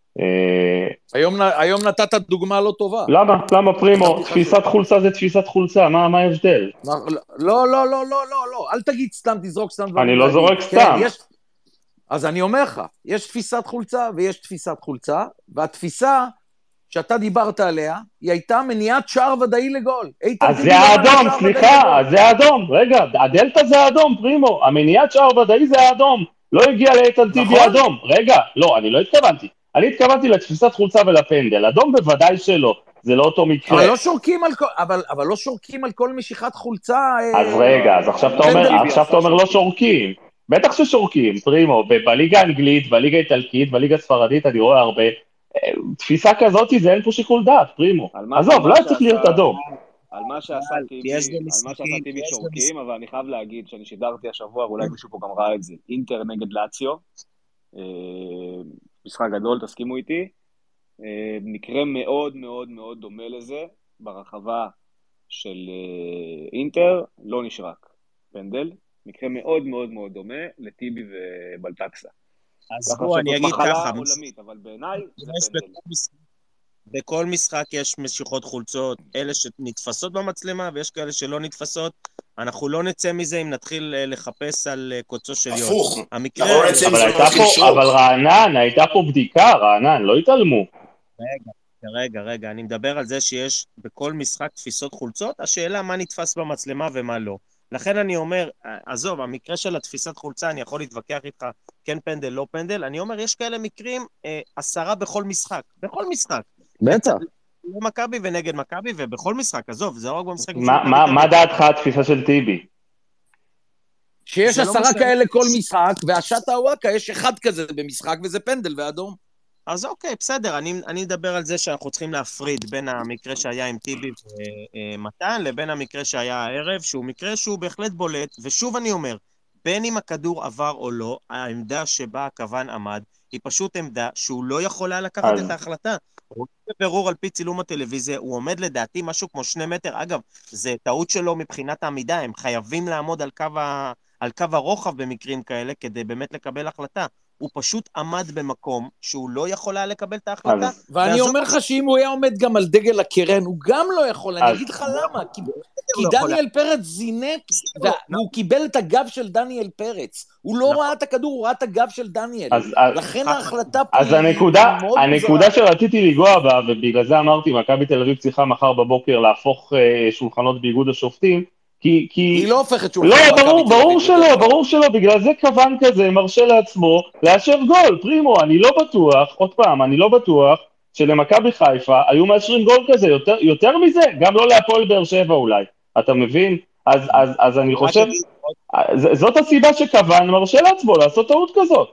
היום נתת דוגמה לא טובה. למה? למה פרימו? תפיסת חולצה זה תפיסת חולצה, מה ההבדל? לא, לא, לא, לא, לא, אל תגיד סתם, תזרוק סתם. אני לא זורק סתם. אז אני אומר לך, יש תפיסת חולצה ויש תפיסת חולצה, והתפיסה שאתה דיברת עליה, היא הייתה מניעת שער ודאי לגול. אז זה האדום, סליחה, זה האדום. רגע, הדלטה זה האדום, פרימו. המניעת שער ודאי זה האדום. לא הגיע לאיתן טיבי אדום. רגע, לא, אני לא התכוונתי. אני התכוונתי לתפיסת חולצה ולפנדל. אדום בוודאי שלא. זה לא אותו מקרה. אבל לא שורקים על כל, אבל, אבל לא שורקים על כל משיכת חולצה. אז רגע, אז עכשיו אתה אומר, עכשיו אתה אומר לא שורקים. בטח ששורקים, פרימו. בליגה האנגלית, בליגה האיטלקית, בליגה הספרדית, אני רואה הרבה. תפיסה כזאת זה אין פה שיקול דעת, פרימו. עזוב, לא צריך להיות אדום. על מה שעשה טיבי שורקים, אבל אני חייב להגיד שאני שידרתי השבוע, ואולי מישהו פה גם ראה את זה, אינטר נגד לאציו, משחק גדול, תסכימו איתי, מקרה מאוד מאוד מאוד דומה לזה, ברחבה של אינטר, לא נשרק, פנדל, מקרה מאוד מאוד מאוד דומה לטיבי ובלטקסה. אז בוא, אני אגיד ככה, עולמית, אבל בעיניי זה פנדל. בכל משחק יש משיכות חולצות, אלה שנתפסות במצלמה, ויש כאלה שלא נתפסות. אנחנו לא נצא מזה אם נתחיל לחפש על קוצו של יום. הפוך. אבל רענן, הייתה פה בדיקה, רענן, לא התעלמו. רגע, רגע, רגע, אני מדבר על זה שיש בכל משחק תפיסות חולצות, השאלה מה נתפס במצלמה ומה לא. לכן אני אומר, עזוב, המקרה של התפיסת חולצה, אני יכול להתווכח איתך, כן פנדל, לא פנדל, אני אומר, יש כאלה מקרים, אה, עשרה בכל משחק, בכל משחק. בטח. מכבי ונגד מכבי, ובכל משחק, עזוב, זה לא רק במשחק. מה דעתך התפיסה של טיבי? שיש עשרה כאלה כל משחק, והשעת הוואקה יש אחד כזה במשחק, וזה פנדל ואדום. אז אוקיי, בסדר, אני, אני מדבר על זה שאנחנו צריכים להפריד בין המקרה שהיה עם טיבי ומתן, לבין המקרה שהיה הערב, שהוא מקרה שהוא בהחלט בולט, ושוב אני אומר, בין אם הכדור עבר או לא, העמדה שבה הכוון עמד, היא פשוט עמדה שהוא לא יכול היה לקחת אז... את ההחלטה. הוא בבירור על פי צילום הטלוויזיה, הוא עומד לדעתי משהו כמו שני מטר, אגב, זה טעות שלו מבחינת העמידה, הם חייבים לעמוד על קו, ה... על קו הרוחב במקרים כאלה, כדי באמת לקבל החלטה. הוא פשוט עמד במקום שהוא לא יכול היה לקבל את ההחלטה. ואני אומר לך שאם הוא היה עומד גם על דגל הקרן, הוא גם לא יכול, אני אגיד לך למה, כי דניאל פרץ זינק, והוא קיבל את הגב של דניאל פרץ, הוא לא ראה את הכדור, הוא ראה את הגב של דניאל, לכן ההחלטה פה היא מאוד מוזרה. אז הנקודה שרציתי לגוע בה, ובגלל זה אמרתי, מכבי תל אביב צריכה מחר בבוקר להפוך שולחנות באיגוד השופטים, כי... היא לא הופכת שולחן. לא, ברור, ברור שלא, ברור שלא, בגלל זה כוון כזה מרשה לעצמו לאשר גול, פרימו, אני לא בטוח, עוד פעם, אני לא בטוח שלמכבי חיפה היו מאשרים גול כזה, יותר, יותר מזה, גם לא להפועל באר שבע אולי, אתה מבין? אז, אז, אז אני חושב, זאת הסיבה שכוון מרשה לעצמו לעשות טעות כזאת.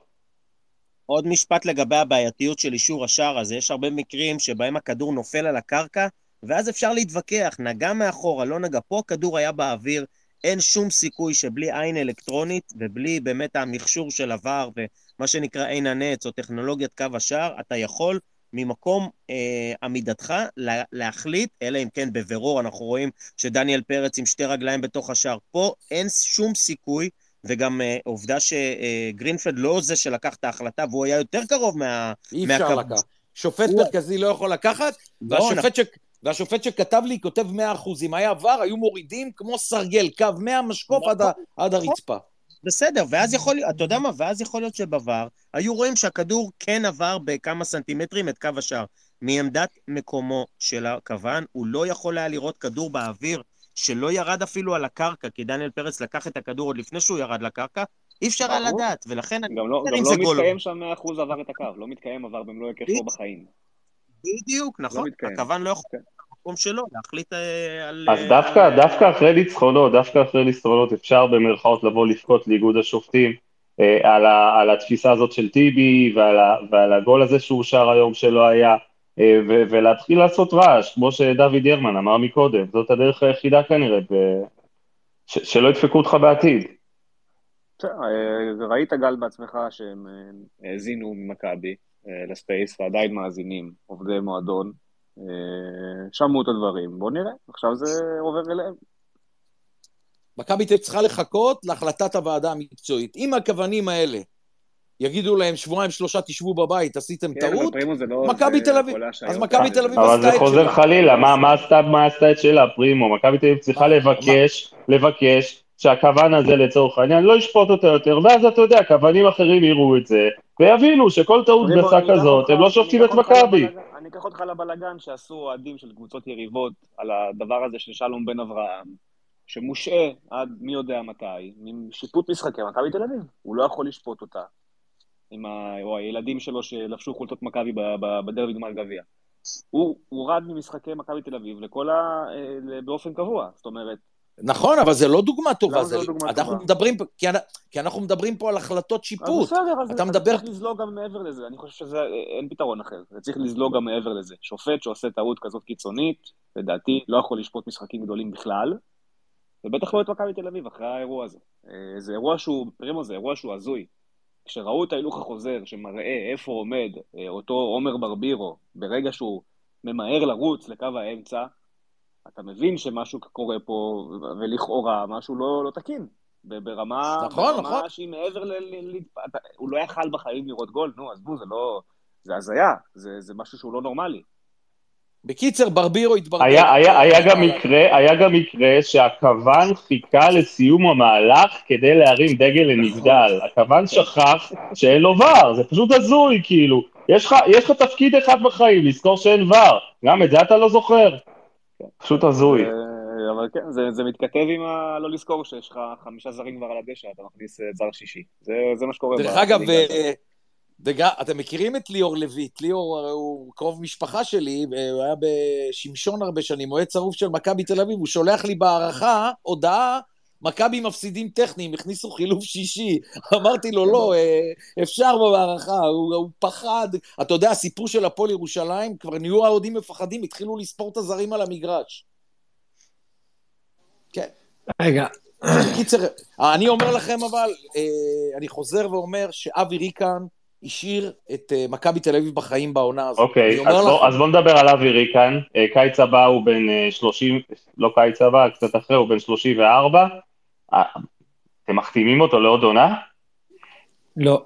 עוד משפט לגבי הבעייתיות של אישור השער הזה, יש הרבה מקרים שבהם הכדור נופל על הקרקע, ואז אפשר להתווכח, נגע מאחורה, לא נגע פה, הכדור היה באוויר, אין שום סיכוי שבלי עין אלקטרונית, ובלי באמת המכשור של עבר, ומה שנקרא עין הנץ, או טכנולוגיית קו השער, אתה יכול ממקום אה, עמידתך לה, להחליט, אלא אם כן בבירור אנחנו רואים שדניאל פרץ עם שתי רגליים בתוך השער, פה אין שום סיכוי, וגם אה, עובדה שגרינפלד לא זה שלקח את ההחלטה, והוא היה יותר קרוב מה... אי אפשר לקח. שופט מרכזי לא יכול לקחת, והשופט ש... והשופט שכתב לי, כותב מאה אחוז, אם היה עבר, היו מורידים כמו סרגל, קו מאה משקוף עד, עד הרצפה. בסדר, ואז יכול להיות, אתה יודע מה, ואז יכול להיות שבעבר, היו רואים שהכדור כן עבר בכמה סנטימטרים את קו השער. מעמדת מקומו של הכוון, הוא לא יכול היה לראות כדור באוויר, שלא ירד אפילו על הקרקע, כי דניאל פרץ לקח את הכדור עוד לפני שהוא ירד לקרקע, אי אפשר היה לדעת, ולכן... גם לא, גם לא מתקיים שם מאה אחוז עבר את הקו, לא מתקיים עבר במלוא היקפו בחיים. בדיוק, נכון, הכוון לא יכול... שלו, להחליט על... אז דווקא, דווקא אחרי ניצחונות, דווקא אחרי ניצחונות, אפשר במרכאות לבוא לפקוט לאיגוד השופטים אה, על, ה, על התפיסה הזאת של טיבי, ועל, ה, ועל הגול הזה שהוא שר היום שלא היה, אה, ו, ולהתחיל לעשות רעש, כמו שדוד ירמן אמר מקודם, זאת הדרך היחידה כנראה, ב, ש, שלא ידפקו אותך בעתיד. ראית גל בעצמך שהם האזינו ממכבי לספייס ועדיין מאזינים, עובדי מועדון, שמעו את הדברים, בואו נראה, עכשיו זה עובר אליהם. מכבי צריכה לחכות להחלטת הוועדה המקצועית. אם הכוונים האלה יגידו להם שבועיים שלושה תשבו בבית, עשיתם טעות, מכבי תל אביב, אז מכבי תל אביב אבל זה חוזר חלילה, מה עשתה את שלה, פרימו? מכבי תל אביב צריכה לבקש, לבקש, שהכוון הזה לצורך העניין לא ישפוט אותה יותר, ואז אתה יודע, כוונים אחרים יראו את זה, ויבינו שכל טעות בסה כזאת, הם לא שופטים את מכבי. אני אקח אותך לבלגן שעשו אוהדים של קבוצות יריבות על הדבר הזה של שלום בן אברהם, שמושעה עד מי יודע מתי, משיפוט משחקי מכבי תל אביב, הוא לא יכול לשפוט אותה, עם ה... או הילדים שלו שלבשו חולצות מכבי בדרבי גמר גביע. הוא הורד ממשחקי מכבי תל אביב לכל ה... באופן קבוע, זאת אומרת, נכון, אבל זה לא דוגמה טובה, זה... אנחנו מדברים, כי, כי אנחנו מדברים פה על החלטות שיפוט. אז בסדר, אז, אתה אז מדבר... צריך לזלוג גם מעבר לזה, אני חושב שזה אין פתרון אחר, זה צריך לזלוג גם מעבר לזה. שופט שעושה טעות כזאת קיצונית, לדעתי לא יכול לשפוט משחקים גדולים בכלל, ובטח לא את מכבי תל אביב אחרי האירוע הזה. זה אירוע שהוא, פרימו, זה אירוע שהוא הזוי. כשראו את ההילוך החוזר שמראה איפה עומד אותו עומר ברבירו, ברגע שהוא ממהר לרוץ לקו האמצע, אתה מבין שמשהו קורה פה, ולכאורה משהו לא, לא תקין. ברמה, נכון, ברמה נכון. שהיא מעבר ל... ל... הוא לא יכל בחיים לראות גול, נו, אז בוא, זה לא... זה הזיה, זה, זה משהו שהוא לא נורמלי. בקיצר, ברבירו התברבר. היה, היה, היה גם מקרה, היה גם מקרה שהכוון חיכה לסיום המהלך כדי להרים דגל לנבדל. הכוון שכח שאין לו ור, זה פשוט הזוי, כאילו. יש לך, יש לך תפקיד אחד בחיים, לזכור שאין ור. גם את זה אתה לא זוכר. פשוט הזוי. אבל כן, זה, זה מתכתב עם ה... לא לזכור שיש לך חמישה זרים כבר על הדשא, אתה מכניס זר שישי. זה, זה מה שקורה. דרך אגב, דגע, אתם מכירים את ליאור לויט, ליאור הוא קרוב משפחה שלי, הוא היה בשמשון הרבה שנים, הוא היה צרוף של מכבי תל אביב, הוא שולח לי בערכה הודעה, מכבי מפסידים טכניים, הכניסו חילוף שישי, אמרתי לו לא, אפשר בערכה, הוא, הוא פחד, אתה יודע, הסיפור של הפועל ירושלים, כבר נהיו העודים מפחדים, התחילו לספור את הזרים על המגרש. כן. רגע. קיצר, אני אומר לכם אבל, אני חוזר ואומר שאבי ריקן, השאיר את uh, מכבי תל אביב בחיים בעונה הזאת. אוקיי, אז, בוא, אז בוא נדבר על אבי ריקן. Uh, קיץ הבא הוא בין uh, שלושים, לא קיץ הבא, קצת אחרי, הוא בין שלושים וארבע. Uh, אתם מחתימים אותו לעוד עונה? לא.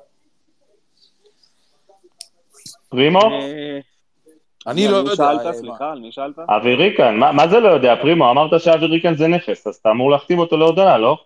פרימו? אני לא יודע. שאלת, סליחה, על מי שאלת? אבי ריקן, מה, מה זה לא יודע? פרימו, אמרת שאבי ריקן זה נכס, אז אתה אמור להחתים אותו לעוד עונה, לא?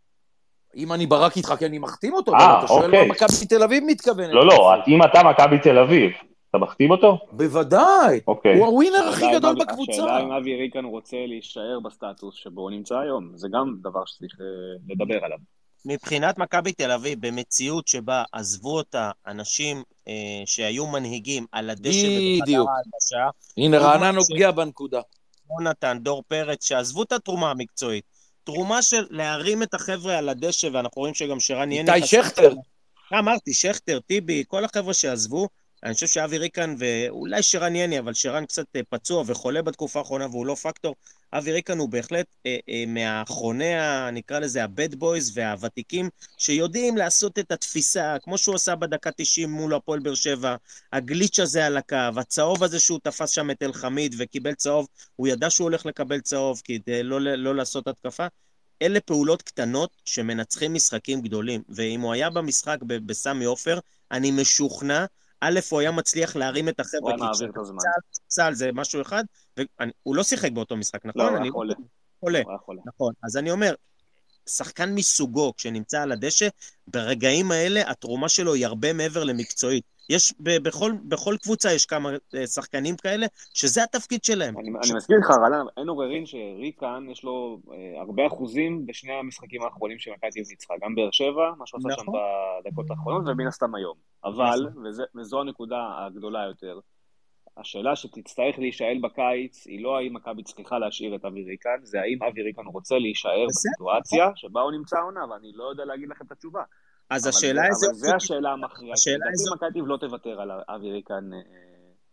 אם אני ברק איתך, כי אני מחתים אותו, אה, אתה שואל אוקיי. מה מכבי תל אביב מתכוונת. לא, לא, אם אתה מכבי תל אביב, אתה מחתים אותו? בוודאי, אוקיי. הוא הווינר הכי גדול בקבוצה. השאלה אם אבי ריקן רוצה להישאר בסטטוס שבו הוא נמצא היום, זה גם דבר שצריך לדבר עליו. מבחינת מכבי תל אביב, במציאות שבה עזבו אותה אנשים אה, שהיו מנהיגים על הדשא ובחדר ההלבשה, הנה רענן נוגע בנקודה. יונתן, דור פרץ, שעזבו את התרומה המקצועית, תרומה של להרים את החבר'ה על הדשא, ואנחנו רואים שגם שרן יני... איתי שכטר. אמרתי, שכטר, טיבי, כל החבר'ה שעזבו, אני חושב שאבי ריקן, ואולי שרן יני, אבל שרן קצת פצוע וחולה בתקופה האחרונה, והוא לא פקטור, אבי ריקן הוא בהחלט אה, אה, מהאחרוני, נקרא לזה, הבד בויז והוותיקים, שיודעים לעשות את התפיסה, כמו שהוא עשה בדקה תשעים מול הפועל באר שבע, הגליץ' הזה על הקו, הצהוב הזה שהוא תפס שם את אל חמיד וקיבל צהוב, הוא ידע שהוא הולך לקבל צהוב, כדי לא, לא לעשות התקפה, אלה פעולות קטנות שמנצחים משחקים גדולים, ואם הוא היה במשחק בסמי עופר, אני משוכנע, א', הוא היה מצליח להרים את החבר'ה, כי צהל זה משהו אחד, והוא לא שיחק באותו משחק, נכון? לא, הוא היה חולה. חולה, נכון. אז אני אומר, שחקן מסוגו, כשנמצא על הדשא, ברגעים האלה, התרומה שלו היא הרבה מעבר למקצועית. יש, בכל, בכל קבוצה יש כמה שחקנים כאלה, שזה התפקיד שלהם. אני, אני מזכיר לך, רלן, אין עוררין שריקן יש לו אה, הרבה אחוזים בשני המשחקים האחרונים שמכבי תל אביב ניצחה, גם באר שבע, מה שהוא עשה שם בדקות האחרונות, ומן הסתם היום. אבל, וזה, וזו הנקודה הגדולה יותר, השאלה שתצטרך להישאל בקיץ, היא לא האם מכבי צריכה להשאיר את אבי ריקן, זה האם אבי ריקן רוצה להישאר בסיטואציה שבה הוא נמצא עונה, ואני לא יודע להגיד לכם את התשובה. אז השאלה איזה... אבל זה השאלה המכריעה. השאלה איזה... מכבי תל אביב לא תוותר על אבי ריקן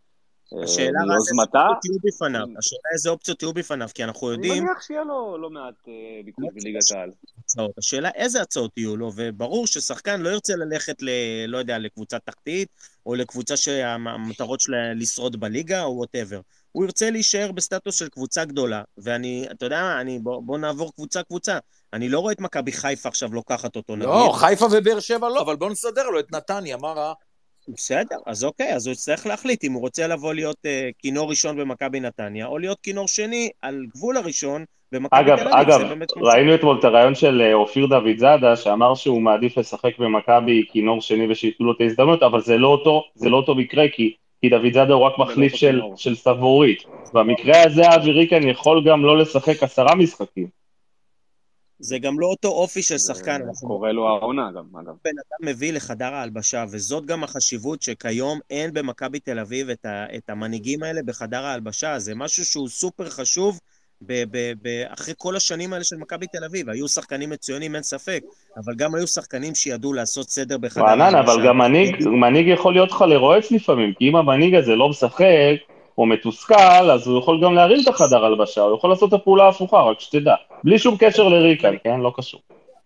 השאלה מיוזמתה. השאלה איזה אופציות תהיו בפניו, כי אנחנו יודעים... אני מניח שיהיה לו לא מעט ביקוש בליגת העל. השאלה איזה הצעות יהיו לו, וברור ששחקן לא ירצה ללכת ל... לא יודע, לקבוצת תחתית, או לקבוצה שהמטרות שלה לשרוד בליגה, או whatever. הוא ירצה להישאר בסטטוס של קבוצה גדולה, ואני, אתה יודע מה, אני, בוא, בוא נעבור קבוצה קבוצה. אני לא רואה את מכבי חיפה עכשיו לוקחת אותו. לא, נגיד. חיפה ובאר שבע לא, אבל בוא נסדר לו את נתניה, מה רע? בסדר, אז אוקיי, אז הוא יצטרך להחליט אם הוא רוצה לבוא להיות אה, כינור ראשון במכבי נתניה, או להיות כינור שני על גבול הראשון במכבי תל אביב. אגב, אגב, ראינו אתמול את הרעיון של אופיר דוד זאדה, שאמר שהוא מעדיף לשחק במכבי כינור שני ושיתנו לו את ההזדמנות, אבל זה לא אותו, זה לא אותו מקרה, כי, כי דוד זאדה הוא רק מחליף של, של סבורית. במקרה הזה אביריקן יכול גם לא לשחק עשרה משחקים. זה גם לא אותו אופי של שחקן. זה קורה לו העונה גם, אגב. בן אדם מביא לחדר ההלבשה, וזאת גם החשיבות שכיום אין במכבי תל אביב את, ה, את המנהיגים האלה בחדר ההלבשה. זה משהו שהוא סופר חשוב ב, ב, ב, אחרי כל השנים האלה של מכבי תל אביב. היו שחקנים מצוינים, אין ספק, אבל גם היו שחקנים שידעו לעשות סדר בחדר ההלבשה. רענן, אבל גם מנהיג, מנהיג יכול להיות לך לרועץ לפעמים, כי אם המנהיג הזה לא משחק, או מתוסכל, אז הוא יכול גם להרים את החדר הלבשה, הוא יכול לעשות את הפעולה ההפוכה, רק שתדע. בלי שום קשר לריקן, כן? לא קשור.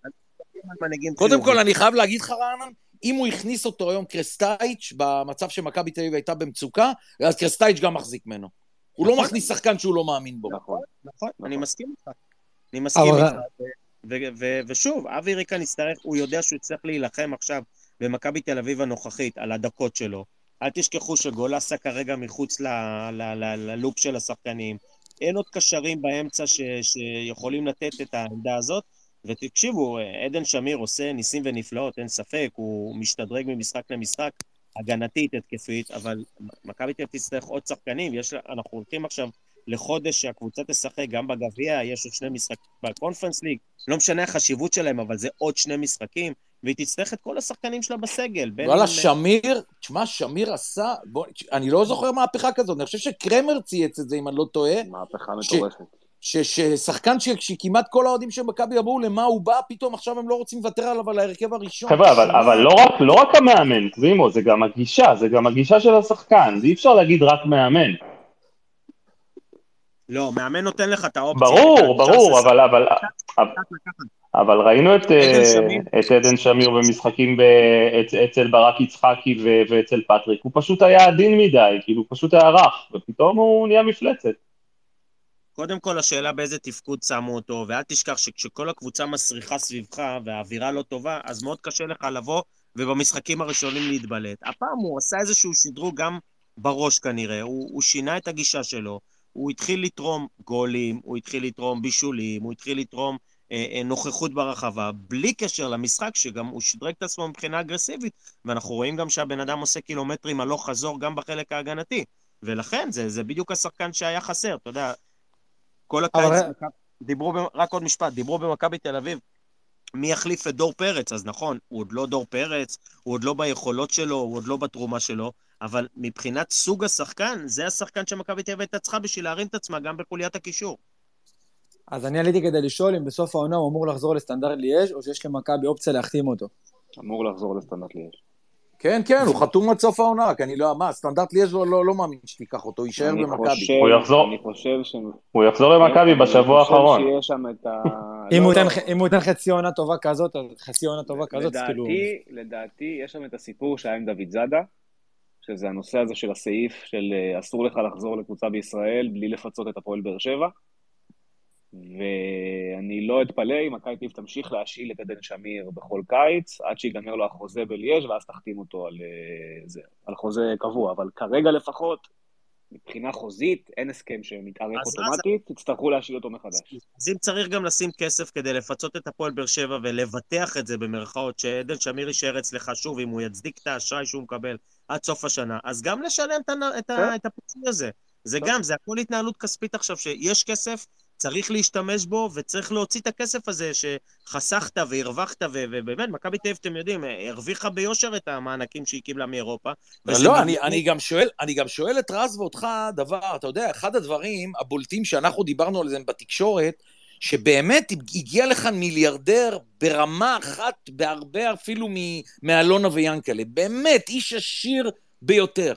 קודם כל, אני חייב להגיד לך, רענן, אם הוא הכניס אותו היום קרסטייץ' במצב שמכבי תל אביב הייתה במצוקה, אז קרסטייץ' גם מחזיק ממנו. הוא לא מכניס שחקן שהוא לא מאמין בו. נכון, נכון, אני מסכים איתך. אני מסכים איתך. ושוב, אבי ריקן יצטרך, הוא יודע שהוא יצטרך להילחם עכשיו במכבי תל אביב הנוכחית, על הדקות שלו. אל תשכחו שגולסה כרגע מחוץ ל, ל, ל, ללופ של השחקנים. אין עוד קשרים באמצע ש, שיכולים לתת את העמדה הזאת, ותקשיבו, עדן שמיר עושה ניסים ונפלאות, אין ספק, הוא משתדרג ממשחק למשחק, הגנתית, התקפית, אבל מכבי תל אביב תצטרך עוד שחקנים, יש, אנחנו הולכים עכשיו לחודש שהקבוצה תשחק גם בגביע, יש עוד שני משחקים בקונפרנס ליג, לא משנה החשיבות שלהם, אבל זה עוד שני משחקים, והיא תצטרך את כל השחקנים שלה בסגל. וואלה, שמיר, תשמע, שמיר עשה, בוא, אני לא זוכר מהפכה כזאת, אני חושב שקרמר צייץ את זה, אם אני לא טועה. מהפכה מטורפת. ששחקן שכמעט כל האוהדים של מכבי אמרו למה הוא בא, פתאום עכשיו הם לא רוצים לוותר עליו על ההרכב הראשון. חבר'ה, אבל, אבל לא רק, לא רק המאמן, זימו, זה גם הגישה, זה גם הגישה של השחקן, זה אי אפשר להגיד רק מאמן. לא, מאמן נותן לך את האופציה. ברור, ברור, אבל, אבל, אבל ראינו את, את עדן שמיר במשחקים אצל ברק יצחקי ואצל פטריק, הוא פשוט היה עדין מדי, כאילו הוא פשוט היה רך, ופתאום הוא נהיה מפלצת. קודם כל השאלה באיזה תפקוד שמו אותו, ואל תשכח שכשכל הקבוצה מסריחה סביבך והאווירה לא טובה, אז מאוד קשה לך לבוא ובמשחקים הראשונים להתבלט. הפעם הוא עשה איזשהו שדרוג גם בראש כנראה, הוא, הוא שינה את הגישה שלו, הוא התחיל לתרום גולים, הוא התחיל לתרום בישולים, הוא התחיל לתרום אה, אה, נוכחות ברחבה, בלי קשר למשחק שגם הוא שדרג את עצמו מבחינה אגרסיבית, ואנחנו רואים גם שהבן אדם עושה קילומטרים הלוך חזור גם בחלק ההגנתי, ולכן זה, זה בדיוק השחקן שהיה חסר, אתה יודע, כל הקיץ, דיברו, רק עוד משפט, דיברו במכבי תל אביב, מי יחליף את דור פרץ, אז נכון, הוא עוד לא דור פרץ, הוא עוד לא ביכולות שלו, הוא עוד לא בתרומה שלו, אבל מבחינת סוג השחקן, זה השחקן שמכבי תל אביב הייתה צריכה בשביל להרים את עצמה גם בחוליית הקישור. אז אני עליתי כדי לשאול אם בסוף העונה הוא אמור לחזור לסטנדרט ליאז' או שיש למכבי אופציה להחתים אותו. אמור לחזור לסטנדרט ליאז'. כן, כן, הוא חתום עד סוף העונה, כי אני לא, מה, סטנדרט ליאז' לא, לא, לא מאמין שתיקח אותו, יישאר במכבי. הוא יחזור, אני חושב ש... הוא יחזור למכבי בשבוע האחרון. אני חושב שיש שם את ה... אם הוא ייתן חצי עונה טובה כזאת, חצי עונה טובה כזאת, כאילו... לדעתי, יש שם את הסיפור שהיה עם דוד זאדה, שזה הנושא הזה של הסעיף של אסור לך לחזור לקבוצה בישראל בלי לפצות את הפועל באר שבע, ואני לא אתפלא אם מכבי תל אביב תמשיך להשאיל את עדן שמיר בכל קיץ, עד שיגמר לו החוזה בליאז' ואז תחתים אותו על, זה, על חוזה קבוע, אבל כרגע לפחות, מבחינה חוזית, אין הסכם שמתארך אוטומטית, תצטרכו להשאיל אותו מחדש. אז אם צריך גם לשים כסף כדי לפצות את הפועל באר שבע ולבטח את זה במרכאות, שעדן שמיר יישאר אצלך שוב, אם הוא יצדיק את האשראי שהוא מקבל עד סוף השנה, אז גם לשלם את הפיצוי הזה. זה גם, זה הכל התנהלות כספית עכשיו, שיש כסף, צריך להשתמש בו, וצריך להוציא את הכסף הזה שחסכת והרווחת, ובאמת, מכבי תל אביב, אתם יודעים, הרוויחה ביושר את המענקים שהיא קיבלה מאירופה. לא, אני גם שואל, אני גם שואל את רז ואותך דבר, אתה יודע, אחד הדברים הבולטים שאנחנו דיברנו על זה בתקשורת, שבאמת הגיע לכאן מיליארדר ברמה אחת, בהרבה אפילו מאלונה ויאנקלה, באמת, איש עשיר ביותר.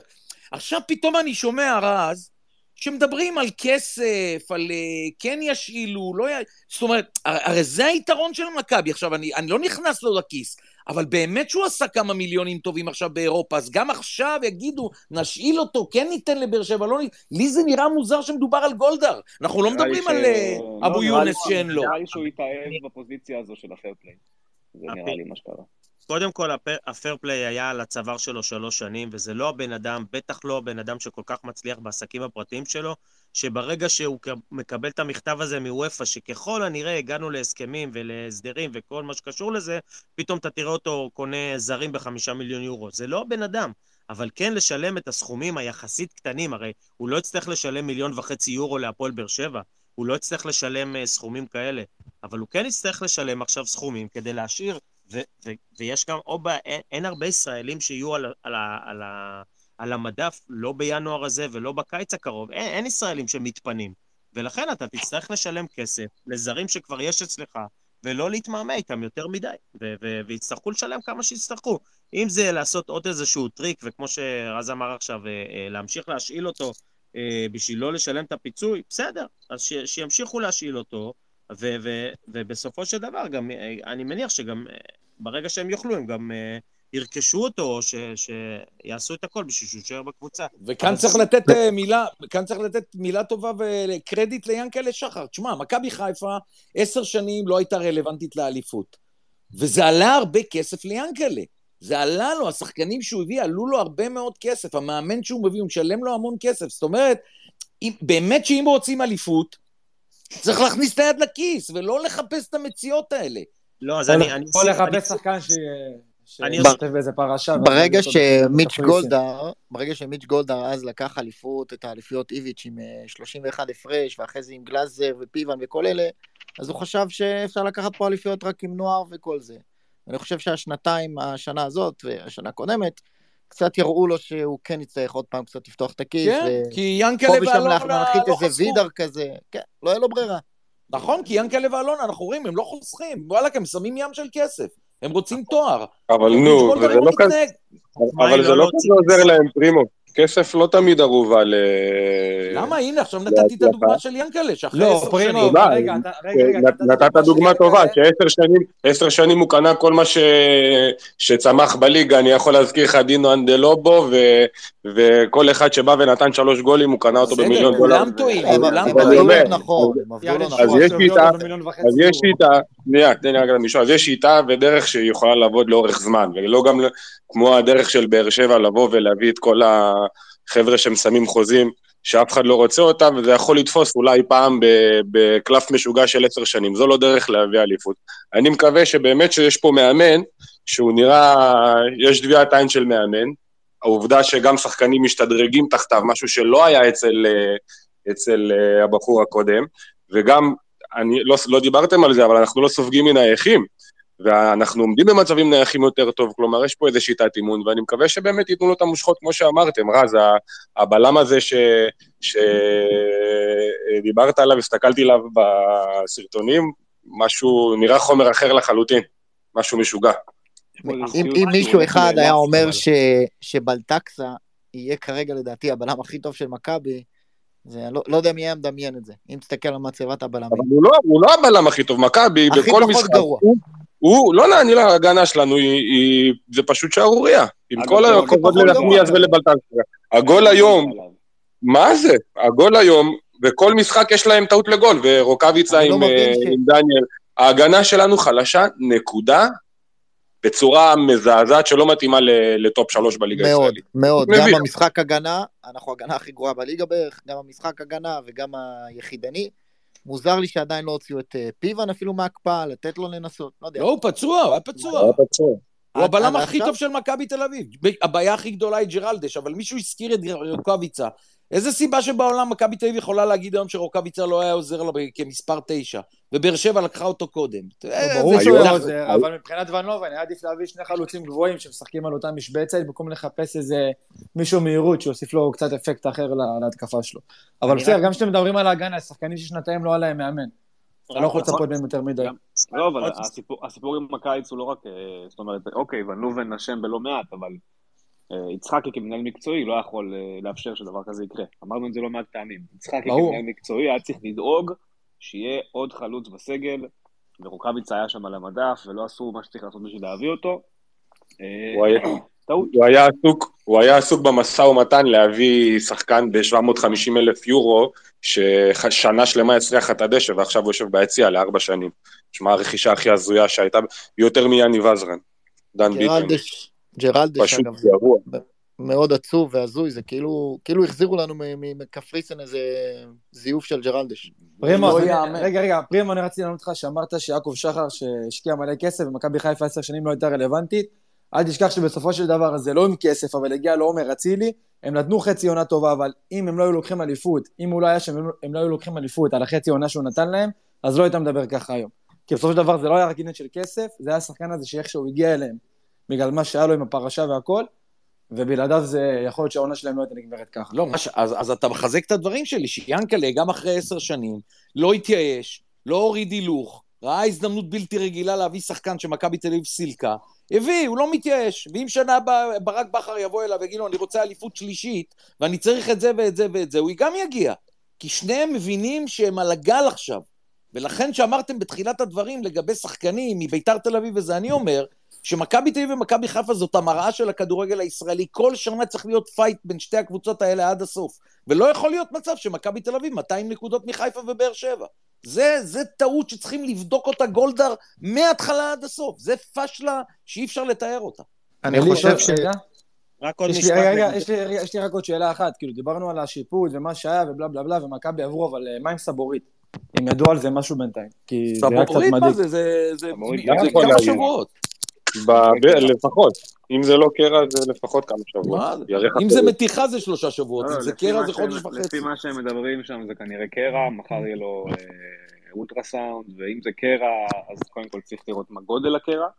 עכשיו פתאום אני שומע רז, שמדברים על כסף, על כן ישאילו, לא י... זאת אומרת, הרי זה היתרון של מכבי. עכשיו, אני, אני לא נכנס לו לכיס, אבל באמת שהוא עשה כמה מיליונים טובים עכשיו באירופה, אז גם עכשיו יגידו, נשאיל אותו, כן ניתן לבאר שבע, לא ניתן. לי זה נראה מוזר שמדובר על גולדהר. אנחנו לא מדברים על אבו יונס שאין לו. נראה לי שהוא יתאהב בפוזיציה הזו של הפרפליי. זה נראה לי מה שקרה. קודם כל, הפרפליי היה על הצוואר שלו שלוש שנים, וזה לא הבן אדם, בטח לא הבן אדם שכל כך מצליח בעסקים הפרטיים שלו, שברגע שהוא מקבל את המכתב הזה מוופא, שככל הנראה הגענו להסכמים ולהסדרים וכל מה שקשור לזה, פתאום אתה תראה אותו קונה זרים בחמישה מיליון יורו. זה לא הבן אדם, אבל כן לשלם את הסכומים היחסית קטנים, הרי הוא לא יצטרך לשלם מיליון וחצי יורו להפועל באר שבע, הוא לא יצטרך לשלם סכומים כאלה, אבל הוא כן יצטרך לשלם עכשיו סכומים כדי להשאיר, ו- ו- ויש גם, או ב- אין, אין הרבה ישראלים שיהיו על, על, על, על המדף, לא בינואר הזה ולא בקיץ הקרוב, אין, אין ישראלים שמתפנים, ולכן אתה תצטרך לשלם כסף לזרים שכבר יש אצלך, ולא להתמהמה איתם יותר מדי, ו- ו- ויצטרכו לשלם כמה שיצטרכו. אם זה לעשות עוד איזשהו טריק, וכמו שרז אמר עכשיו, להמשיך להשאיל אותו, בשביל לא לשלם את הפיצוי, בסדר, אז ש- שימשיכו להשאיל אותו, ו- ו- ובסופו של דבר, גם, אני מניח שגם ברגע שהם יוכלו, הם גם ירכשו אותו, או ש- שיעשו את הכל בשביל שהוא יישאר בקבוצה. וכאן צריך לתת מילה, כאן צריך לתת מילה טובה וקרדיט ליאנקל'ה שחר. תשמע, מכבי חיפה עשר שנים לא הייתה רלוונטית לאליפות, וזה עלה הרבה כסף ליאנקל'ה. זה עלה לו, השחקנים שהוא הביא, עלו לו הרבה מאוד כסף, המאמן שהוא מביא, הוא משלם לו המון כסף, זאת אומרת, אם, באמת שאם רוצים אליפות, צריך להכניס את היד לכיס, ולא לחפש את המציאות האלה. לא, אז אני... או לחפש שחקן ש... אני שכותב באיזה פרשה. ברגע שמיץ' גולדהר, ברגע שמיץ' גולדהר אז לקח אליפות, את האליפיות איביץ' עם שלושים ואחד הפרש, ואחרי זה עם גלאזר ופיוון וכל אלה, אז הוא חשב שאפשר לקחת פה אליפיות רק עם נוער וכל זה. אני חושב שהשנתיים, השנה הזאת והשנה הקודמת, קצת יראו לו שהוא כן יצטרך עוד פעם קצת לפתוח את הכיס. כן, כי ינקל'ה ואלונה לא להנחית איזה חוסכו. וידר כזה, כן, לא היה לו ברירה. נכון, כי ינקל'ה ואלונה, אנחנו רואים, הם לא חוסכים, וואלה, הם שמים ים של כסף, הם רוצים תואר. אבל נו, זה לא כזה, אבל זה לא כזה עוזר להם, פרימו. כסף לא תמיד ערוב על... למה? הנה, עכשיו נתתי את הדוגמה של ינקל'ה, שאחרי לא, עשר פרימו, שנים... רגע, רגע, נתת דוגמה טובה, שעשר שנים, עשר שנים הוא קנה כל מה שצמח בליגה, אני יכול להזכיר לך דינו אנדלובו, וכל אחד שבא ונתן שלוש גולים, הוא קנה אותו במיליון דולר. כולם טועים, כולם טועים. נכון, אז יש שיטה, אז יש שיטה, נהיה, תן לי רגע למישהו, אז יש שיטה ודרך שהיא יכולה לעבוד לאורך זמן, ולא גם כמו הדרך של באר שבע לבוא ולהביא את כל החבר'ה שמסמים חוזים, שאף אחד לא רוצה אותם, וזה יכול לתפוס אולי פעם בקלף משוגע של עשר שנים, זו לא דרך להביא אליפות. אני מקווה שבאמת שיש פה מאמן, שהוא נראה, יש דביעת עין של מאמן, העובדה שגם שחקנים משתדרגים תחתיו, משהו שלא היה אצל, אצל הבחור הקודם, וגם, אני, לא, לא דיברתם על זה, אבל אנחנו לא סופגים מן היחים, ואנחנו עומדים במצבים נייחים יותר טוב, כלומר יש פה איזו שיטת אימון, ואני מקווה שבאמת ייתנו לו את המושכות כמו שאמרתם, רז, הבלם הזה ש, שדיברת עליו, הסתכלתי עליו בסרטונים, משהו נראה חומר אחר לחלוטין, משהו משוגע. אם מישהו אחד היה אומר שבלטקסה יהיה כרגע לדעתי הבלם הכי טוב של מכבי, לא יודע מי היה מדמיין את זה, אם תסתכל על מצבת הבלמים. אבל הוא לא הבלם הכי טוב, מכבי הכי פחות גרוע. הוא לא נעני להגנה שלנו, זה פשוט שערוריה, עם כל הכבוד לנפניאס ולבלטקסה. הגול היום, מה זה? הגול היום, וכל משחק יש להם טעות לגול, ורוקביצה עם דניאל, ההגנה שלנו חלשה, נקודה, בצורה מזעזעת שלא מתאימה לטופ שלוש בליגה הישראלית. מאוד, מאוד, גם המשחק הגנה, אנחנו הגנה הכי גרועה בליגה בערך, גם המשחק הגנה וגם היחידני, מוזר לי שעדיין לא הוציאו את פיוון אפילו מהקפאה, לתת לו לנסות, לא יודע. לא, הוא פצוע, הוא היה פצוע. הוא פצוע. הוא הבלם הכי טוב של מכבי תל אביב. הבעיה הכי גדולה היא ג'רלדש, אבל מישהו הזכיר את רוקביצה. איזה סיבה שבעולם מכבי תל אביב יכולה להגיד היום שרוקביצה לא היה עוזר לה כמספר תשע, ובאר שבע לקחה אותו קודם. ברור שהוא היה עוזר, אבל מבחינת ונובה, אני עדיף להביא שני חלוצים גבוהים שמשחקים על אותה משבצת, במקום לחפש איזה מישהו מהירות שיוסיף לו קצת אפקט אחר להתקפה שלו. אבל בסדר, גם שאתם מדברים על ההגנה, השחקנים ששנתיים לא עליהם מאמן. אתה לא יכול לצפות בהם יותר מדי. לא, אבל הסיפור עם הקיץ הוא לא רק, זאת אומרת, אוקיי, ונובן נשם בלא מעט, אבל יצחקי כמנהל מקצועי לא יכול לאפשר שדבר כזה יקרה. אמרנו את זה לא מעט פעמים. יצחקי כמנהל מקצועי היה צריך לדאוג שיהיה עוד חלוץ בסגל, ורוקאביצה היה שם על המדף, ולא עשו מה שצריך לעשות בשביל להביא אותו. הוא היה עסוק, הוא היה עסוק במשא ומתן להביא שחקן ב-שבע מאות וחמישים אלף יורו, ששנה שלמה הצליח את הדשא, ועכשיו הוא יושב ביציע לארבע שנים. שמה הרכישה הכי הזויה שהייתה, יותר מיאני וזרן. דן ביטון. ג'רלדש, אגב, מאוד עצוב והזוי, זה כאילו, כאילו החזירו לנו מקפריסן איזה זיוף של ג'רלדש. פרימו, רגע, רגע, פרימו, אני רציתי לענות לך שאמרת שיעקב שחר שהשקיע מלא כסף, ומכבי חיפה עשר שנים לא הייתה רלוונטית, אל תשכח שבסופו של דבר זה לא עם כסף, אבל הגיע לעומר אצילי, הם נתנו חצי עונה טובה, אבל אם הם לא היו לוקחים אליפות, אם הוא לא היה שם, הם לא היו לוקחים אליפות על החצי עונה שהוא נתן להם, אז לא הייתם מדבר ככה היום. כי בסופו של דבר זה לא היה רק עניין של כסף, זה היה השחקן הזה שאיכשהו הגיע אליהם, בגלל מה שהיה לו עם הפרשה והכל, ובלעדיו זה יכול להיות שהעונה שלהם לא הייתה נגמרת ככה. לא, אז, אז אתה מחזק את הדברים שלי, שיאנקלה גם אחרי עשר שנים, לא התייאש, לא הוריד הילוך, ראה הזדמנות בלתי רגילה להביא שחקן שמכבי תל אביב סילקה, הביא, הוא לא מתייאש, ואם שנה ברק בכר יבוא אליו ויגיד לו, אני רוצה אליפות שלישית, ואני צריך את זה ואת זה ואת זה, הוא גם יגיע, כי שניהם מבינים שהם על הגל עכשיו, ולכן שאמרתם בתחילת הדברים לגבי שחקנים מביתר תל אביב, וזה אני אומר, שמכבי תל אביב ומכבי חיפה זאת המראה של הכדורגל הישראלי, כל שנה צריך להיות פייט בין שתי הקבוצות האלה עד הסוף, ולא יכול להיות מצב שמכבי תל אביב מאתיים נקודות מחיפה ובאר שבע, זה, זה טעות שצריכים לבדוק אותה גולדהר מההתחלה עד הסוף, זה פשלה שאי אפשר לתאר אותה. אני חושב ש... רק עוד משפט. רגע, יש לי רק עוד שאלה אחת, כאילו דיברנו על השיפוט ומה שהיה ובלה בלה בלה, ומכבי עברו, אבל מה עם סבורית? אם ידעו על זה משהו בינתיים, כי זה היה קצת מדהים. סבורית מה זה? זה כמה שבועות. לפחות, אם זה לא קרע זה לפחות כמה שבועות. אם זה מתיחה זה שלושה שבועות, אם זה קרע זה חודש וחצי. לפי מה שהם מדברים שם זה כנראה קרע, מחר יהיה לו אולטרסאונד, ואם זה קרע אז קודם כל צריך לראות מה גודל הקרע,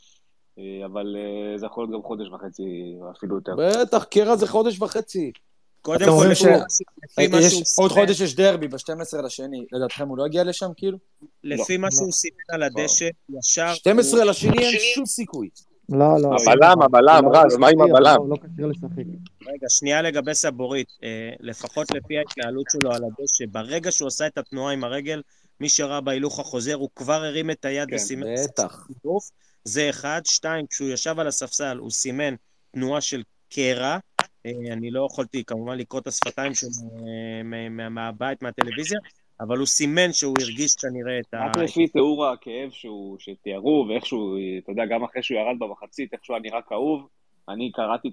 אבל זה יכול להיות גם חודש וחצי אפילו יותר. בטח, קרע זה חודש וחצי. קודם כל, עוד חודש יש דרבי ב-שתים עשרה לשני, לדעתכם הוא לא הגיע לשם כאילו? לפי מה שהוא סימן על הדשא, ישר... שתים עשרה לשני אין שום סיכוי. לא, לא. הבלם, הבלם, רז, מה עם הבלם? לא קשור לשחק. רגע, שנייה לגבי סבורית, לפחות לפי ההתנהלות שלו על הדשא, ברגע שהוא עשה את התנועה עם הרגל, מי שראה בהילוך החוזר, הוא כבר הרים את היד וסימן... בטח. זה אחד, שתיים, כשהוא ישב על הספסל, הוא סימן תנועה של קרע, אני לא יכולתי כמובן לקרוא את השפתיים מהבית, מהטלוויזיה, אבל הוא סימן שהוא הרגיש כנראה את ה... רק לפי תיאור הכאב שתיארו, ואיכשהו, אתה יודע, גם אחרי שהוא ירד במחצית, איכשהו היה נראה כאוב, אני קראתי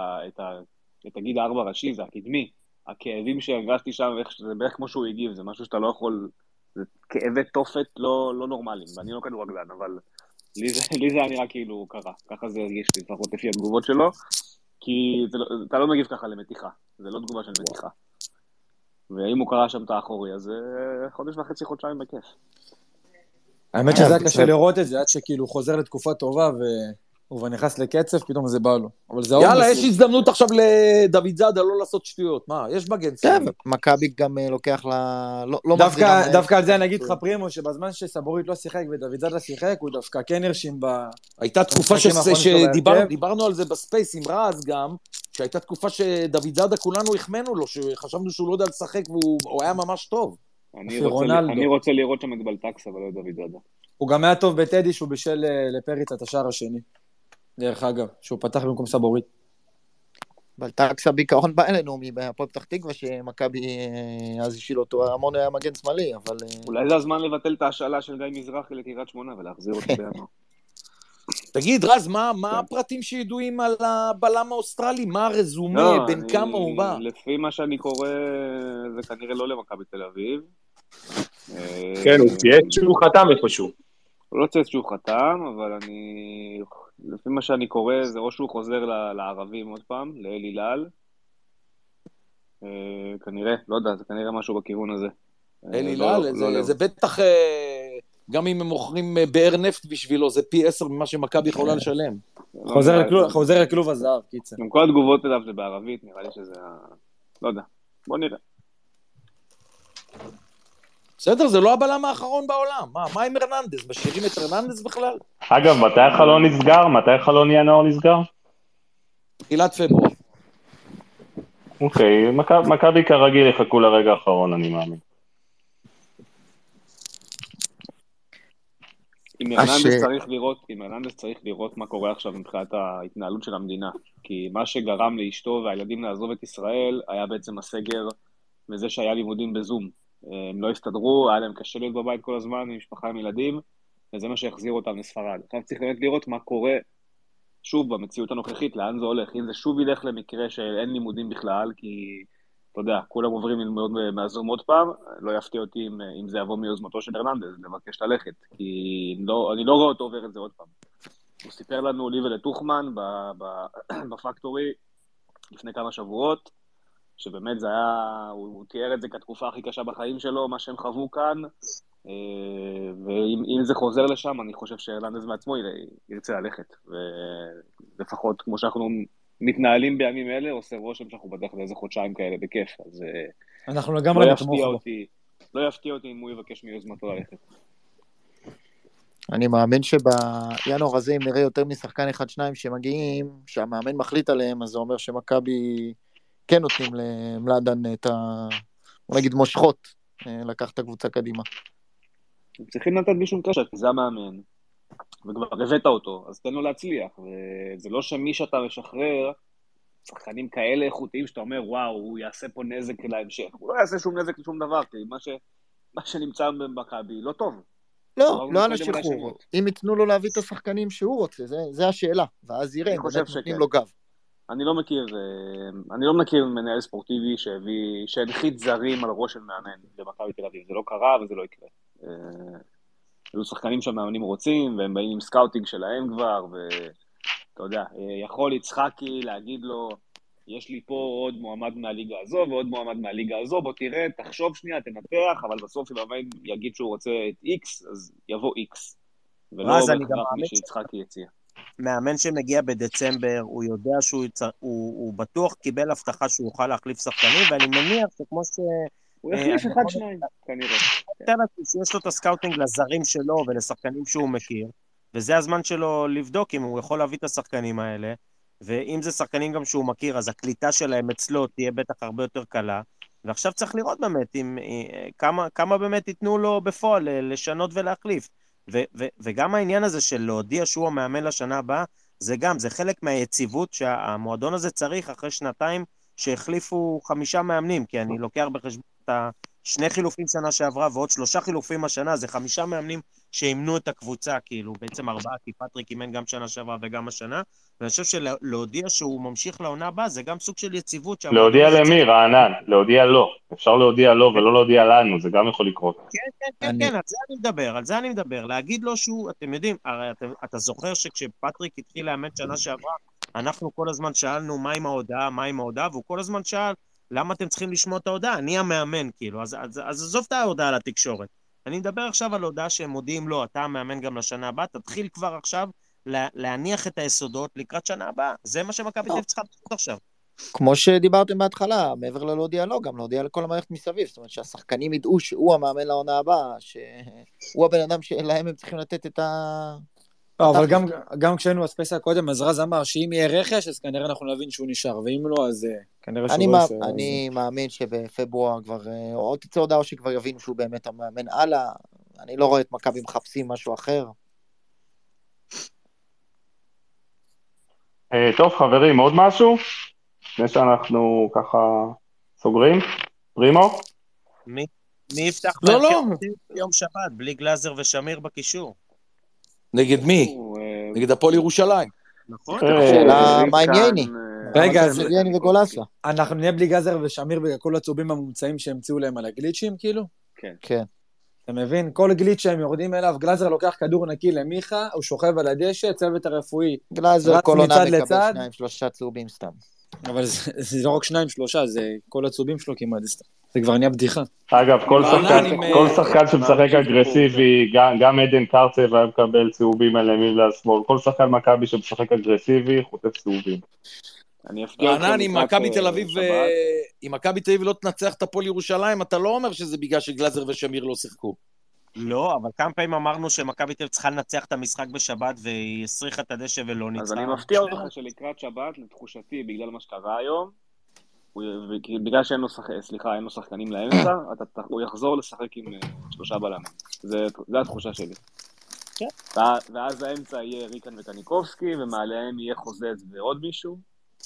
את הגיד הארבע ראשי, זה הקדמי, הכאבים שהרגשתי שם, זה בערך כמו שהוא הגיב, זה משהו שאתה לא יכול, זה כאבי תופת לא נורמליים, ואני לא כדורגלן, אבל לי זה היה נראה כאילו קרה, ככה זה הרגיש לי, לפחות לפי התגובות שלו, כי לא, אתה לא מגיב ככה למתיחה, זה לא תגובה של מתיחה. ואם הוא קרא שם את האחורי, אז חודש וחצי, חודשיים בכיף. האמת שזה היה קשה לראות את זה, עד שכאילו הוא חוזר לתקופה טובה, והוא נכנס לקצב, פתאום זה בא לו. יאללה, יש הזדמנות עכשיו לדוד זאדה לא לעשות שטויות. מה, יש בגנס. כן, מכבי גם לוקח לה... דווקא על זה אני אגיד לך פרימו, שבזמן שסבורית לא שיחק ודוד זאדה שיחק, הוא דווקא כן הרשים ב... הייתה תקופה שדיברנו על זה בספייס עם רז גם, שהייתה תקופה שדוד זאדה כולנו החמנו לו, שחשבנו שהוא לא יודע לשחק והוא היה ממש טוב. אני רוצה לראות שם את בלטקס, אבל לא דוד זאדה. הוא גם היה טוב בטדי שהוא בישל לפריץ את השער השני. דרך אגב, שהוא פתח במקום סבורית. בלטקס בעיקרון בא אלינו מהפועל פתח תקווה שמכבי אז השיל אותו, המון היה מגן שמאלי, אבל... אולי זה הזמן לבטל את ההשאלה של גיא מזרחי לקריית שמונה ולהחזיר אותו בינואר. תגיד, רז, מה הפרטים שידועים על הבלם האוסטרלי? מה הרזומה? בין כמה הוא בא? לפי מה שאני קורא, זה כנראה לא למכבי תל אביב. כן, הוא צייץ שהוא חתם איפשהו. הוא לא צייץ שהוא חתם, אבל אני... לפי מה שאני קורא, זה או שהוא חוזר לערבים עוד פעם, לאל הילאל. כנראה, לא יודע, זה כנראה משהו בכיוון הזה. אל הילאל, זה בטח... גם אם הם מוכרים באר נפט בשבילו, זה פי עשר ממה שמכבי יכולה לשלם. חוזר לכלוב הזהב, קיצר. גם כל התגובות אליו זה בערבית, נראה לי שזה... לא יודע, בוא נראה. בסדר, זה לא הבלם האחרון בעולם. מה, מה עם הרננדס? משאירים את הרננדס בכלל? אגב, מתי החלון נסגר? מתי החלון ינואר נסגר? תחילת פברואר. אוקיי, מכבי כרגיל יחכו לרגע האחרון, אני מאמין. אם הרננדס צריך לראות, אם הרננדס צריך לראות מה קורה עכשיו מבחינת ההתנהלות של המדינה, כי מה שגרם לאשתו והילדים לעזוב את ישראל היה בעצם הסגר וזה שהיה לימודים בזום. הם לא הסתדרו, היה להם קשה להיות בבית כל הזמן עם משפחה עם ילדים, וזה מה שהחזיר אותם לספרד. עכשיו צריך באמת לראות מה קורה שוב במציאות הנוכחית, לאן זה הולך. אם זה שוב ילך למקרה שאין לימודים בכלל, כי אתה יודע, כולם עוברים ללמוד מהזום עוד פעם, לא יפתיע אותי אם, אם זה יבוא מיוזמתו של הרננדז, לבקש ללכת, כי לא, אני לא רואה אותו עובר את זה עוד פעם. הוא סיפר לנו, לי ולטוחמן, בפקטורי, לפני כמה שבועות, שבאמת זה היה, הוא, הוא תיאר את זה כתקופה הכי קשה בחיים שלו, מה שהם חוו כאן, ואם זה חוזר לשם, אני חושב שהרננדז מעצמו ירצה ללכת, ולפחות כמו שאנחנו מתנהלים בימים אלה, עושה רושם שאנחנו בדרך לאיזה חודשיים כאלה בכיף, אז אנחנו לגמרי נתמוך בו. לא יפתיע אותי אם הוא יבקש מיוזמתו ללכת. אני מאמין שבינואר הזה, אם נראה יותר משחקן אחד שניים שמגיעים, שהמאמן מחליט עליהם, אז זה אומר שמכבי כן נותנים למלאדן את ה... בוא נגיד מושכות, לקח את הקבוצה קדימה. צריכים לתת מישהו קשר, כי זה המאמן, וכבר הבאת אותו, אז תן לו להצליח, וזה לא שמי שאתה משחרר, שחקנים כאלה איכותיים שאתה אומר, וואו, הוא יעשה פה נזק להמשך, הוא לא יעשה שום נזק לשום דבר, כי מה, ש... מה שנמצא במכבי לא טוב. לא, לא על השחרור, אם יתנו לו להביא את השחקנים שהוא רוצה, זה, זה השאלה, ואז יראה, אם באמת נותנים לו גב. אני לא מכיר, אני לא מכיר מנהל ספורטיבי שהביא, שהנחית זרים על ראש של מאמן במכבי תל אביב, זה לא קרה וזה לא יקרה. היו שחקנים שהמאמנים רוצים, והם באים עם סקאוטינג שלהם כבר, ואתה יודע, יכול יצחקי להגיד לו, יש לי פה עוד מועמד מהליגה הזו, ועוד מועמד מהליגה הזו, בוא תראה, תחשוב שנייה, תנתח, אבל בסוף אם המאמן יגיד שהוא רוצה את X, אז יבוא X, ולא בהכרח מי שיצחקי יציע. מאמן שמגיע בדצמבר, הוא יודע שהוא הוא, הוא בטוח קיבל הבטחה שהוא יוכל להחליף שחקנים, ואני מניח שכמו ש... הוא יחליף אחד שניים, כנראה. יש לו את הסקאוטינג לזרים שלו ולשחקנים שהוא מכיר, וזה הזמן שלו לבדוק אם הוא יכול להביא את השחקנים האלה, ואם זה שחקנים גם שהוא מכיר, אז הקליטה שלהם אצלו תהיה בטח הרבה יותר קלה, ועכשיו צריך לראות באמת אם, כמה, כמה באמת ייתנו לו בפועל לשנות ולהחליף. ו- ו- וגם העניין הזה של להודיע שהוא המאמן לשנה הבאה, זה גם, זה חלק מהיציבות שהמועדון הזה צריך אחרי שנתיים שהחליפו חמישה מאמנים, כי אני לוקח בחשבון את השני חילופים שנה שעברה ועוד שלושה חילופים השנה, זה חמישה מאמנים שימנו את הקבוצה, כאילו בעצם ארבעה, כי פטריק אימן גם שנה שעברה וגם השנה, ואני חושב שלהודיע שהוא ממשיך לעונה הבאה, זה גם סוג של יציבות. להודיע למי, רענן, להודיע לו, אפשר להודיע לו ולא להודיע לנו, זה גם יכול לקרות. כן, כן, כן, כן, על זה אני מדבר, על זה אני מדבר, להגיד לו שהוא, אתם יודעים, הרי אתה זוכר שכשפטריק התחיל לאמן שנה שעברה, אנחנו כל הזמן שאלנו מה עם ההודעה, מה עם ההודעה, והוא כל הזמן שאל, למה אתם צריכים לשמוע את ההודעה? אני המאמן, כאילו, אז, אז, אז עזוב את ההודעה לתקשורת. אני מדבר עכשיו על הודעה שהם מודיעים לו, אתה המאמן גם לשנה הבאה, תתחיל כבר עכשיו להניח את היסודות לקראת שנה הבאה. זה מה שמכבי תל אביב צריכה לעשות עכשיו. כמו שדיברתם בהתחלה, מעבר ללהודיע לו, גם להודיע לכל המערכת מסביב, זאת אומרת שהשחקנים ידעו שהוא המאמן לעונה הבאה, שהוא הבן אדם שלהם הם צריכים לתת את ה... לא, אבל גם, גם כשהיינו בספייסה קודם, אז רז אמר שאם יהיה רכש, אז כנראה אנחנו נבין שהוא נשאר, ואם לא, אז כנראה שהוא לא יפה. אני מאמין שבפברואר כבר, או תצא הודעה או שכבר יבינו שהוא באמת המאמן הלאה, אני לא רואה את מכבי מחפשים משהו אחר. טוב, חברים, עוד משהו? לפני שאנחנו ככה סוגרים? פרימו? מי יפתח יום שבת, בלי גלאזר ושמיר בקישור? נגד מי? נגד הפועל ירושלים. נכון. שאלה מה עם ייני? רגע, ייני וגולסה. אנחנו נהיה בלי גלאזר ושמיר בכל הצהובים המומצאים שהמציאו להם על הגליצ'ים, כאילו? כן. כן. אתה מבין? כל גליץ' שהם יורדים אליו, גלאזר לוקח כדור נקי למיכה, הוא שוכב על הדשא, צוות הרפואי. גלאזר כל עונה מקבל שניים, שלושה צהובים סתם. אבל זה, זה לא רק שניים, שלושה, זה כל הצהובים שלו כמעט סתם. זה כבר נהיה בדיחה. אגב, כל שחקן, כל שחקן שמשחק אגרסיבי, גם עדן קרצב היה מקבל צהובים על ימין לשמאל, כל שחקן מכבי שמשחק אגרסיבי, חוטף צהובים. רענן, אם מכבי תל אביב, אם מכבי תל אביב לא תנצח את הפועל ירושלים, אתה לא אומר שזה בגלל שגלאזר ושמיר לא שיחקו. לא, אבל כמה פעמים אמרנו שמכבי תל אביב צריכה לנצח את המשחק בשבת, והיא הסריחה את הדשא ולא ניצחה. אז אני מפתיע אותך שלקראת שבת, לתחושתי, בגלל מה שקרה היום, בגלל שאין לו שחקנים, סליחה, אין לו שחקנים לאמצע, הוא יחזור לשחק עם שלושה בלמים. זה התחושה שלי. ואז האמצע יהיה ריקן וקניקובסקי, ומעליהם יהיה חוזז ועוד מישהו.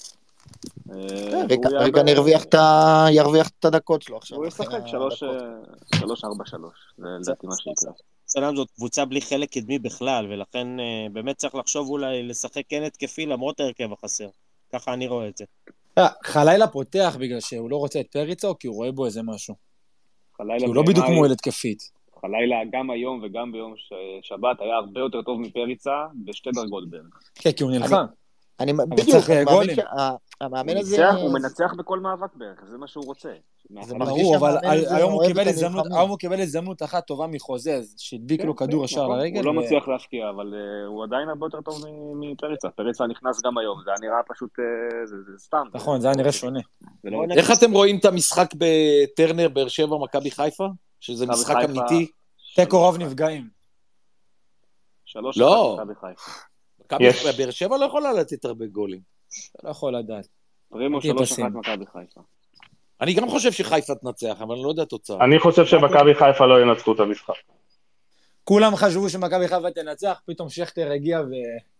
ריקן ירוויח את הדקות שלו עכשיו. הוא ישחק שלוש ארבע שלוש, זה לדעתי מה שיקרה. סלם זאת קבוצה בלי חלק קדמי בכלל, ולכן באמת צריך לחשוב אולי לשחק כן התקפי למרות ההרכב החסר. ככה אני רואה את זה. חלילה פותח בגלל שהוא לא רוצה את פריצה, או כי הוא רואה בו איזה משהו. הוא לא בדיוק כמו ילד התקפית. חלילה גם היום וגם ביום שבת היה הרבה יותר טוב מפריצה בשתי דרגות בערך. כן, כי הוא נלחם. אני בדיוק, המאמן הזה... הוא מנצח בכל מאבק בערך, זה מה שהוא רוצה. זה ברור, אבל היום הוא קיבל הזדמנות אחת טובה מחוזז, שהדביק לו כדור השאר לרגל. הוא לא מצליח להפקיע, אבל הוא עדיין הרבה יותר טוב מפריצה. פריצה נכנס גם היום, זה היה נראה פשוט, זה סתם. נכון, זה היה נראה שונה. איך אתם רואים את המשחק בטרנר, באר שבע, מכבי חיפה? שזה משחק אמיתי? תיקו רוב נפגעים. שלוש אחת מכבי חיפה. באר שבע לא יכולה לתת הרבה גולים. אתה לא יכול לדעת. פרימו שלוש אחת מכבי חיפה. אני גם חושב שחיפה תנצח, אבל אני לא יודע תוצאה. אני חושב שמכבי חיפה לא ינצחו את המשחק. כולם חשבו שמכבי חיפה תנצח, פתאום שכטר הגיע ו...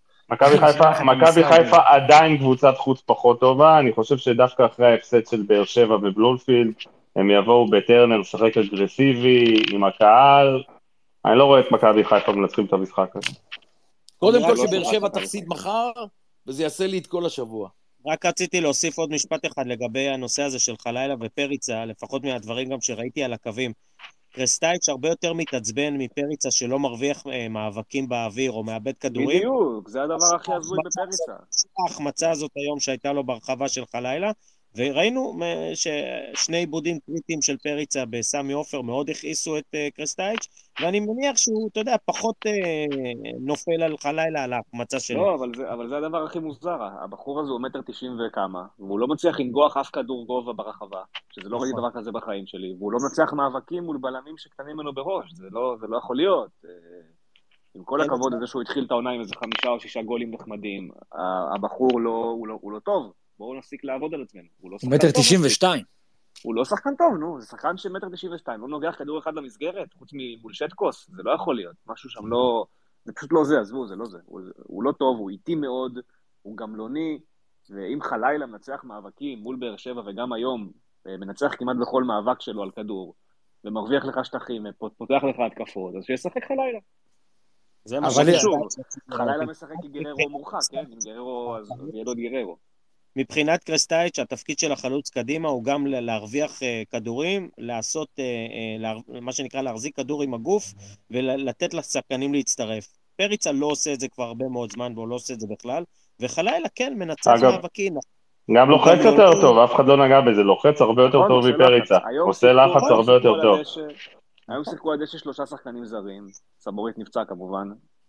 מכבי חיפה עדיין קבוצת חוץ פחות טובה, אני חושב שדווקא אחרי ההפסד של באר שבע בבלומפילד, הם יבואו בטרנר לשחק אגרסיבי עם הקהל, אני לא רואה את מכבי חיפה מנצחים את המשחק הזה. קודם כל שבאר שבע תפסיד מחר, וזה יעשה לי את כל השבוע. רק רציתי להוסיף עוד משפט אחד לגבי הנושא הזה של חלילה ופריצה, לפחות מהדברים גם שראיתי על הקווים. קרסטייץ' הרבה יותר מתעצבן מפריצה שלא מרוויח מאבקים באוויר או מאבד כדורים. בדיוק, זה הדבר הכי הזוי בפריצה. ההחמצה הזאת היום שהייתה לו ברחבה של חלילה, וראינו ששני עיבודים קריטיים של פריצה בסמי אופר מאוד הכעיסו את קרסטייץ', ואני מניח שהוא, אתה יודע, פחות נופל על חלילה על ההחמצה שלו. לא, אבל זה, אבל זה הדבר הכי מוזר. הבחור הזה הוא מטר תשעים וכמה, והוא לא מצליח לנגוח אף כדור גובה ברחבה, שזה לא ראיתי דבר כזה בחיים שלי, והוא לא מצליח מאבקים מול בלמים שקטנים ממנו בראש, זה לא, זה לא יכול להיות. עם כל הכבוד לזה שהוא התחיל את העונה עם איזה חמישה או שישה גולים נחמדים, הבחור לא, הוא לא, הוא לא טוב. בואו נפסיק לעבוד על עצמנו. הוא מטר תשעים ושתיים. הוא לא שחקן טוב, נו. זה שחקן של מטר תשעים ושתיים. לא נוגח כדור אחד למסגרת, חוץ ממול שטקוס. זה לא יכול להיות. משהו שם לא... זה פשוט לא זה, עזבו, זה לא זה. הוא, הוא לא טוב, הוא איטי מאוד, הוא גמלוני, ואם חלילה מנצח מאבקים מול באר שבע וגם היום, מנצח כמעט בכל מאבק שלו על כדור, ומרוויח לך שטחים, פותח לך התקפות, אז שישחק חלילה. זה מה שחשוב. חלילה משחק עם גררו מורחק, כן? עם גררו, אז ידוד גררו. מבחינת קרסטייץ' התפקיד של החלוץ קדימה הוא גם להרוויח כדורים, לעשות מה שנקרא להחזיק כדור עם הגוף ולתת לשחקנים להצטרף. פריצה לא עושה את זה כבר הרבה מאוד זמן והוא לא עושה את זה בכלל, וחלילה כן מנצח מאבקים. גם לוחץ יותר טוב, אף אחד לא נגע בזה, לוחץ הרבה יותר טוב מפריצה, עושה לחץ הרבה יותר טוב. היום שיחקו עד יש שלושה שחקנים זרים, סבורית נפצע כמובן,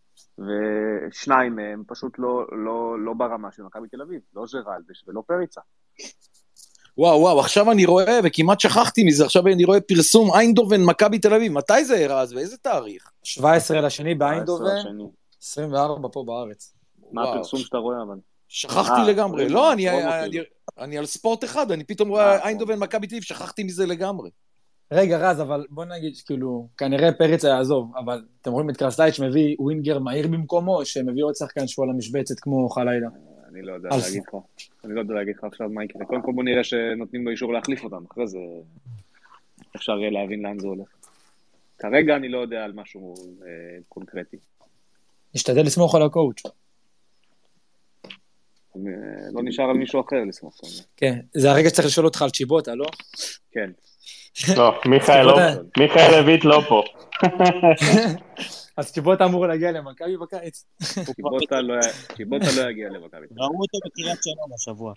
ושניים מהם פשוט לא, לא, לא ברמה של מכבי תל אביב, לא ז'רלדש ולא פריצה. וואו, וואו, עכשיו אני רואה, וכמעט שכחתי מזה, עכשיו אני רואה פרסום איינדובן מכבי תל אביב, מתי זה הראה אז? באיזה תאריך? שבע עשרה לשני באיינדובן, עשרים וארבע פה בארץ. מה הפרסום שאתה רואה אבל? שכחתי לגמרי, לא, אני על ספורט אחד, אני פתאום רואה איינדובן מכבי תל אביב, שכחתי מזה לגמרי. רגע, רז, אבל בוא נגיד, כאילו, כנראה פריצה יעזוב, אבל אתם רואים את קרסטייץ' מביא ווינגר מהיר במקומו, שמביא עוד שחקן שהוא על המשבצת כמו חלילה. אני לא יודע להגיד לך, אני לא יודע להגיד לך עכשיו מה יקרה. קודם כל בוא נראה שנותנים לו אישור להחליף אותם, אחרי זה אפשר יהיה להבין לאן זה הולך. כרגע אני לא יודע על משהו קונקרטי. נשתדל לסמוך על הקואוץ'. לא נשאר על מישהו אחר לסמוך. כן, זה הרגע שצריך לשאול אותך על צ'יבוטה, לא? כן. לא, מיכאל לויט לא פה. אז צ'יבוטה אמור להגיע למכבי בקיץ. צ'יבוטה לא יגיע למכבי. ראו אותו בקריית שלום השבוע.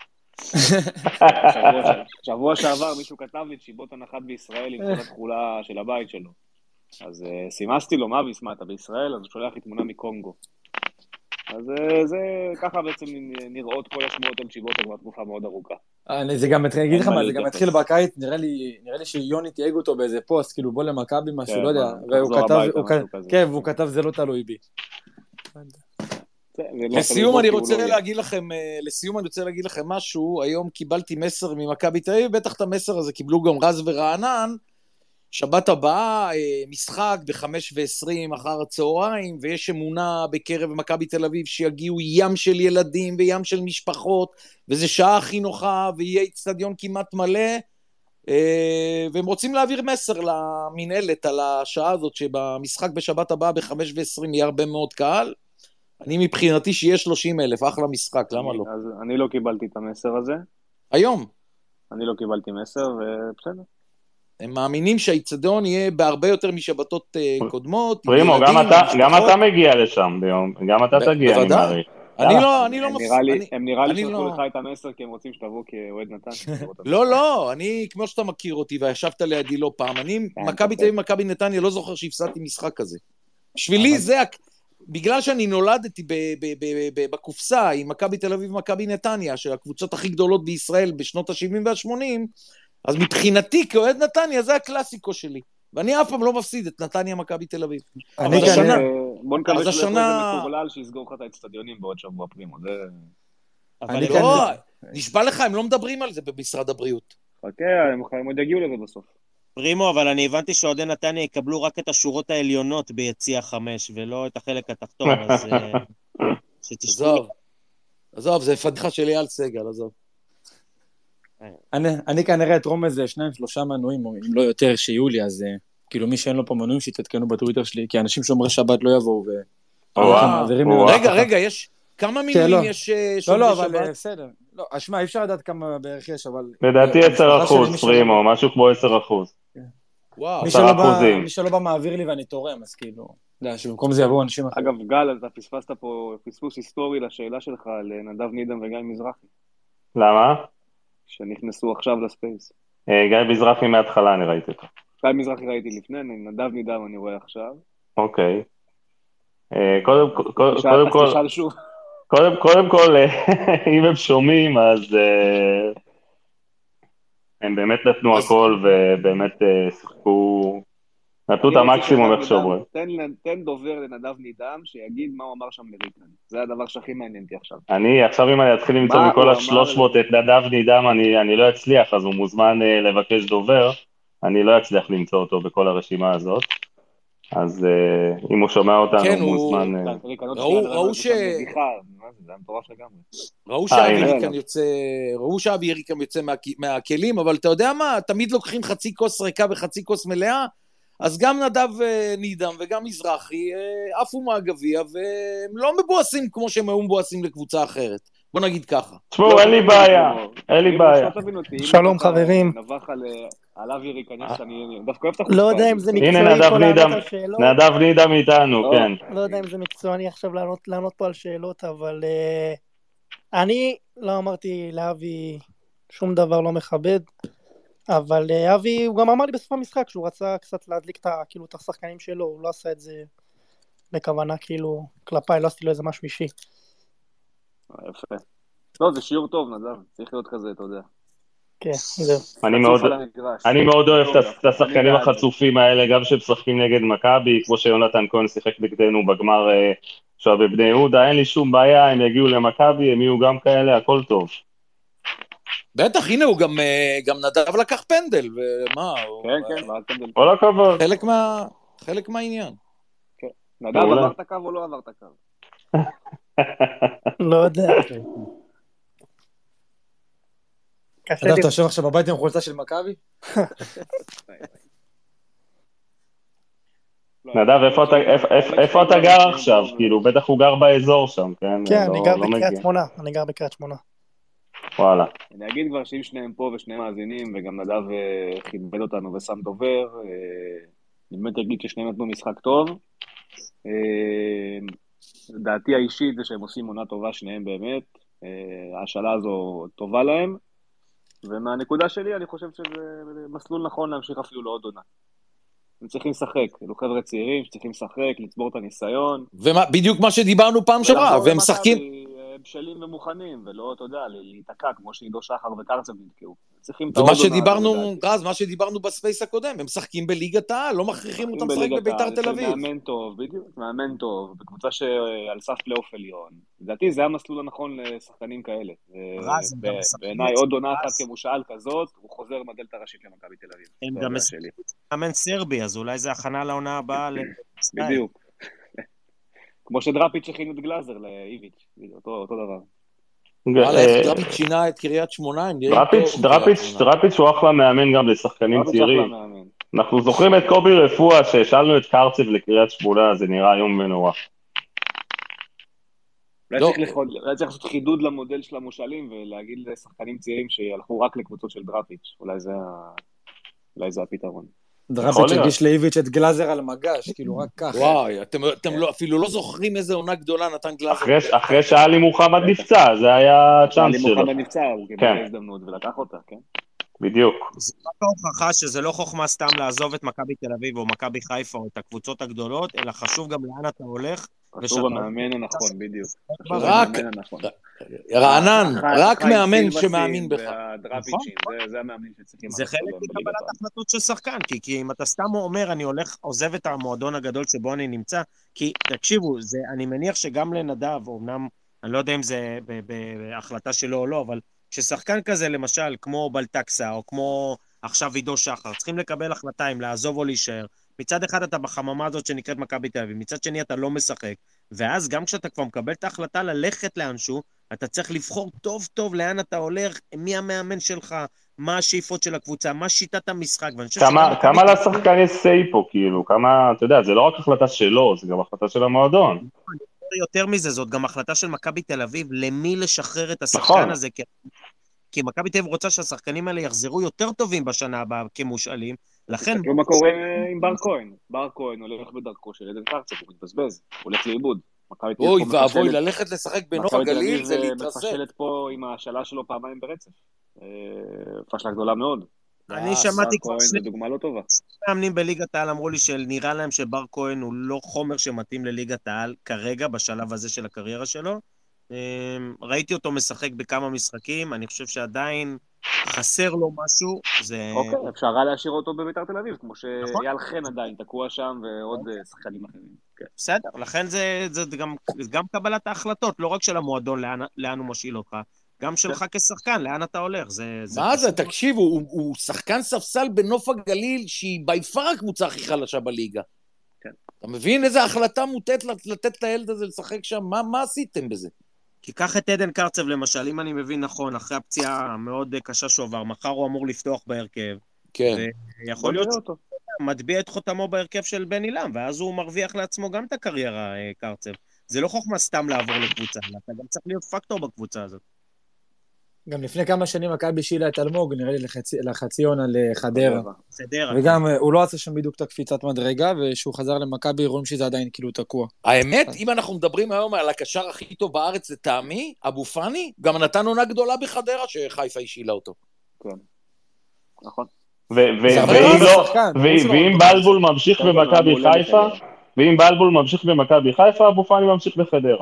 שבוע שעבר מישהו כתב לי צ'יבוטה נחת בישראל עם כל התכולה של הבית שלו. אז סימסתי לו, מה ויסמה, אתה בישראל? אז הוא שולח לי תמונה מקונגו. אז זה, ככה בעצם נראות כל השמועות על צ'יבוטה כבר תקופה מאוד ארוכה. זה גם, אני אגיד לך מה, זה גם התחיל בקיץ, נראה לי, נראה לי שיוני תייג אותו באיזה פוסט, כאילו בוא למכבי משהו, לא יודע, והוא כתב, כן, והוא כתב זה לא תלוי בי. לסיום אני רוצה להגיד לכם, לסיום אני רוצה להגיד לכם משהו, היום קיבלתי מסר ממכבי תל אביב, בטח את המסר הזה קיבלו גם רז ורענן, שבת הבאה, משחק ב-חמש ועשרים אחר הצהריים, ויש אמונה בקרב מכבי תל אביב שיגיעו ים של ילדים וים של משפחות, וזה שעה הכי נוחה, ויהיה אצטדיון כמעט מלא, והם רוצים להעביר מסר למנהלת על השעה הזאת, שבמשחק בשבת הבאה ב-חמש ועשרים יהיה הרבה מאוד קהל, אני מבחינתי שיהיה שלושים אלף, אחלה משחק, למה לא? אז אני לא קיבלתי את המסר הזה. היום? אני לא קיבלתי מסר, ובסדר. הם מאמינים שהאיצטדיון יהיה בהרבה יותר משבתות קודמות. פרימו, גם אתה מגיע לשם ביום, גם אתה תגיע, אני מעריך. אני לא, אני לא מפסיד. הם נראה לי שלחו לך את המסר, כי הם רוצים שתבוא כאוהד נתניה. לא, לא, אני, כמו שאתה מכיר אותי, וישבת לידי לא פעם, אני, מכבי תל אביב, מכבי נתניה, לא זוכר שהפסדתי משחק כזה. בשבילי זה, בגלל שאני נולדתי בקופסה עם מכבי תל אביב ומכבי נתניה, שהקבוצות הכי גדולות בישראל בשנות ה-שבעים וה-שמונים, אז מבחינתי, כאוהד נתניה, זה הקלאסיקו שלי. ואני אף פעם לא מפסיד את נתניה מכבי תל אביב. אבל השנה... בוא נקווה שלא איזה מקובל שיסגור לך את האצטדיונים בעוד שבוע פרימו. אבל לא, נשבע לך, הם לא מדברים על זה במשרד הבריאות. חכה, הם עוד יגיעו לזה בסוף. פרימו, אבל אני הבנתי שאוהדי נתניה יקבלו רק את השורות העליונות ביציע חמש, ולא את החלק התחתון, אז שתשתו. עזוב, זה פדיחה של אייל סגל, עזוב. אני, אני כנראה אתרום איזה שניים, שלושה מנויים, או אם לא יותר, שיהיו לי, אז כאילו מי שאין לו פה מנויים, שיתעדכנו בטוויטר שלי, כי אנשים שומרי שבת לא יבואו, ו... רגע, רגע, יש... כמה מינויים יש שומרי שבת? לא, לא, אבל בסדר. לא, אשמע, אי אפשר לדעת כמה בערך יש, אבל... לדעתי עשר אחוז, פרימו, משהו כמו עשר אחוז. וואו. מי שלא בא מעביר לי ואני תורם, אז כאילו... שבמקום זה יבואו אנשים אחרים. אגב, גל, אתה פספסת פה פספוס היסטורי לשאלה שלך על נדב נידם וגיא מזרחי. למה? שנכנסו עכשיו לספייס. גיא מזרחי מההתחלה, אני ראיתי אותו. גיא מזרחי ראיתי לפני, נדב נידם אני רואה עכשיו. אוקיי. קודם כל, קודם כל, אם הם שומעים, אז הם באמת נתנו הכל, ובאמת שיחקו, נתנו את המקסימום איך שאומרים. תן דובר לנדב נידם, שיגיד מה הוא אמר שם לריקן. זה הדבר שהכי מעניין אותי עכשיו. אני, עכשיו אם אני אתחיל למצוא מכל ה-שלוש מאות את נדב נידם, אני לא אצליח, אז הוא מוזמן לבקש דובר, אני לא אצליח למצוא אותו בכל הרשימה הזאת. אז אם הוא שומע אותנו, הוא מוזמן... ראו ש... ראו שהאוויריקם יוצא... ראו שהאוויריקם יוצא מהכלים, אבל אתה יודע מה? תמיד לוקחים חצי כוס ריקה וחצי כוס מלאה, אז גם נדב נידם וגם מזרחי עפו מהגביע, והם לא מבואסים כמו שהם היו מבואסים לקבוצה אחרת. בוא נגיד ככה. תשמעו, אין לי בעיה, אין לי בעיה. שלום חברים. נבח על אווירי כנס, אני דווקא אוהב את החוצה. לא יודע אם זה מקצועני פה לענות על שאלות. נדב נידם איתנו, כן. לא יודע אם זה מקצועני עכשיו לענות פה על שאלות, אבל אני לא אמרתי לאבי שום דבר לא מכבד, אבל אבי, הוא גם אמר לי בסוף המשחק שהוא רצה קצת להדליק את השחקנים שלו, הוא לא עשה את זה בכוונה כאילו כלפיי, לא עשיתי לו איזה משהו אישי. יפה. לא, זה שיעור טוב, נדב. צריך להיות כזה, אתה יודע. כן, זהו. אני מאוד אוהב את השחקנים החצופים האלה, גם שמשחקים נגד מכבי, כמו שיונתן כהן שיחק נגדנו בגמר שהיה בבני יהודה, אין לי שום בעיה, הם יגיעו למכבי, הם יהיו גם כאלה, הכל טוב. בטח, הנה הוא גם נדב לקח פנדל, ומה? כן, כן, ועד פנדל. כל הכבוד. חלק מהעניין. נדב עבר את הקו או לא עבר את הקו? לא יודע. אתה יודע, אתה יושב עכשיו בבית עם חולצה של מכבי? נדב, איפה אתה גר עכשיו? כאילו, בטח הוא גר באזור שם, כן? כן, אני גר בקריית שמונה. אני גר בקריית שמונה. וואלה. אני אגיד כבר שאם שניהם פה ושניהם מאזינים, וגם נדב כיבד אותנו ושם דובר, אני באמת אגיד ששניהם נתנו משחק טוב. דעתי האישית זה שהם עושים עונה טובה שניהם באמת, השאלה הזו טובה להם, ומהנקודה שלי אני חושב שזה מסלול נכון להמשיך אפילו לעוד עונה. הם צריכים לשחק, אלו חבר'ה צעירים שצריכים לשחק, לצבור את הניסיון. ובדיוק מה שדיברנו פעם שעברה, והם משחקים... בשלים ומוכנים, ולא, אתה יודע, להתעקע, כמו שעידו שחר וקרצב נתקעו. ומה שדיברנו, רז, מה שדיברנו בספייס הקודם, הם משחקים בליגת העל, לא מכריחים אותם לשחק בביתר תל אביב. מאמן טוב, בדיוק, מאמן טוב, בקבוצה שעל סף פלייאוף עליון. לדעתי, זה המסלול הנכון לשחקנים כאלה. בעיניי, עוד עונה אחת כמושאל כזאת, הוא חוזר מדלת הראשית למכבי תל אביב. הם גם משחקים מאמן סרבי, אז אולי זה הכנה לעונה הבאה. בדיוק. כמו שדראפיץ' הכין את גלאזר לאיביץ', אותו דבר. דראפיץ' שינה את קריית שמונה. דראפיץ' הוא אחלה מאמן גם לשחקנים צעירים. אנחנו זוכרים את קובי רפואה שהשאלנו את קרצב לקריית שמונה, זה נראה היום ונורא. אולי צריך לעשות חידוד למודל של המושאלים ולהגיד לשחקנים צעירים שהלכו רק לקבוצות של דראפיץ', אולי זה הפתרון. דראפיץ' הגיש לאיביץ' את גלאזר על מגש, כאילו רק ככה. וואי, אתם אפילו לא זוכרים איזה עונה גדולה נתן גלאזר. אחרי שאלי מוחמד נפצע, זה היה צ'אנס שלו. אלי מוחמד נפצע, הוא קיבל הזדמנות ולקח אותה, כן? בדיוק. זה רק ההוכחה שזה לא חוכמה סתם לעזוב את מכבי תל אביב או מכבי חיפה או את הקבוצות הגדולות, אלא חשוב גם לאן אתה הולך. חשוב המאמן הנכון, בדיוק. רק, רענן, רק מאמן שמאמין בך. זה המאמנים שצריכים. זה חלק מקבלת החלטות של שחקן, כי אם אתה סתם אומר, אני הולך, עוזב את המועדון הגדול שבו אני נמצא, כי תקשיבו, אני מניח שגם לנדב, אמנם, אני לא יודע אם זה בהחלטה שלו או לא, אבל ששחקן כזה, למשל, כמו בלטקסה, או כמו עכשיו עידו שחר, צריכים לקבל החלטה אם לעזוב או להישאר. מצד אחד אתה בחממה הזאת שנקראת מכבי תל אביב, מצד שני אתה לא משחק, ואז גם כשאתה כבר מקבל את ההחלטה ללכת לאנשהו, אתה צריך לבחור טוב טוב לאן אתה הולך, מי המאמן שלך, מה השאיפות של הקבוצה, מה שיטת המשחק. כמה לשחקן יש סי פה, כאילו, כמה, אתה יודע, זה לא רק החלטה שלו, זה גם החלטה של המועדון. יותר מזה, זאת גם החלטה של מכבי תל אביב, למי לשחרר את השחקן הזה, כי מכבי תל אביב רוצה שהשחקנים האלה יחזרו יותר טובים בשנה הבאה כמושאלים, לכן... לא מה קורה עם בר כהן. בר כהן הולך בדרכו של עדן קרצב, הוא מתבזבז, הוא הולך לאיבוד. אוי ואבוי, ללכת לשחק בנוף הגליל זה להתרסק. מכבי מפשלת פה עם השאלה שלו פעמיים ברצף. פשלה גדולה מאוד. אני שמעתי כבר שני דוגמה לא טובה. מאמנים בליגת העל אמרו לי שנראה להם שבר כהן הוא לא חומר שמתאים לליגת העל כרגע, בשלב הזה של הקריירה שלו. ראיתי אותו משחק בכמה משחקים, אני חושב שעדיין חסר לו משהו. אוקיי, אפשר רע להשאיר אותו בביתר תל אביב, כמו שאייל חן עדיין תקוע שם ועוד שחקנים אחרים. בסדר, לכן זה גם קבלת ההחלטות, לא רק של המועדון לאן הוא משאיל אותך, גם שלך כשחקן, לאן אתה הולך. מה זה, תקשיבו, הוא שחקן ספסל בנוף הגליל, שהיא ביפר הקבוצה הכי חלשה בליגה. אתה מבין איזה החלטה מוטט לתת לילד הזה לשחק שם? מה עשיתם בזה? כי קח את עדן קרצב למשל, אם אני מבין נכון, אחרי הפציעה המאוד קשה שעובר, מחר הוא אמור לפתוח בהרכב. כן. ויכול להיות שהוא מטביע את חותמו בהרכב של בן אילם, ואז הוא מרוויח לעצמו גם את הקריירה, קרצב. זה לא חוכמה סתם לעבור לקבוצה, אתה גם צריך להיות פקטור בקבוצה הזאת. גם לפני כמה שנים מכבי שילה את אלמוג, נראה לי לחציון על חדרה. חדרה. וגם הוא לא עשה שם בדיוק את הקפיצת מדרגה, ושהוא חזר למכבי, רואים שזה עדיין כאילו תקוע. האמת, אם אנחנו מדברים היום על הקשר הכי טוב בארץ לטעמי, אבו פאני, גם נתן עונה גדולה בחדרה שחיפה השילה אותו. כן. נכון. ואם בלבול ממשיך במכבי חיפה, ואם בלבול ממשיך במכבי חיפה, אבו פאני ממשיך בחדרה.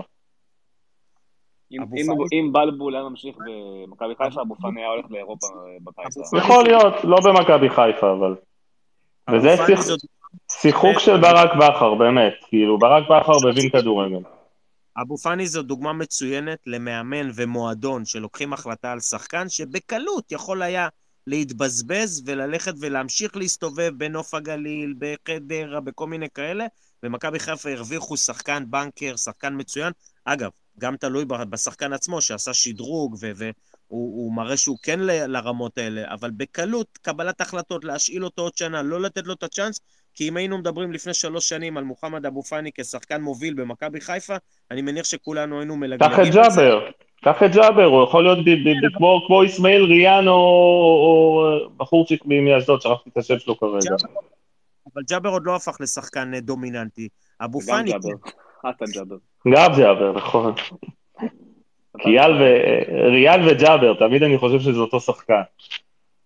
אם בלבול היה ממשיך במכבי חיפה, אבו פאני היה הולך לאירופה בקיץ. יכול להיות, לא במכבי חיפה, אבל... וזה שיחוק של ברק בכר, באמת. כאילו, ברק בכר מבין כדורגל. אבו פאני זו דוגמה מצוינת למאמן ומועדון שלוקחים החלטה על שחקן שבקלות יכול היה להתבזבז וללכת ולהמשיך להסתובב בנוף הגליל, בחדרה, בכל מיני כאלה, ומכבי חיפה הרוויחו שחקן בנקר, שחקן מצוין. אגב, גם תלוי בשחקן עצמו שעשה שדרוג והוא מראה שהוא כן לרמות האלה, אבל בקלות קבלת החלטות להשאיל אותו עוד שנה, לא לתת לו את הצ'אנס, כי אם היינו מדברים לפני שלוש שנים על מוחמד אבו פאני כשחקן מוביל במכבי חיפה, אני מניח שכולנו היינו מלגלגים. קח את ג'אבר, קח את ג'אבר, הוא יכול להיות כמו איסמאעיל ריאן או בחורצ'יק מאשדוד, שכחתי את השם שלו כרגע. אבל ג'אבר עוד לא הפך לשחקן דומיננטי. אבו פאני... אתה ג'אבר. גם ג'אבר, נכון. ריאל וג'אבר, תמיד אני חושב שזה אותו שחקן.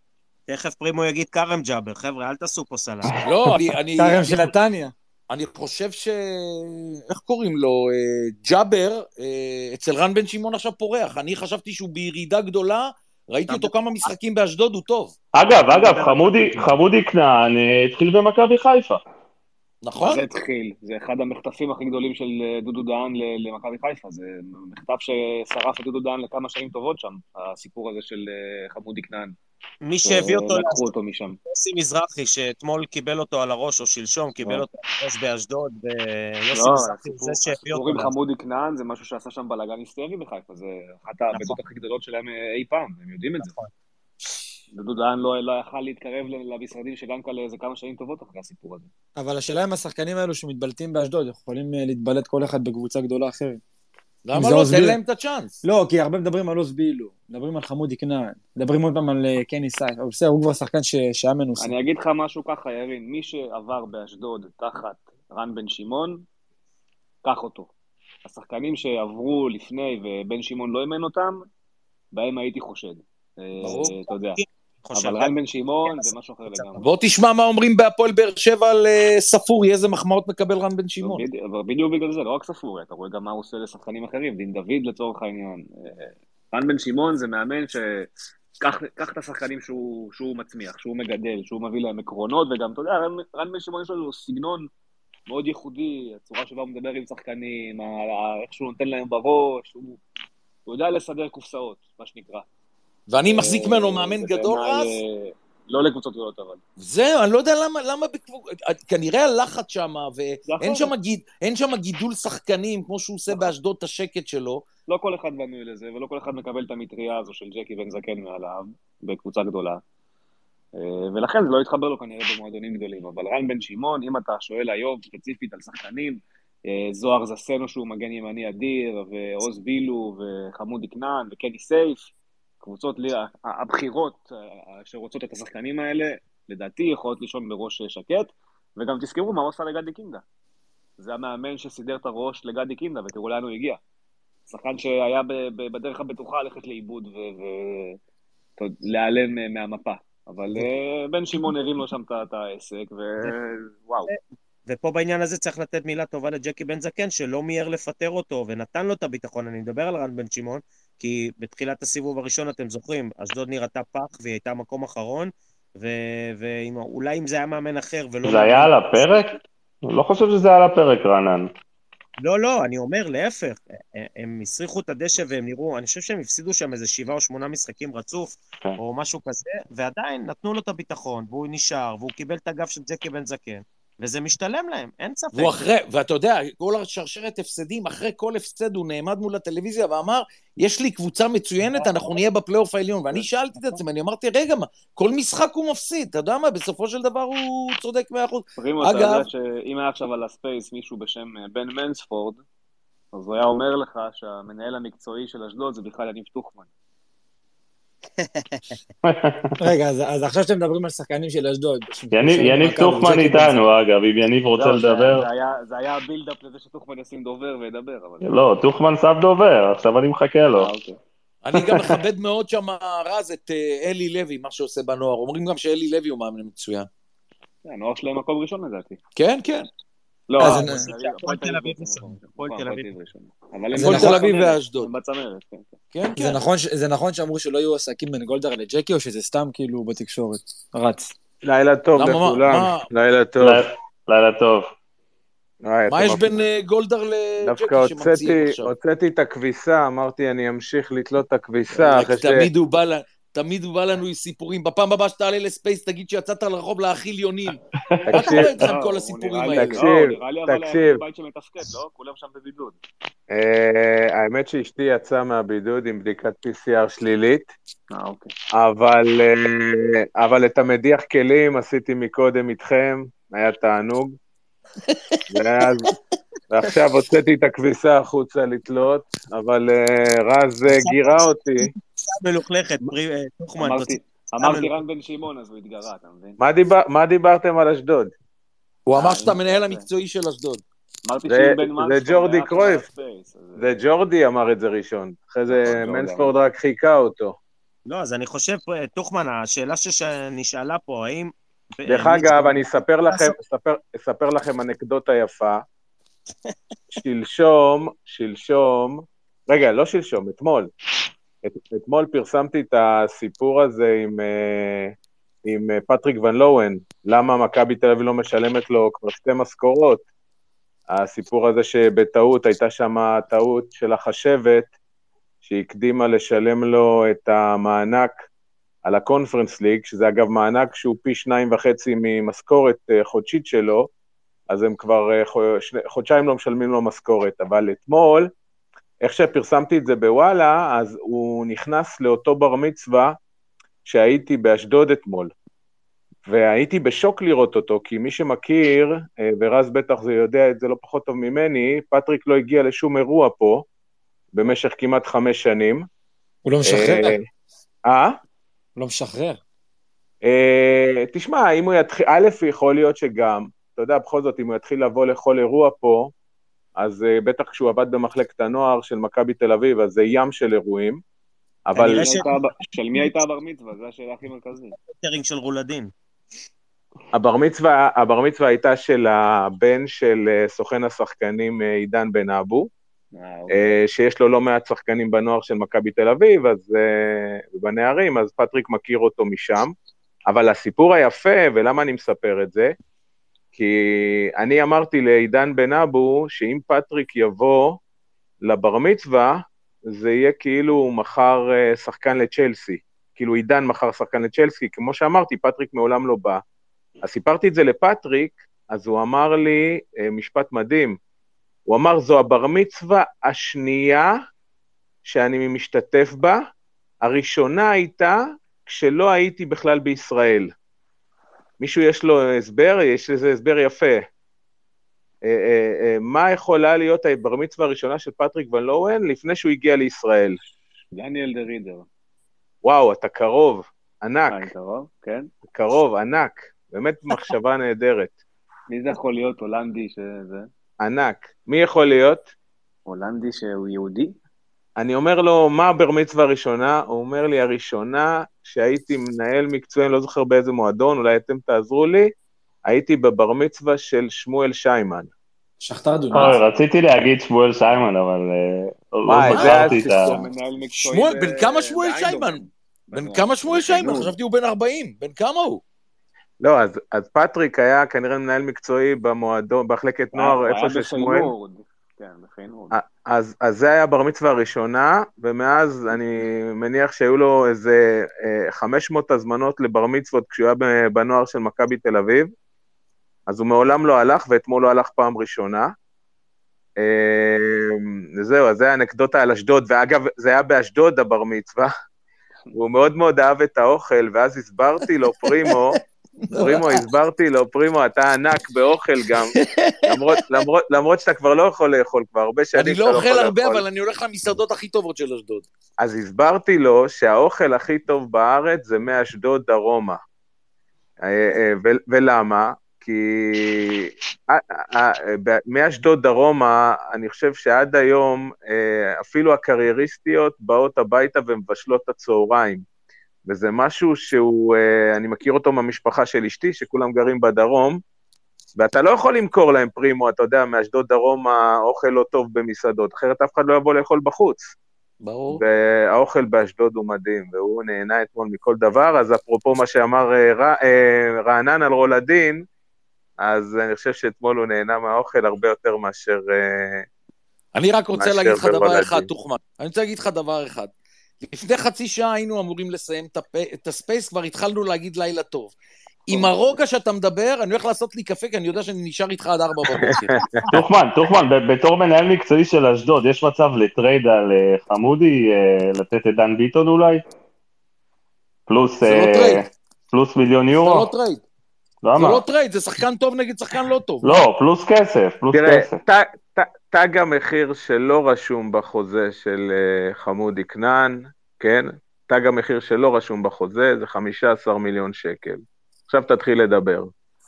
תכף פרימו יגיד קרם ג'אבר, חבר'ה, אל תעשו פה סלט. לא, אני... קרם של נתניה. אני חושב ש... איך קוראים לו? ג'אבר, אצל רן בן שמעון עכשיו פורח. אני חשבתי שהוא בירידה גדולה, ראיתי אותו כמה משחקים באשדוד, הוא טוב. אגב, אגב, חמודי כנען התחיל במכבי חיפה. נכון? זה התחיל, זה אחד המחטפים הכי גדולים של דודו דהן למכבי חיפה, זה מחטף ששרף את דודו דהן לכמה שנים טובות שם, הסיפור הזה של חמודי כנען. מי שהביא אותו, לקחו אותו משם. יוסי מזרחי, שאתמול קיבל אותו על הראש, או שלשום, קיבל אותו על הראש באשדוד, ויוסי מזרחי זה שהביא אותו. הסיפור עם חמודי כנען זה משהו שעשה שם בלגן היסטרי בחיפה, זה אחת העבדות הכי גדולות שלהם אי פעם, הם יודעים את זה. דודו דהן לא יכל להתקרב למשרדים שגם כאלה איזה כמה שנים טובות אחרי הסיפור הזה. אבל השאלה עם השחקנים האלו שמתבלטים באשדוד, יכולים להתבלט כל אחד בקבוצה גדולה אחרת. למה לא? תן להם את הצ'אנס. לא, כי הרבה מדברים על עוז בילו, מדברים על חמודי כנען, מדברים עוד פעם על קני סייף, אבל בסדר, הוא כבר שחקן שהיה מנוסה. אני אגיד לך משהו ככה, ירין, מי שעבר באשדוד תחת רן בן שמעון, קח אותו. השחקנים שעברו לפני ובן שמעון לא אימן אותם, בהם הייתי חושד. אתה יודע. אבל רן בן שמעון זה משהו אחר לגמרי. בוא תשמע מה אומרים בהפועל באר שבע על ספורי, איזה מחמאות מקבל רן בן שמעון. אבל בדיוק בגלל זה, לא רק ספורי, אתה רואה גם מה הוא עושה לשחקנים אחרים, דין דוד לצורך העניין. רן בן שמעון זה מאמן שקח את השחקנים שהוא מצמיח, שהוא מגדל, שהוא מביא להם עקרונות, וגם, אתה יודע, רן בן שמעון יש לו סגנון מאוד ייחודי, הצורה שבה הוא מדבר עם שחקנים, איך שהוא נותן להם בראש, הוא יודע לסדר קופסאות, מה שנקרא. ואני מחזיק ממנו מאמן גדול רז. לא לקבוצות גדולות אבל. זהו, אני לא יודע למה, למה כנראה הלחץ שם, ואין שם גידול שחקנים, כמו שהוא עושה באשדוד את השקט שלו. לא כל אחד בנוי לזה, ולא כל אחד מקבל את המטריה הזו של ג'קי בן זקן מעליו, בקבוצה גדולה. ולכן זה לא יתחבר לו כנראה במועדונים גדולים. אבל רן בן שמעון, אם אתה שואל היום ספציפית על שחקנים, זוהר זסנו שהוא מגן ימני אדיר, ועוז בילו, וחמודי כנען, וקני סייף, קבוצות לי, הבחירות שרוצות את השחקנים האלה, לדעתי יכולות לישון בראש שקט, וגם תזכרו מה הוא עושה לגדי קינדה. זה המאמן שסידר את הראש לגדי קינדה, ותראו לאן הוא הגיע. שחקן שהיה בדרך הבטוחה ללכת לאיבוד ולהיעלם מהמפה. אבל בן שמעון הרים לו שם את העסק, ווואו. ופה בעניין הזה צריך לתת מילה טובה לג'קי בן זקן, שלא מיהר לפטר אותו, ונתן לו את הביטחון. אני מדבר על רן בן שמעון, כי בתחילת הסיבוב הראשון, אתם זוכרים, אשדוד נראתה פח, והיא הייתה מקום אחרון, ואולי אם זה היה מאמן אחר, ולא... זה היה על הפרק? אני לא חושב שזה היה על הפרק, רענן. לא, לא, אני אומר, להפך, הם הסריחו את הדשא והם נראו, אני חושב שהם הפסידו שם איזה שבעה או שמונה משחקים רצוף, או משהו כזה, ועדיין נתנו לו את הביטחון, והוא נשאר, והוא קיבל את הגב של ג'קי בן זקן, וזה משתלם להם, אין ספק. והוא אחרי, ואתה יודע, כל השרשרת הפסדים, אחרי כל הפסד הוא נעמד מול הטלוויזיה ואמר, יש לי קבוצה מצוינת, אנחנו נהיה בפלייאוף העליון, ואני שאלתי את עצמי, אני אמרתי, רגע, מה, כל משחק הוא מפסיד, אתה יודע מה, בסופו של דבר הוא צודק מאה אחוז. פרימו, אתה יודע שאם היה עכשיו על הספייס מישהו בשם בן מנספורד, אז הוא היה אומר לך שהמנהל המקצועי של אשדוד זה בכלל יניב טוחמן. רגע, אז עכשיו שאתם מדברים על שחקנים של אשדוד. יניב טוחמן איתנו, אגב, אם יניב רוצה לדבר. זה היה הבילדאפ לזה שטוחמן ישים דובר וידבר. לא, טוחמן סף דובר, עכשיו אני מחכה לו. אני גם מכבד מאוד שם רז את אלי לוי, מה שעושה בנוער. אומרים גם שאלי לוי הוא מאמן מצוין. הנוער שלהם מקום ראשון לדעתי. כן, כן. לא, הפועל תל אביב ראשון. הפועל תל אביב ראשון. הפועל תל אביב ואשדוד. בצמרת, כן, כן. זה נכון שאמרו שלא יהיו עסקים בין גולדהר לג'קי, או שזה סתם כאילו בתקשורת? רץ. לילה טוב לכולם. לילה טוב. לילה טוב. מה יש בין גולדהר לג'קי שמציע עכשיו? דווקא הוצאתי את הכביסה, אמרתי אני אמשיך לתלות את הכביסה. תמיד הוא בא לה... תמיד הוא בא לנו עם סיפורים, בפעם הבאה שתעלה לספייס, תגיד שיצאת לרחוב להאכיל יונים. מה קורה איתך עם כל הסיפורים האלה? תקשיב, תקשיב. בית שמתפקד, לא? כולם שם בבידוד. האמת שאשתי יצאה מהבידוד עם בדיקת פי סי אר שלילית, אה, אבל את המדיח כלים עשיתי מקודם איתכם, היה תענוג. ועכשיו הוצאתי את הכביסה החוצה לתלות, אבל רז גירה אותי. מלוכלכת, תוחמן. אמרתי רן בן שמעון, אז הוא התגרה, אתה מבין? מה דיברתם על אשדוד? הוא אמר שאתה מנהל המקצועי של אשדוד. זה ג'ורדי קרויף, זה ג'ורדי אמר את זה ראשון, אחרי זה מנספורד רק חיכה אותו. לא, אז אני חושב, תוכמן, השאלה שנשאלה פה, האם... דרך אגב, אני אספר לכם, אספר, אספר לכם אנקדוטה יפה. שלשום, שלשום, רגע, לא שלשום, אתמול. את, אתמול פרסמתי את הסיפור הזה עם, עם פטריק ון לואן, למה מכבי תל אביב לא משלמת לו כבר שתי משכורות. הסיפור הזה שבטעות, הייתה שם טעות של החשבת, שהקדימה לשלם לו את המענק על הקונפרנס ליג, שזה אגב מענק שהוא פי שניים וחצי ממשכורת חודשית שלו, אז הם כבר חודשיים לא משלמים לו משכורת, אבל אתמול, איך שפרסמתי את זה בוואלה, אז הוא נכנס לאותו בר מצווה שהייתי באשדוד אתמול, והייתי בשוק לראות אותו, כי מי שמכיר, ורז בטח זה יודע את זה לא פחות טוב ממני, פטריק לא הגיע לשום אירוע פה, במשך כמעט חמש שנים. הוא לא משחרר? אה? הוא לא משחרר. תשמע, אם הוא יתחיל, א', יכול להיות שגם, אתה יודע, בכל זאת, אם הוא יתחיל לבוא לכל אירוע פה, אז בטח כשהוא עבד במחלקת הנוער של מכבי תל אביב, אז זה ים של אירועים, אבל... של מי הייתה הבר מצווה? זו השאלה הכי מרכזית. טרינג של רולדין. הבר מצווה, הבר מצווה הייתה של הבן של סוכן השחקנים עידן בן אבו, שיש לו לא מעט שחקנים בנוער של מכבי תל אביב, אז בנערים, אז פטריק מכיר אותו משם, אבל הסיפור היפה, ולמה אני מספר את זה, כי אני אמרתי לעידן בן אבו, שאם פטריק יבוא לבר מצווה, זה יהיה כאילו הוא מחר שחקן לצ'לסי, כאילו עידן מחר שחקן לצ'לסי, כמו שאמרתי, פטריק מעולם לא בא, אז סיפרתי את זה לפטריק, אז הוא אמר לי משפט מדהים, הוא אמר, זו הבר מצווה השנייה שאני משתתף בה, הראשונה הייתה כשלא הייתי בכלל בישראל. מישהו יש לו הסבר? יש לזה הסבר יפה. מה יכולה להיות הבר מצווה הראשונה של פטריק ון לואן לפני שהוא הגיע לישראל? דניאל דה רידר. וואו, אתה קרוב, ענק. אה, קרוב, כן. קרוב, ענק. באמת מחשבה נהדרת. מי זה יכול להיות הולנדי שזה? ענק. מי יכול להיות? הולנדי שהוא יהודי? אני אומר לו, מה הבר מצווה הראשונה? הוא אומר לי, הראשונה שהייתי מנהל מקצועי, אני לא זוכר באיזה מועדון, אולי אתם תעזרו לי, הייתי בבר מצווה של שמואל שיימן. שכתר דונץ. רציתי להגיד שמואל שיימן, אבל לא בחרתי את ה... שמואל, בן כמה שמואל שיימן? בן כמה שמואל שיימן? חשבתי הוא בן ארבעים, בן כמה הוא? לא, אז, אז פטריק היה כנראה מנהל מקצועי במועדון, בהחלקת נוער, איפה ששמואל. אז, אז זה היה בר מצווה הראשונה, ומאז אני מניח שהיו לו איזה חמש מאות הזמנות לבר מצוות כשהוא היה בנוער של מכבי תל אביב, אז הוא מעולם לא הלך, ואתמול לא הלך פעם ראשונה. זהו, אז זה היה אנקדוטה על אשדוד, ואגב, זה היה באשדוד הבר מצווה, הוא מאוד מאוד אהב את האוכל, ואז הסברתי לו, פרימו, פרימו, הסברתי לו, פרימו, אתה ענק באוכל גם, למרות, למרות, למרות שאתה כבר לא יכול לאכול, כבר הרבה שנים אני לא אוכל הרבה, אבל אני הולך למסעדות הכי טובות של אשדוד. אז הסברתי לו שהאוכל הכי טוב בארץ זה מאשדוד דרומה. ולמה? כי מאשדוד דרומה, אני חושב שעד היום, אפילו הקרייריסטיות באות הביתה ומבשלות את הצהריים. וזה משהו שהוא, אני מכיר אותו מהמשפחה של אשתי, שכולם גרים בדרום, ואתה לא יכול למכור להם פרימו, אתה יודע, מאשדוד דרום האוכל לא טוב במסעדות, אחרת אף אחד לא יבוא לאכול בחוץ. ברור. והאוכל באשדוד הוא מדהים, והוא נהנה אתמול מכל דבר, אז אפרופו מה שאמר רענן על רולדין, אז אני חושב שאתמול הוא נהנה מהאוכל הרבה יותר מאשר... אני רק רוצה להגיד לך דבר אחד, תוכמן. אני רוצה להגיד לך דבר אחד. לפני חצי שעה היינו אמורים לסיים את הספייס, כבר התחלנו להגיד לילה טוב. עם הרוגע שאתה מדבר, אני הולך לעשות לי קפה, כי אני יודע שאני נשאר איתך עד ארבע בבוקר. תוכמן, תוכמן, בתור מנהל מקצועי של אשדוד, יש מצב לטרייד על חמודי, לתת את דן ביטון אולי? פלוס... זה לא טרייד. פלוס מיליון יורו? זה לא טרייד. למה? זה לא טרייד, זה שחקן טוב נגד שחקן לא טוב. לא, פלוס כסף, פלוס כסף. תראה, תג המחיר שלא רשום בחוזה של חמודי כנען, כן? תג המחיר שלא רשום בחוזה, זה חמישה עשר מיליון שקל. עכשיו תתחיל לדבר.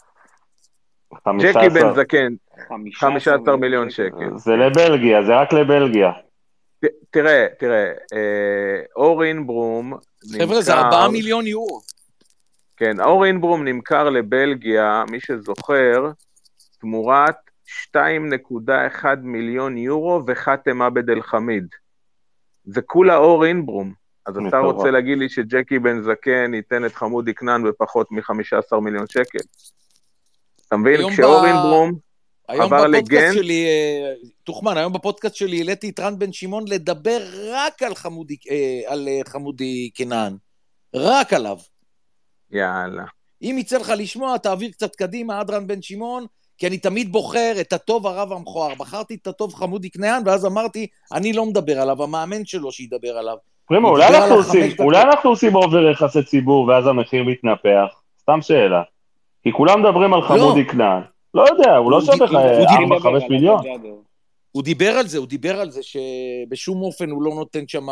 ג'קי בן זקן, חמישה עשר מיליון שקל. זה לבלגיה, זה רק לבלגיה. תראה, תראה, אורין ברום חבר'ה, זה ארבעה מיליון יורו. כן, אור אינברום נמכר לבלגיה, מי שזוכר, תמורת שתיים נקודה אחת מיליון יורו וחתם עבד אל חמיד. זה כולה אור אינברום. אז אתה רוצה להגיד לי שג'קי בן זקן ייתן את חמודי כנען בפחות מ-חמישה עשר מיליון שקל? אתה מבין? כשאור אינברום עבר לגן... שלי, תוחמן, היום בפודקאסט שלי העליתי את רן בן שמעון לדבר רק על חמודי, על חמודי כנען. רק עליו. יאללה. אם יצא לך לשמוע, תעביר קצת קדימה עד רן בן שמעון, כי אני תמיד בוחר את הטוב הרב המכוער. בחרתי את הטוב חמודי כנען, ואז אמרתי, אני לא מדבר עליו, המאמן שלו שידבר עליו. פרימו, אולי אנחנו עושים, אולי אנחנו עושים עובר יחסי ציבור, ואז המחיר מתנפח. סתם שאלה. כי כולם מדברים על חמודי כנען. לא יודע, הוא לא שווה לך ארבע חמש מיליון. הוא דיבר על זה, הוא דיבר על זה שבשום אופן הוא לא נותן שם,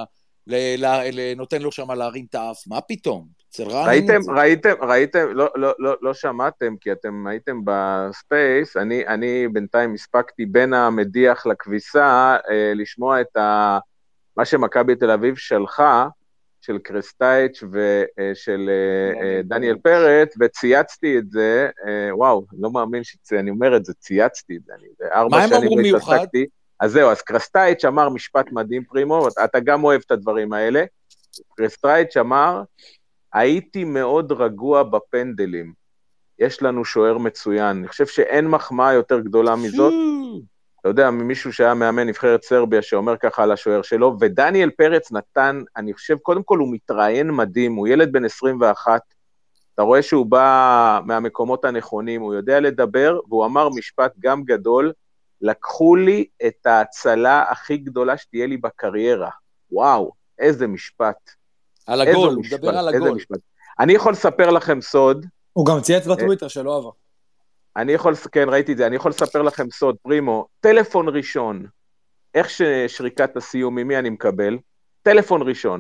נותן לו שם להרים את האף. מה פתאום? ראיתם, ראיתם, ראיתם, לא, לא, לא, לא שמעתם, כי אתם הייתם בספייס, אני, אני בינתיים הספקתי בין המדיח לכביסה, אה, לשמוע את ה, מה שמכבי תל אביב שלחה, של קרסטייץ' ושל אה, דניאל פרץ, וצייצתי את זה, אה, וואו, אני לא מאמין שאני אומר את זה, צייצתי את זה, אני ארבע שנים התעסקתי, אז זהו, אז קרסטייץ' אמר משפט מדהים פרימו, אתה גם אוהב את הדברים האלה, קרסטייץ' אמר, הייתי מאוד רגוע בפנדלים, יש לנו שוער מצוין, אני חושב שאין מחמאה יותר גדולה מזאת, אתה יודע, ממישהו שהיה מאמן נבחרת סרביה שאומר ככה על השוער שלו, ודניאל פרץ נתן, אני חושב, קודם כל הוא מתראיין מדהים, הוא ילד בן עשרים ואחת, אתה רואה שהוא בא מהמקומות הנכונים, הוא יודע לדבר, והוא אמר משפט גם גדול, לקחו לי את ההצלה הכי גדולה שתהיה לי בקריירה, וואו, איזה משפט. על הגול, הוא מדבר על הגול. אני יכול לספר לכם סוד. הוא גם צייץ בטוויטר שלא עבר. אני יכול, כן, ראיתי את זה, אני יכול לספר לכם סוד, פרימו, טלפון ראשון, איך ששריקת הסיום, ממי אני מקבל? טלפון ראשון,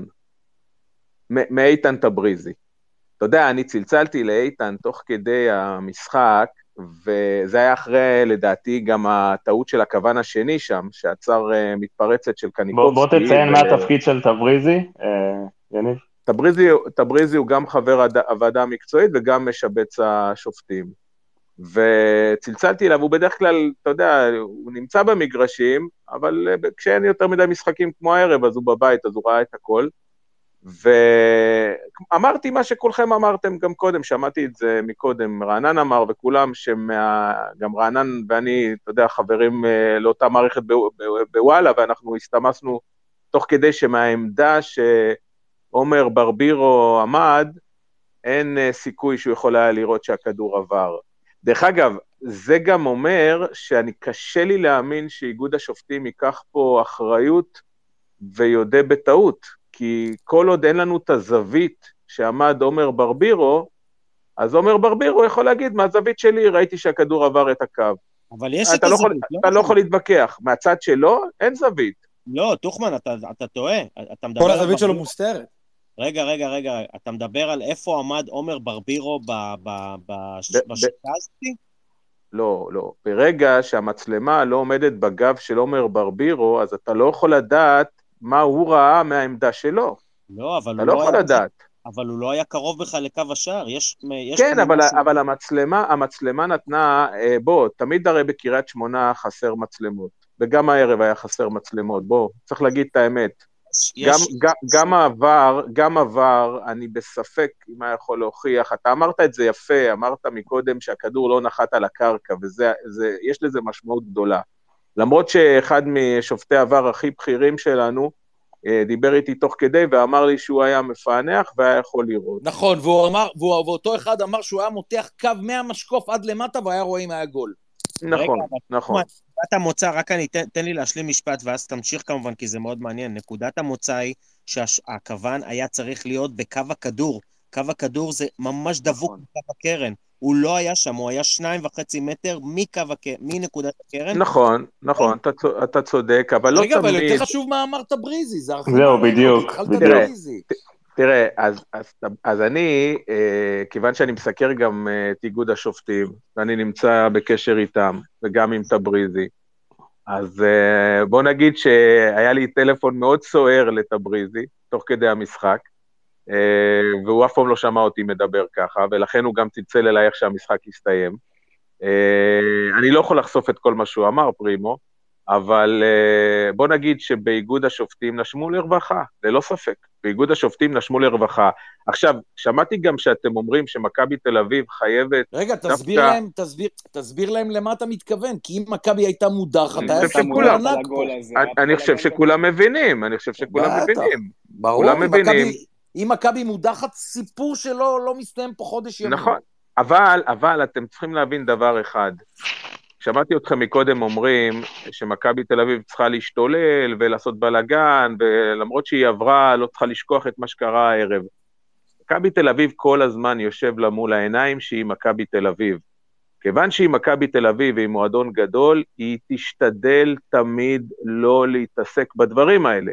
מאיתן תבריזי. אתה יודע, אני צלצלתי לאיתן תוך כדי המשחק, וזה היה אחרי, לדעתי, גם הטעות של הכוון השני שם, שעצר מתפרצת של קניקובסקי. בוא, בוא תציין ו... מה התפקיד של תבריזי, יניב. תבריזי, תבריזי הוא גם חבר הוועדה המקצועית, וגם משבץ השופטים. וצלצלתי אליו, הוא בדרך כלל, אתה יודע, הוא נמצא במגרשים, אבל כשאין יותר מדי משחקים כמו הערב, אז הוא בבית, אז הוא ראה את הכל. ואמרתי מה שכולכם אמרתם גם קודם, שמעתי את זה מקודם, רענן אמר וכולם, שמה, גם רענן ואני, אתה יודע, חברים לאותה מערכת בוואלה, ואנחנו הסתמסנו תוך כדי שמהעמדה שעומר ברבירו עמד, אין סיכוי שהוא יכול היה לראות שהכדור עבר. דרך אגב, זה גם אומר שאני קשה לי להאמין שאיגוד השופטים ייקח פה אחריות ויודע בטעות, כי כל עוד אין לנו את הזווית שעמד עומר ברבירו, אז עומר ברבירו יכול להגיד, מהזווית שלי ראיתי שהכדור עבר את הקו. אבל יש את הזווית. לא יכול, אתה לא יכול להתווכח, מהצד שלו אין זווית. לא, תוחמן, אתה, אתה טועה. אתה מדבר כל הזווית שלו מוסתרת. רגע, רגע, רגע, אתה מדבר על איפה עמד עומר ברבירו בשיטה הזאת? לא, לא. ברגע שהמצלמה לא עומדת בגב של עומר ברבירו, אז אתה לא יכול לדעת מה הוא ראה מהעמדה שלו. לא, אבל אתה לא יכול לדעת. אבל הוא לא היה קרוב בכלל לקו השער. יש, יש כן, אבל, אבל המצלמה, המצלמה נתנה, בוא, תמיד הרי בקריית שמונה חסר מצלמות, וגם הערב היה חסר מצלמות, בוא, צריך להגיד את האמת. יש, גם, יש, גם, גם העבר, גם העבר, אני בספק אם היה יכול להוכיח, אתה אמרת את זה יפה, אמרת מקודם שהכדור לא נחת על הקרקע, וזה, זה, יש לזה משמעות גדולה. למרות שאחד משופטי העבר הכי בכירים שלנו, דיבר איתי תוך כדי ואמר לי שהוא היה מפענח והיה יכול לראות. נכון, והוא אמר, ואותו אחד אמר שהוא היה מותח קו מהמשקוף עד למטה והיה רואה אם היה גול. נכון, נכון. נקודת המוצא, רק אני, תן, תן לי להשלים משפט ואז תמשיך כמובן כי זה מאוד מעניין. נקודת המוצא היא שהכוון היה צריך להיות בקו הכדור. קו הכדור זה ממש דבוק בקו הקרן. הוא לא היה שם, הוא היה שניים וחצי מטר מקו הקרן, מנקודת הקרן. נכון, נכון, אתה, אתה צודק, אבל לא תמיד... רגע, אבל יותר חשוב מה אמרת בריזי, זה הרחוב. זהו, בדיוק. תראה, אז, אז, אז אני, אה, כיוון שאני מסקר גם אה, את איגוד השופטים, ואני נמצא בקשר איתם, וגם עם תבריזי, אז אה, בוא נגיד שהיה לי טלפון מאוד סוער לתבריזי, תוך כדי המשחק, והוא אף פעם לא שמע אותי מדבר ככה, ולכן הוא גם צלצל אליי איך שהמשחק יסתיים. אני לא יכול לחשוף את כל מה שהוא אמר, פרימו, אבל בוא נגיד שבאיגוד השופטים נשמו לרווחה, זה לא ספק, באיגוד השופטים נשמו לרווחה. עכשיו, שמעתי גם שאתם אומרים שמכבי תל אביב חייבת... רגע, תסביר דווקא... להם, תסביר, תסביר להם למה אתה מתכוון, כי אם מכבי הייתה מודחת, אני חושב שכולם, אני חושב שכולם מבינים, אני חושב שכולם מבינים. ברור, אם מכבי מודחת, סיפור שלו לא מסתיים פה חודש ימים. נכון, אבל, אבל אתם צריכים להבין דבר אחד. שמעתי אתכם מקודם אומרים שמכבי תל אביב צריכה להשתולל ולעשות בלגן, ולמרות שהיא עברה, לא צריכה לשכוח את מה שקרה הערב. מכבי תל אביב כל הזמן יושב לה מול העיניים שהיא מכבי תל אביב. כיוון שהיא מכבי תל אביב והיא מועדון גדול, היא תשתדל תמיד לא להתעסק בדברים האלה.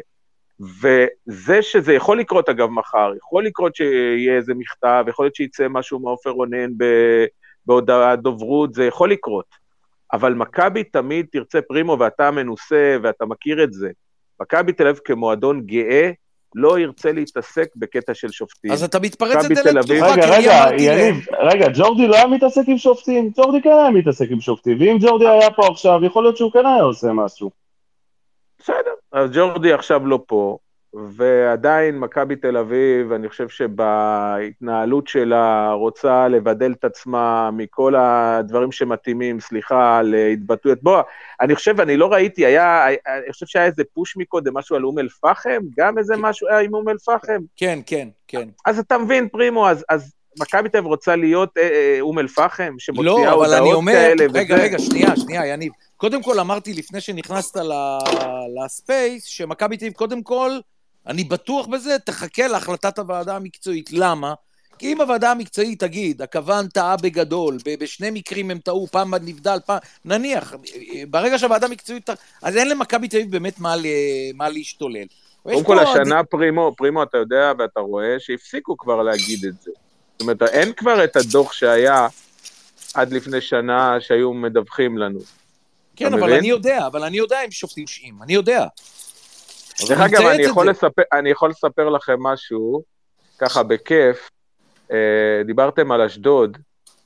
וזה שזה יכול לקרות אגב מחר, יכול לקרות שיהיה איזה מכתב, יכול להיות שיצא משהו מעופר רונן בהודעת דוברות, זה יכול לקרות. אבל מכבי תמיד תרצה, פרימו, ואתה מנוסה ואתה מכיר את זה, מכבי תל אביב כמועדון גאה, לא ירצה להתעסק בקטע של שופטים. אז אתה מתפרץ את דלת פתוחה, רגע, רגע, יניב, רגע, ג'ורדי לא היה מתעסק עם שופטים, ג'ורדי כן היה מתעסק עם שופטים, ואם ג'ורדי היה פה עכשיו, יכול להיות שהוא כן היה עושה משהו. בסדר, אז ג'ורדי עכשיו לא פה, ועדיין מכבי תל אביב, אני חושב שבהתנהלות שלה רוצה לבדל את עצמה מכל הדברים שמתאימים, סליחה, להתבטאויות. בוא, אני חושב, אני לא ראיתי, היה, אני חושב שהיה איזה פוש מקודם, משהו על אום אל פחם, גם איזה משהו היה עם אום אל פחם. כן, כן, כן. אז אתה מבין, פרימו, אז, אז מכבי תל אביב רוצה להיות אום אל פחם, שמוציאה הודעות כאלה. רגע, רגע, שנייה, שנייה, יניב. קודם כל אמרתי לפני שנכנסת לספייס, שמכבי תל אביב קודם כל, אני בטוח בזה, תחכה להחלטת הוועדה המקצועית. למה? כי אם הוועדה המקצועית תגיד, הכוון טעה בגדול, בשני מקרים הם טעו, פעם נבדל, פעם, נניח, ברגע שהוועדה המקצועית, אז אין למכבי תל אביב באמת מה, מה להשתולל. קודם כל השנה עד... פרימו, פרימו אתה יודע ואתה רואה שהפסיקו כבר להגיד את זה. זאת אומרת, אין כבר את הדוח שהיה עד לפני שנה שהיו מדווחים לנו. כן, אבל אני יודע, אבל אני יודע אם שופטים שעים, אני יודע. דרך אגב, אני יכול לספר, אני יכול לספר לכם משהו, ככה בכיף, דיברתם על אשדוד,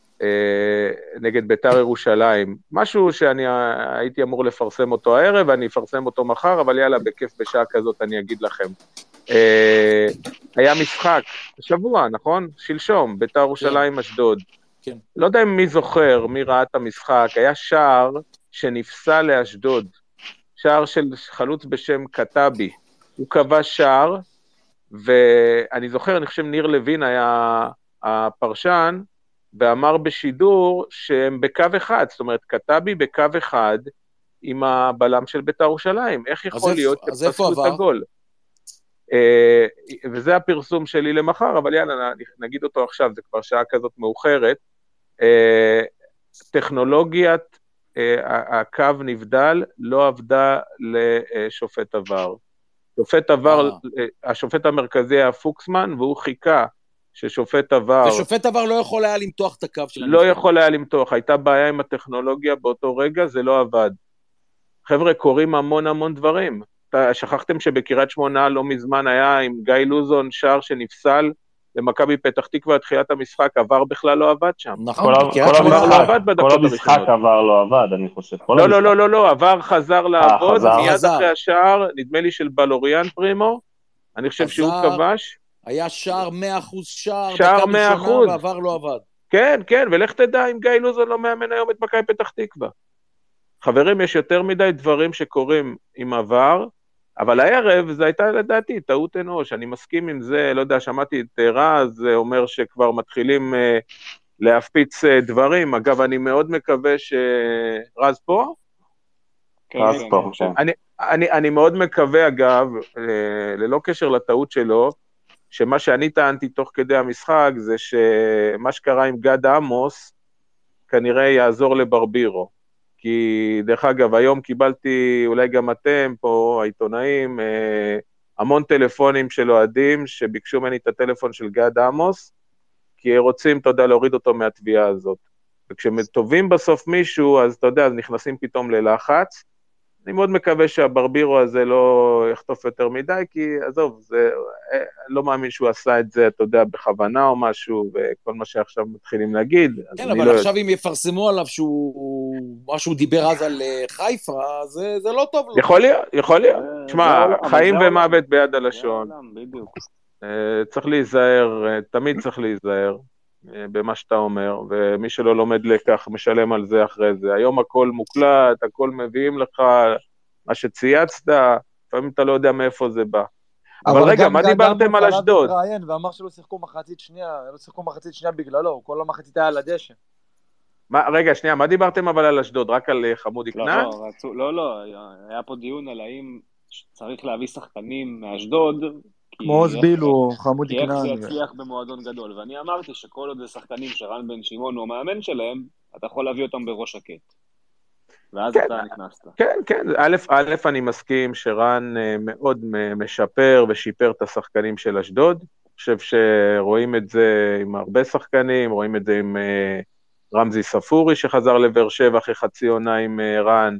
נגד ביתר ירושלים, משהו שאני הייתי אמור לפרסם אותו הערב, ואני אפרסם אותו מחר, אבל יאללה, בכיף בשעה כזאת אני אגיד לכם. היה משחק, שבוע, נכון? שלשום, ביתר ירושלים אשדוד. כן. לא יודע אם מי זוכר, מי ראה את המשחק, היה שער שנפסל לאשדוד, שער של חלוץ בשם קטאבי, הוא קבע שער, ואני זוכר, אני חושב ניר לוין היה הפרשן, ואמר בשידור שהם בקו אחד, זאת אומרת, קטאבי בקו אחד, עם הבלם של בית"ר ירושלים, איך יכול להיות שפסלו את הגול? וזה הפרסום שלי למחר, אבל יאללה, נגיד אותו עכשיו, זה כבר שעה כזאת מאוחרת, טכנולוגיית הקו נבדל לא עבדה לשופט עבר. שופט עבר, השופט המרכזי היה פוקסמן, והוא חיכה ששופט עבר... ושופט עבר לא יכול היה למתוח את הקו של... לא יכול היה למתוח, הייתה בעיה עם הטכנולוגיה באותו רגע, זה לא עבד. חבר'ה, קוראים המון המון דברים. שכחתם שבקריית שמונה לא מזמן היה עם גיא לוזון שער שנפסל, למכבי פתח תקווה, תחילת המשחק, עבר בכלל לא עבד שם. נכון, כל המשחק עבר לא עבד, אני חושב. לא, לא, לא, לא, לא, עבר חזר לעבוד, מיד אחרי השער, נדמה לי של בלוריאן פרימו, אני חושב שהוא כבש. היה שער מאה אחוז שער, שער מאה אחוז. ועבר לא עבד. כן, כן, ולך תדע אם גיא לוזון לא מאמן היום את מכבי פתח תקווה. חברים, יש יותר מדי דברים שקורים עם עבר, אבל הערב זה הייתה לדעתי טעות אנוש, אני מסכים עם זה, לא יודע, שמעתי את רז, זה אומר שכבר מתחילים uh, להפיץ uh, דברים, אגב אני מאוד מקווה שרז פה? כן, רז כן, פה, כן. אני, אני, אני מאוד מקווה אגב, uh, ללא קשר לטעות שלו, שמה שאני טענתי תוך כדי המשחק, זה שמה שקרה עם גד עמוס, כנראה יעזור לברבירו. כי דרך אגב, היום קיבלתי, אולי גם אתם פה, העיתונאים, המון טלפונים של אוהדים, שביקשו ממני את הטלפון של גד עמוס, כי רוצים, אתה יודע, להוריד אותו מהתביעה הזאת. וכשטובים בסוף מישהו, אז אתה יודע, אז נכנסים פתאום ללחץ, אני מאוד מקווה שהברבירו הזה לא יחטוף יותר מדי, כי עזוב, זה, לא מאמין שהוא עשה את זה, אתה יודע, בכוונה או משהו, וכל מה שעכשיו מתחילים להגיד. כן, אבל לא עכשיו יודע. אם יפרסמו עליו שהוא, מה שהוא דיבר אז על חיפה, זה, זה לא טוב לו. יכול להיות, יכול להיות. תשמע, חיים ומוות ביד הלשון. צריך להיזהר, תמיד צריך להיזהר. במה שאתה אומר, ומי שלא לומד לקח משלם על זה אחרי זה. היום הכל מוקלט, הכל מביאים לך, מה שצייצת, לפעמים אתה לא יודע מאיפה זה בא. אבל רגע, מה דיברתם על אשדוד? ואמר שלא שיחקו מחצית שנייה, לא שיחקו מחצית שנייה בגללו, כל המחצית היה על הדשא. רגע, שנייה, מה דיברתם אבל על אשדוד? רק על חמודי כנען? לא, לא, היה פה דיון על האם צריך להביא שחקנים מאשדוד, כמו עוז בילו, חמודי כנען. כנען. כי איך זה יצליח במועדון גדול. ואני אמרתי שכל עוד זה שחקנים שרן בן שמעון הוא המאמן שלהם, אתה יכול להביא אותם בראש שקט. ואז כן, אתה נכנסת. כן, כן. א', א', אני מסכים שרן מאוד משפר ושיפר את השחקנים של אשדוד. אני חושב שרואים את זה עם הרבה שחקנים, רואים את זה עם רמזי ספורי שחזר לבאר שבע אחרי חצי עונה עם רן.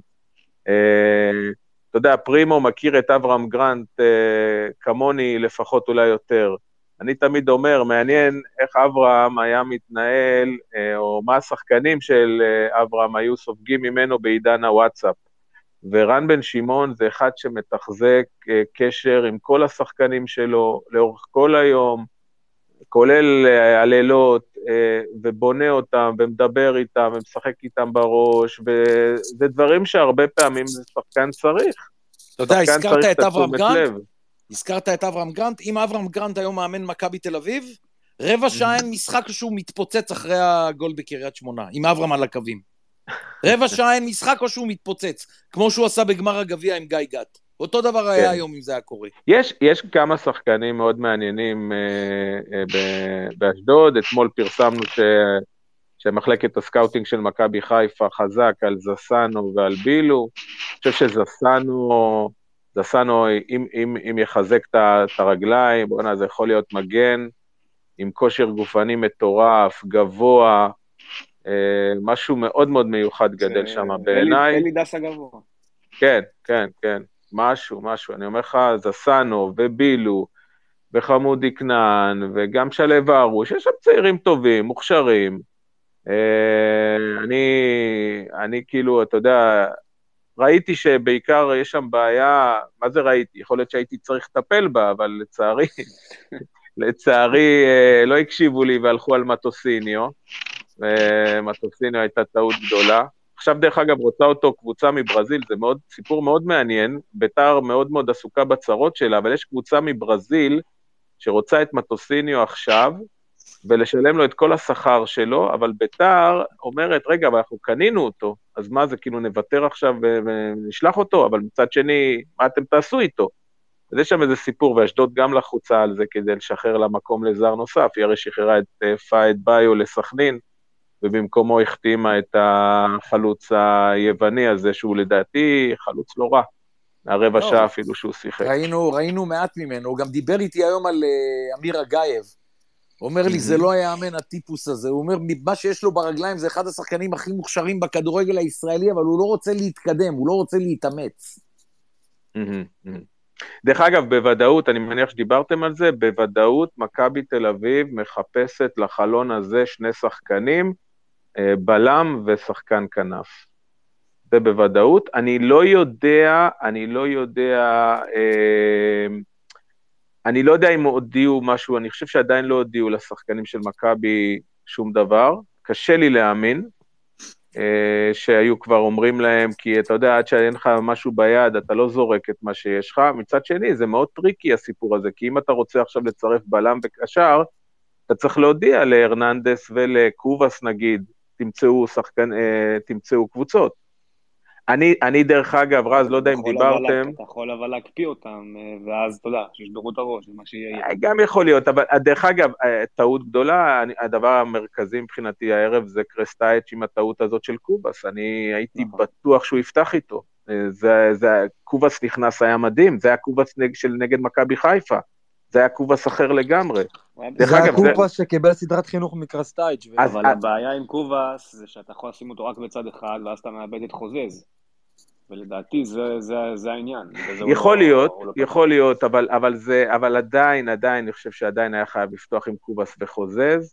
אתה יודע, פרימו מכיר את אברהם גרנט אה, כמוני לפחות אולי יותר. אני תמיד אומר, מעניין איך אברהם היה מתנהל, אה, או מה השחקנים של אה, אברהם היו סופגים ממנו בעידן הוואטסאפ. ורן בן שמעון זה אחד שמתחזק אה, קשר עם כל השחקנים שלו, לאורך כל היום, כולל אה, הלילות, אה, ובונה אותם, ומדבר איתם, ומשחק איתם בראש, וזה דברים שהרבה פעמים זה שחקן צריך. אתה יודע, הזכרת את אברהם גרנט? הזכרת את אברהם גרנט? אם אברהם גרנט היום מאמן מכבי תל אביב, רבע שעה אין משחק שהוא מתפוצץ אחרי הגול בקריית שמונה, עם אברהם על הקווים. רבע שעה אין משחק או שהוא מתפוצץ, כמו שהוא עשה בגמר הגביע עם גיא גת. אותו דבר היה היום אם זה היה קורה. יש, יש כמה שחקנים מאוד מעניינים אה, אה, באשדוד, אתמול פרסמנו ש... שמחלקת הסקאוטינג של מכבי חיפה חזק על זסנו ועל בילו. אני חושב שזסנו, זסנו אם, אם, אם יחזק את הרגליים, בוא'נה, זה יכול להיות מגן, עם כושר גופני מטורף, גבוה, אה, משהו מאוד מאוד מיוחד גדל שם בעיניי. אלי דסה גבוה. כן, כן, כן, משהו, משהו. אני אומר לך, זסנו ובילו, וחמודי כנען, וגם שלב הרוש, יש שם צעירים טובים, מוכשרים. אני, אני כאילו, אתה יודע, ראיתי שבעיקר יש שם בעיה, מה זה ראיתי? יכול להיות שהייתי צריך לטפל בה, אבל לצערי, לצערי לא הקשיבו לי והלכו על מטוסיניו, ומטוסיניו הייתה טעות גדולה. עכשיו דרך אגב רוצה אותו קבוצה מברזיל, זה מאוד, סיפור מאוד מעניין, ביתר מאוד מאוד עסוקה בצרות שלה, אבל יש קבוצה מברזיל שרוצה את מטוסיניו עכשיו, ולשלם לו את כל השכר שלו, אבל ביתר אומרת, רגע, אבל אנחנו קנינו אותו, אז מה זה, כאילו נוותר עכשיו ונשלח אותו, אבל מצד שני, מה אתם תעשו איתו? אז יש שם איזה סיפור, ואשדוד גם לחוצה על זה, כדי לשחרר למקום לזר נוסף, היא הרי שחררה את פאיד ביו לסכנין, ובמקומו החתימה את החלוץ היווני הזה, שהוא לדעתי חלוץ לא רע, הרבע שעה אפילו שהוא שיחק. ראינו, ראינו מעט ממנו, הוא גם דיבר איתי היום על uh, אמיר אגייב, הוא אומר לי, זה לא יאמן הטיפוס הזה, הוא אומר, מה שיש לו ברגליים זה אחד השחקנים הכי מוכשרים בכדורגל הישראלי, אבל הוא לא רוצה להתקדם, הוא לא רוצה להתאמץ. דרך אגב, בוודאות, אני מניח שדיברתם על זה, בוודאות מכבי תל אביב מחפשת לחלון הזה שני שחקנים, בלם ושחקן כנף. זה בוודאות. אני לא יודע, אני לא יודע, אני לא יודע אם הודיעו משהו, אני חושב שעדיין לא הודיעו לשחקנים של מכבי שום דבר, קשה לי להאמין, שהיו כבר אומרים להם, כי אתה יודע, עד שאין לך משהו ביד, אתה לא זורק את מה שיש לך, מצד שני, זה מאוד טריקי הסיפור הזה, כי אם אתה רוצה עכשיו לצרף בלם וקשר, אתה צריך להודיע להרננדס ולקובס נגיד, תמצאו שחקן, תמצאו קבוצות. אני, אני דרך אגב, רז, לא יודע אם דיברתם. אתה יכול אבל להקפיא אותם, ואז תודה, שישברו את הראש, מה שיהיה. גם יכול להיות, אבל דרך אגב, טעות גדולה, הדבר המרכזי מבחינתי הערב, זה קרסטייץ' עם הטעות הזאת של קובס, אני הייתי בטוח שהוא יפתח איתו, זה, זה, קובס נכנס, היה מדהים, זה היה קובס נג, של נגד מכבי חיפה, זה היה קובס אחר לגמרי. זה היה קובס שקיבל סדרת חינוך מקרסטייץ'. אבל הבעיה עם קובס, זה שאתה יכול לשים אותו רק בצד אחד, ואז אתה מאבד את חוזז. ולדעתי זה, זה, זה העניין. יכול לא, להיות, לא יכול להיות, אבל, אבל, זה, אבל עדיין, עדיין, אני חושב שעדיין היה חייב לפתוח עם קובס וחוזז,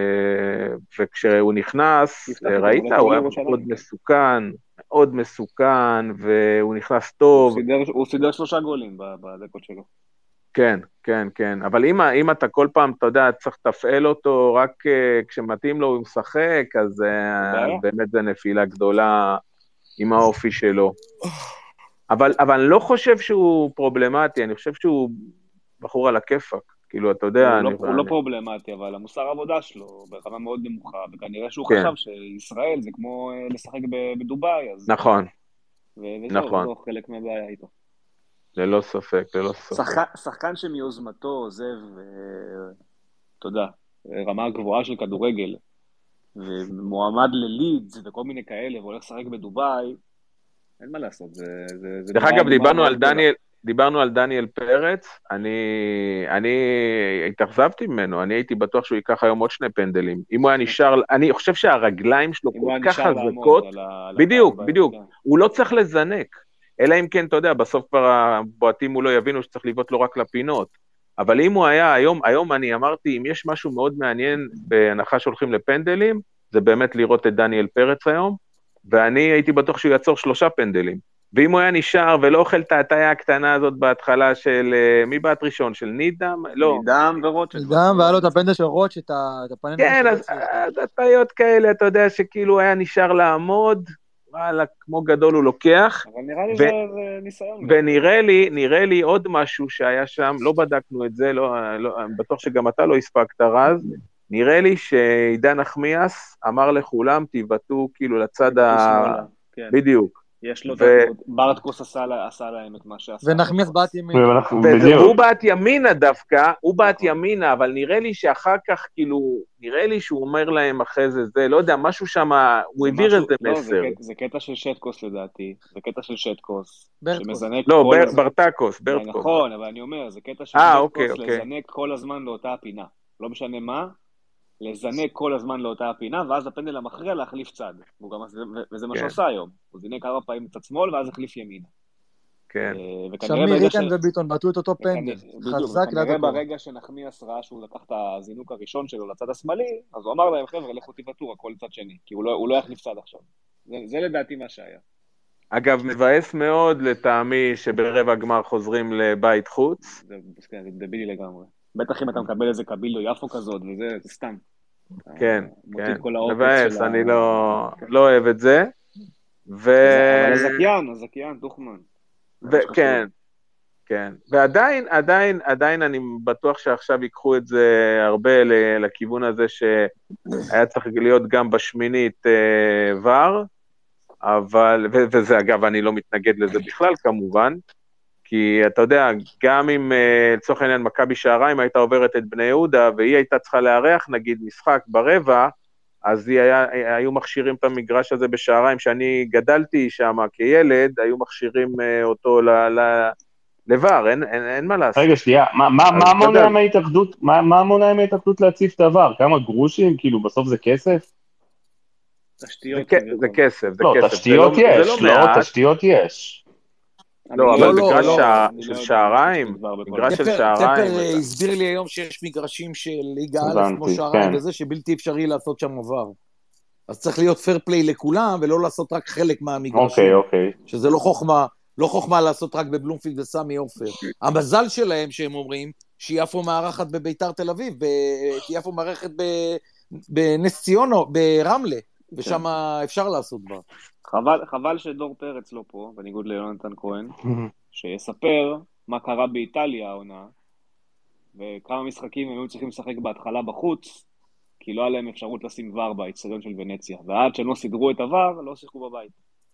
וכשהוא נכנס, ראית, הוא היה מאוד מסוכן, מאוד מסוכן, והוא נכנס טוב. הוא סידר שלושה גולים בדקות שלו. כן, כן, כן, אבל אם, אם אתה כל פעם, אתה יודע, צריך לתפעל אותו, רק כשמתאים לו הוא משחק, אז באמת זה נפילה גדולה עם האופי שלו. אבל, אבל אני לא חושב שהוא פרובלמטי, אני חושב שהוא בחור על הכיפק. כאילו, אתה יודע... הוא, אני, לא, אני... הוא לא פרובלמטי, אבל המוסר העבודה שלו ברמה מאוד נמוכה, וכנראה שהוא כן. חשב שישראל זה כמו לשחק בדובאי, אז... נכון. ו- וזהו, נכון. זהו חלק מהבעיה איתו. ללא ספק, ללא ספק. שחקן, שחקן שמיוזמתו עוזב, אתה יודע, רמה גבוהה של כדורגל, ומועמד ללידס וכל מיני כאלה, והולך לשחק בדובאי, אין מה לעשות, זה... זה דרך אגב, דיברנו על דניאל... דיברנו על דניאל פרץ, אני, אני התאכזבתי ממנו, אני הייתי בטוח שהוא ייקח היום עוד שני פנדלים. אם הוא היה נשאר, אני חושב שהרגליים שלו כל כך חזקות, בדיוק, בדיוק, הוא לא צריך לזנק, אלא אם כן, אתה יודע, בסוף כבר הבועטים הוא לא יבינו שצריך לבעוט לו רק לפינות, אבל אם הוא היה, היום, היום אני אמרתי, אם יש משהו מאוד מעניין בהנחה שהולכים לפנדלים, זה באמת לראות את דניאל פרץ היום, ואני הייתי בטוח שהוא יעצור שלושה פנדלים. ואם הוא היה נשאר ולא אוכל את ההטיה הקטנה הזאת בהתחלה של, מי באת ראשון? של נידם? לא. נידם ורוטשט. נידם, והיה לו את הפנדל של רוטשט, את הפנדל. כן, אז הטיות כאלה, אתה יודע שכאילו היה נשאר לעמוד, וואלה, כמו גדול הוא לוקח. אבל נראה לי זה ניסיון. ונראה לי, נראה לי עוד משהו שהיה שם, לא בדקנו את זה, לא, לא, בטוח שגם אתה לא הספקת רז, נראה לי שעידן נחמיאס אמר לכולם, תיבטו כאילו לצד ה... בדיוק. יש לו, ברטקוס עשה להם את מה שעשה. ונחמיאס בעט ימינה. הוא בעט ימינה דווקא, הוא בעט ימינה, אבל נראה לי שאחר כך, כאילו, נראה לי שהוא אומר להם אחרי זה, זה, לא יודע, משהו שם, הוא העביר איזה מסר. זה קטע של שטקוס לדעתי, זה קטע של שטקוס. לא, ברטקוס, ברטקוס. נכון, אבל אני אומר, זה קטע של שטקוס לזנק כל הזמן לאותה הפינה. לא משנה מה. לזנק כל הזמן לאותה הפינה, ואז הפנדל המכריע להחליף צד. וזה מה שעושה היום. הוא זינק ארבע פעמים את שמאל, ואז החליף ימינה. כן. שמיר, איתן וביטון בעטו את אותו פנדל. חזק ליד הכוח. ברגע שנחמיאס ראה שהוא לקח את הזינוק הראשון שלו לצד השמאלי, אז הוא אמר להם, חבר'ה, לכו תיבטו, הכל צד שני. כי הוא לא יחליף צד עכשיו. זה לדעתי מה שהיה. אגב, מבאס מאוד לטעמי שברבע גמר חוזרים לבית חוץ. זה דבילי לגמרי. בטח אם אתה מקבל איזה קבילו יפו כזאת, וזה סתם. כן, כן, מבאס, אני לא אוהב את זה. אבל הזקיין, הזקיין, דוחמן. כן, כן. ועדיין, עדיין, עדיין אני בטוח שעכשיו ייקחו את זה הרבה לכיוון הזה שהיה צריך להיות גם בשמינית ור, אבל, וזה אגב, אני לא מתנגד לזה בכלל כמובן, כי אתה יודע, גם אם לצורך העניין מכבי שעריים הייתה עוברת את בני יהודה, והיא הייתה צריכה לארח נגיד משחק ברבע, אז היה, היו מכשירים את המגרש הזה בשעריים, שאני גדלתי שם כילד, היו מכשירים אותו ל, ל, לבר, אין, אין, אין מה לעשות. רגע, שנייה, מה, מה, מה מונע מההתאחדות, מה, מה מונע מההתאחדות להציף את הבר? כמה גרושים? כאילו, בסוף זה כסף? תשתיות. זה כסף, זה לא, כסף. תשתיות יש, לא, תשתיות יש. לא, אבל מגרש של שעריים, מגרש של שעריים. טפר הסביר לי היום שיש מגרשים של ליגה א' כמו שעריים וזה, שבלתי אפשרי לעשות שם עבר. אז צריך להיות פייר פליי לכולם, ולא לעשות רק חלק מהמגרשים. אוקיי, אוקיי. שזה לא חוכמה, לא חוכמה לעשות רק בבלומפילד וסמי עופר. המזל שלהם שהם אומרים, שיפו מארחת בביתר תל אביב, שיפו מארחת בנס ציונו, ברמלה, ושם אפשר לעשות בה. חבל, חבל שדור פרץ לא פה, בניגוד ליונתן כהן, שיספר מה קרה באיטליה העונה, וכמה משחקים הם היו צריכים לשחק בהתחלה בחוץ, כי לא היה להם אפשרות לשים ור באצטדיון של ונציה, ועד שהם לא סידרו את הוור, לא שיחקו בבית.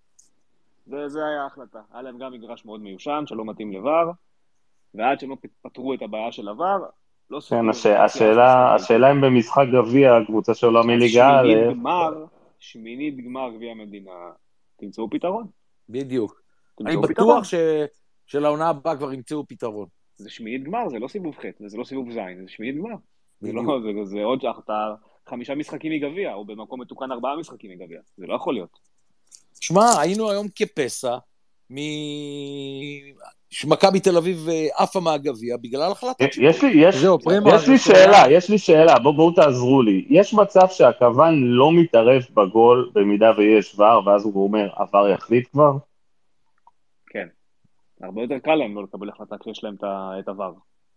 זה, זה היה ההחלטה. היה להם גם מגרש מאוד מיושן, שלא מתאים לוור, ועד שהם לא פתרו את הבעיה של הוור, לא שיחקו. כן, השאלה, השאלה, השאלה אם במשחק גביע, הקבוצה שעולה מליגה, שמינית גמר, שמינית גמר גביע המדינה, תמצאו פתרון. בדיוק. אני בטוח שלעונה הבאה כבר ימצאו פתרון. זה שמינית גמר, זה לא סיבוב ח' וזה לא סיבוב זין, זה שמינית גמר. זה לא, זה, זה עוד שאתה חמישה משחקים מגביע, או במקום מתוקן ארבעה משחקים מגביע. זה לא יכול להיות. שמע, היינו היום כפסע, שמכבי תל אביב עפה מהגביע בגלל החלטת שיפוט. יש לי, יש, יש לי שאלה, יש לי שאלה, בואו בוא תעזרו לי. יש מצב שהכוון לא מתערב בגול במידה ויש ור, ואז הוא אומר, עבר יחליט כבר? כן. הרבה יותר קל להם לא לקבל החלטה כשיש להם את הוור.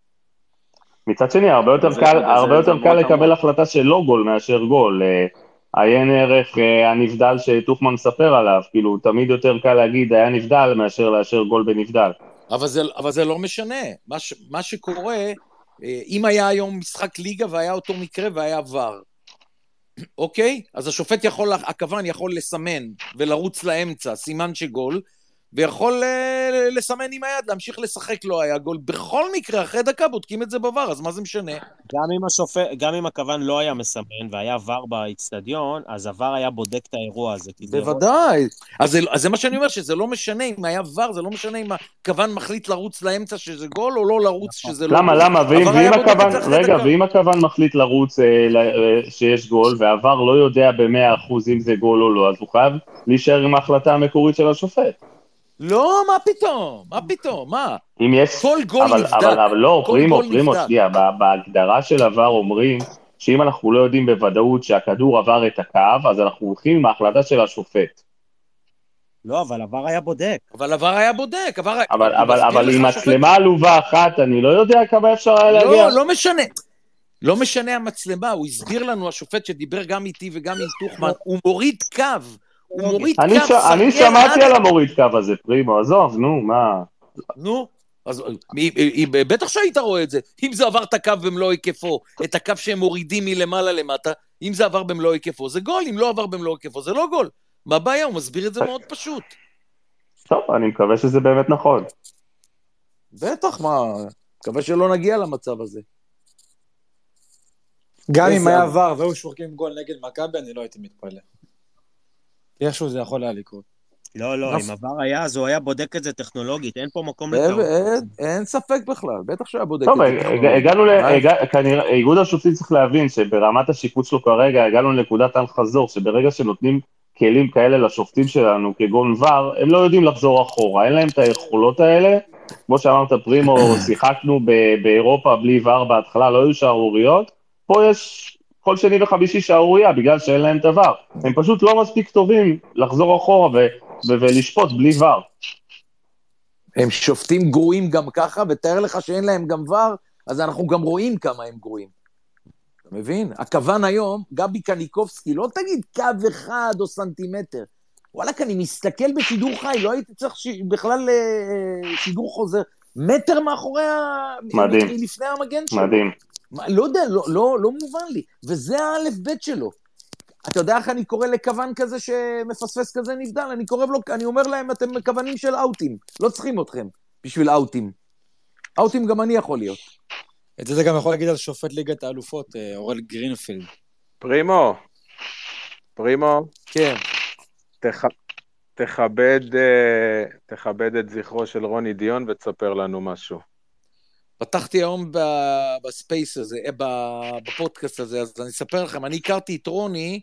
מצד שני, הרבה יותר קל, הרבה יותר קל לקבל החלטה שלא גול מאשר גול. עיין ערך הנבדל שטוחמן מספר עליו, כאילו תמיד יותר קל להגיד היה נבדל מאשר לאשר גול בנבדל. אבל זה, אבל זה לא משנה. מה, ש, מה שקורה, אם היה היום משחק ליגה והיה אותו מקרה והיה ור, אוקיי? אז השופט יכול, הכוון יכול לסמן ולרוץ לאמצע, סימן שגול, ויכול לסמן עם היד, להמשיך לשחק לא היה גול. בכל מקרה, אחרי דקה בודקים את זה בוואר, אז מה זה משנה? גם אם השופט, גם אם הכוון לא היה מסמן, והיה וואר באצטדיון, אז הוואר היה בודק את האירוע הזה. בוודאי. אז זה, אז זה מה שאני אומר, שזה לא משנה אם היה וואר, זה לא משנה אם הכוון מחליט לרוץ לאמצע שזה גול, או לא לרוץ שזה לא למה, גול. למה? ואם, ואם הכוון, רגע, ואם הכוון מחליט לרוץ שיש גול, והוואר לא יודע ב-מאה אחוז אם זה גול או לא, אז הוא חייב להישאר עם ההחלטה המקורית של השופט. לא, מה פתאום? מה פתאום? מה? אם יש... כל גול אבל, נבדק. אבל, אבל לא, כל פרימו, גול פרימו, נבדק. שנייה, בהגדרה של עבר אומרים שאם אנחנו לא יודעים בוודאות שהכדור עבר את הקו, אז אנחנו הולכים עם ההחלטה של השופט. לא, אבל עבר היה בודק. אבל עבר היה בודק. עבר... אבל, אבל, אבל עם מצלמה עלובה אחת, אני לא יודע כמה אפשר היה להגיע. לא, לא משנה. לא משנה המצלמה, הוא הסביר לנו, השופט שדיבר גם איתי וגם עם טוחמן, הוא מוריד קו. הוא מוריד אני, קו. ש... אני שמעתי על המוריד קו הזה, פרימו, עזוב, נו, מה? נו, אז בטח שהיית רואה את זה. אם זה עבר את הקו במלוא היקפו, את הקו שהם מורידים מלמעלה למטה, אם זה עבר במלוא היקפו, זה גול, אם לא עבר במלוא היקפו, זה לא גול. מה הבעיה? הוא מסביר את זה מאוד פשוט. טוב, אני מקווה שזה באמת נכון. בטח, מה? מקווה שלא נגיע למצב הזה. גם אם היה עבר והיו שורקים גול נגד מכבי, אני לא הייתי מתפלא. איכשהו זה יכול היה לקרות. לא, לא, אם עבר היה, אז הוא היה בודק את זה טכנולוגית, אין פה מקום לטעות. אין ספק בכלל, בטח שהיה בודק את זה טכנולוגית. טוב, הגענו, כנראה, איגוד השופטים צריך להבין שברמת השיפוט שלו כרגע, הגענו לנקודת אל-חזור, שברגע שנותנים כלים כאלה לשופטים שלנו כגון ור, הם לא יודעים לחזור אחורה, אין להם את היכולות האלה, כמו שאמרת פרימו, שיחקנו באירופה בלי ור בהתחלה, לא היו שערוריות, פה יש... כל שני וחמישי שערוריה, בגלל שאין להם דבר. הם פשוט לא מספיק טובים לחזור אחורה ו- ו- ולשפוט בלי ור. הם שופטים גרועים גם ככה, ותאר לך שאין להם גם ור, אז אנחנו גם רואים כמה הם גרועים. אתה מבין? הכוון היום, גבי קניקובסקי, לא תגיד קו אחד או סנטימטר. וואלק, אני מסתכל בשידור חי, לא הייתי צריך ש... בכלל שידור חוזר. מטר מאחורי ה... מדהים. לפני המגן שלו. מדהים. לא יודע, לא, לא, לא מובן לי. וזה האלף בית שלו. אתה יודע איך אני קורא לכוון כזה שמפספס כזה נבדל? אני קורא לו, אני אומר להם, אתם מכוונים של אאוטים. לא צריכים אתכם בשביל אאוטים. אאוטים גם אני יכול להיות. את זה גם יכול להגיד על שופט ליגת האלופות, אורל גרינפילד. פרימו. פרימו. כן. תח... תכבד, תכבד את זכרו של רוני דיון ותספר לנו משהו. פתחתי היום בספייס הזה, בפודקאסט הזה, אז אני אספר לכם, אני הכרתי את רוני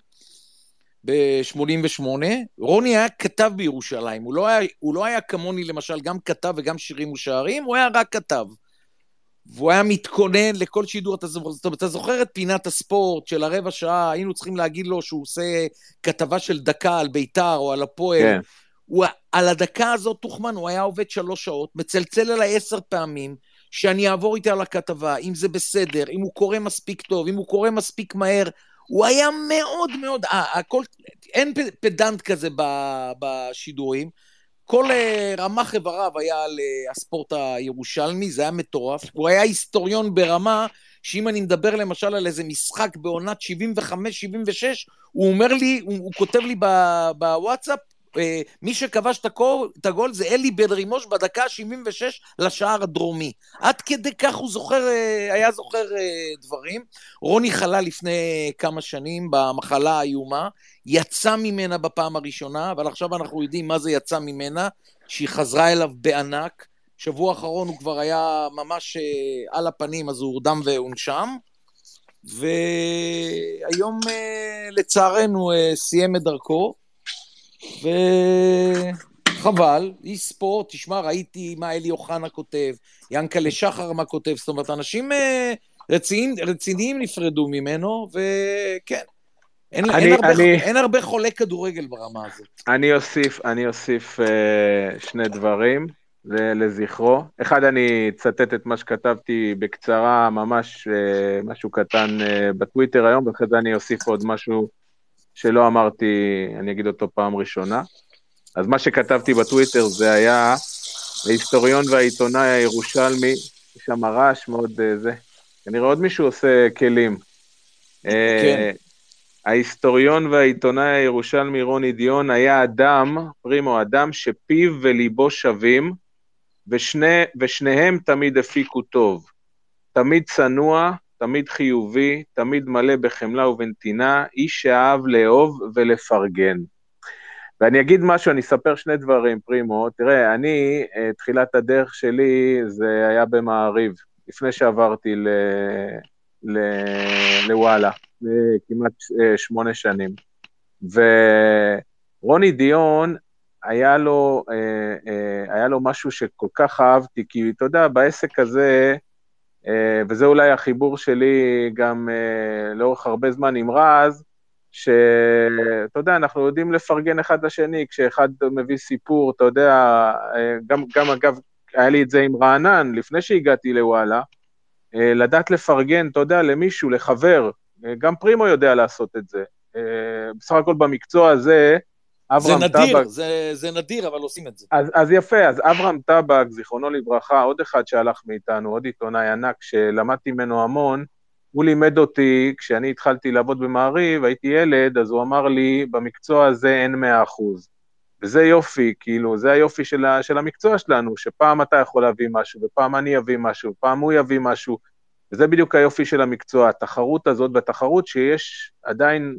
ב-שמונים ושמונה, רוני היה כתב בירושלים, הוא לא היה, הוא לא היה כמוני למשל, גם כתב וגם שירים ושערים, הוא היה רק כתב, והוא היה מתכונן לכל שידור, אתה זוכר, אתה זוכר את פינת הספורט של הרבע שעה, היינו צריכים להגיד לו שהוא עושה כתבה של דקה על ביתר או על הפועל, כן. הוא, על הדקה הזאת, טוחמן, הוא היה עובד שלוש שעות, מצלצל אליי עשר פעמים, שאני אעבור איתה על הכתבה, אם זה בסדר, אם הוא קורא מספיק טוב, אם הוא קורא מספיק מהר, הוא היה מאוד מאוד, הכל, אין פדנט כזה בשידורים, כל רמה חבריו היה על הספורט הירושלמי, זה היה מטורף, הוא היה היסטוריון ברמה, שאם אני מדבר למשל על איזה משחק בעונת שבעים וחמש שבעים ושש, הוא אומר לי, הוא, הוא כותב לי בוואטסאפ, מי שכבש את הגול זה אלי בן רימוש בדקה שבעים ושש לשער הדרומי. עד כדי כך הוא זוכר, היה זוכר דברים. רוני חלה לפני כמה שנים במחלה האיומה, יצא ממנה בפעם הראשונה, אבל עכשיו אנחנו יודעים מה זה יצא ממנה, שהיא חזרה אליו בענק. שבוע האחרון הוא כבר היה ממש על הפנים, אז הוא הורדם והונשם. והיום לצערנו סיים את דרכו. חבל, איש ספורט, תשמע, ראיתי מה אלי אוחנה כותב, ינקלה שחר מה כותב, זאת אומרת, אנשים רציניים, רציניים נפרדו ממנו, וכן, אין, אני, אין, הרבה, אני, אין הרבה חולי כדורגל ברמה הזאת. אני אוסיף, אני אוסיף uh, שני דברים לזכרו. אחד, אני אצטט את מה שכתבתי בקצרה, ממש uh, משהו קטן uh, בטוויטר היום, ואחרי זה אני אוסיף עוד משהו שלא אמרתי, אני אגיד אותו פעם ראשונה. אז מה שכתבתי בטוויטר זה היה ההיסטוריון והעיתונאי הירושלמי, יש שם רעש מאוד uh, זה. כנראה עוד מישהו עושה כלים. כן. Uh, ההיסטוריון והעיתונאי הירושלמי רוני דיון היה אדם, פרימו, אדם שפיו וליבו שווים, ושני, ושניהם תמיד הפיקו טוב. תמיד צנוע, תמיד חיובי, תמיד מלא בחמלה ובנתינה, איש שאהב לאהוב ולפרגן. ואני אגיד משהו, אני אספר שני דברים, פרימו. תראה, אני, תחילת הדרך שלי, זה היה במעריב, לפני שעברתי ל... ל... לוואלה. כמעט שמונה שנים, ורוני דיון היה לו, היה לו משהו שכל כך אהבתי, כי אתה יודע, בעסק הזה, וזה אולי החיבור שלי גם לאורך הרבה זמן עם רז, שאתה יודע, אנחנו יודעים לפרגן אחד לשני, כשאחד מביא סיפור, אתה יודע, גם, גם אגב, היה לי את זה עם רענן, לפני שהגעתי לוואלה, לדעת לפרגן, אתה יודע, למישהו, לחבר, גם פרימו יודע לעשות את זה. בסך הכל במקצוע הזה, אברהם טבק... זה נדיר, זה, זה נדיר, אבל עושים את זה. אז, אז יפה, אז אברהם טבק, זיכרונו לברכה, עוד אחד שהלך מאיתנו, עוד עיתונאי ענק, שלמדתי ממנו המון, הוא לימד אותי, כשאני התחלתי לעבוד במעריב, הייתי ילד, אז הוא אמר לי, במקצוע הזה אין מאה אחוז. וזה יופי, כאילו, זה היופי של, ה, של המקצוע שלנו, שפעם אתה יכול להביא משהו, ופעם אני אביא משהו, ופעם הוא יביא משהו, וזה בדיוק היופי של המקצוע, התחרות הזאת, והתחרות שיש עדיין,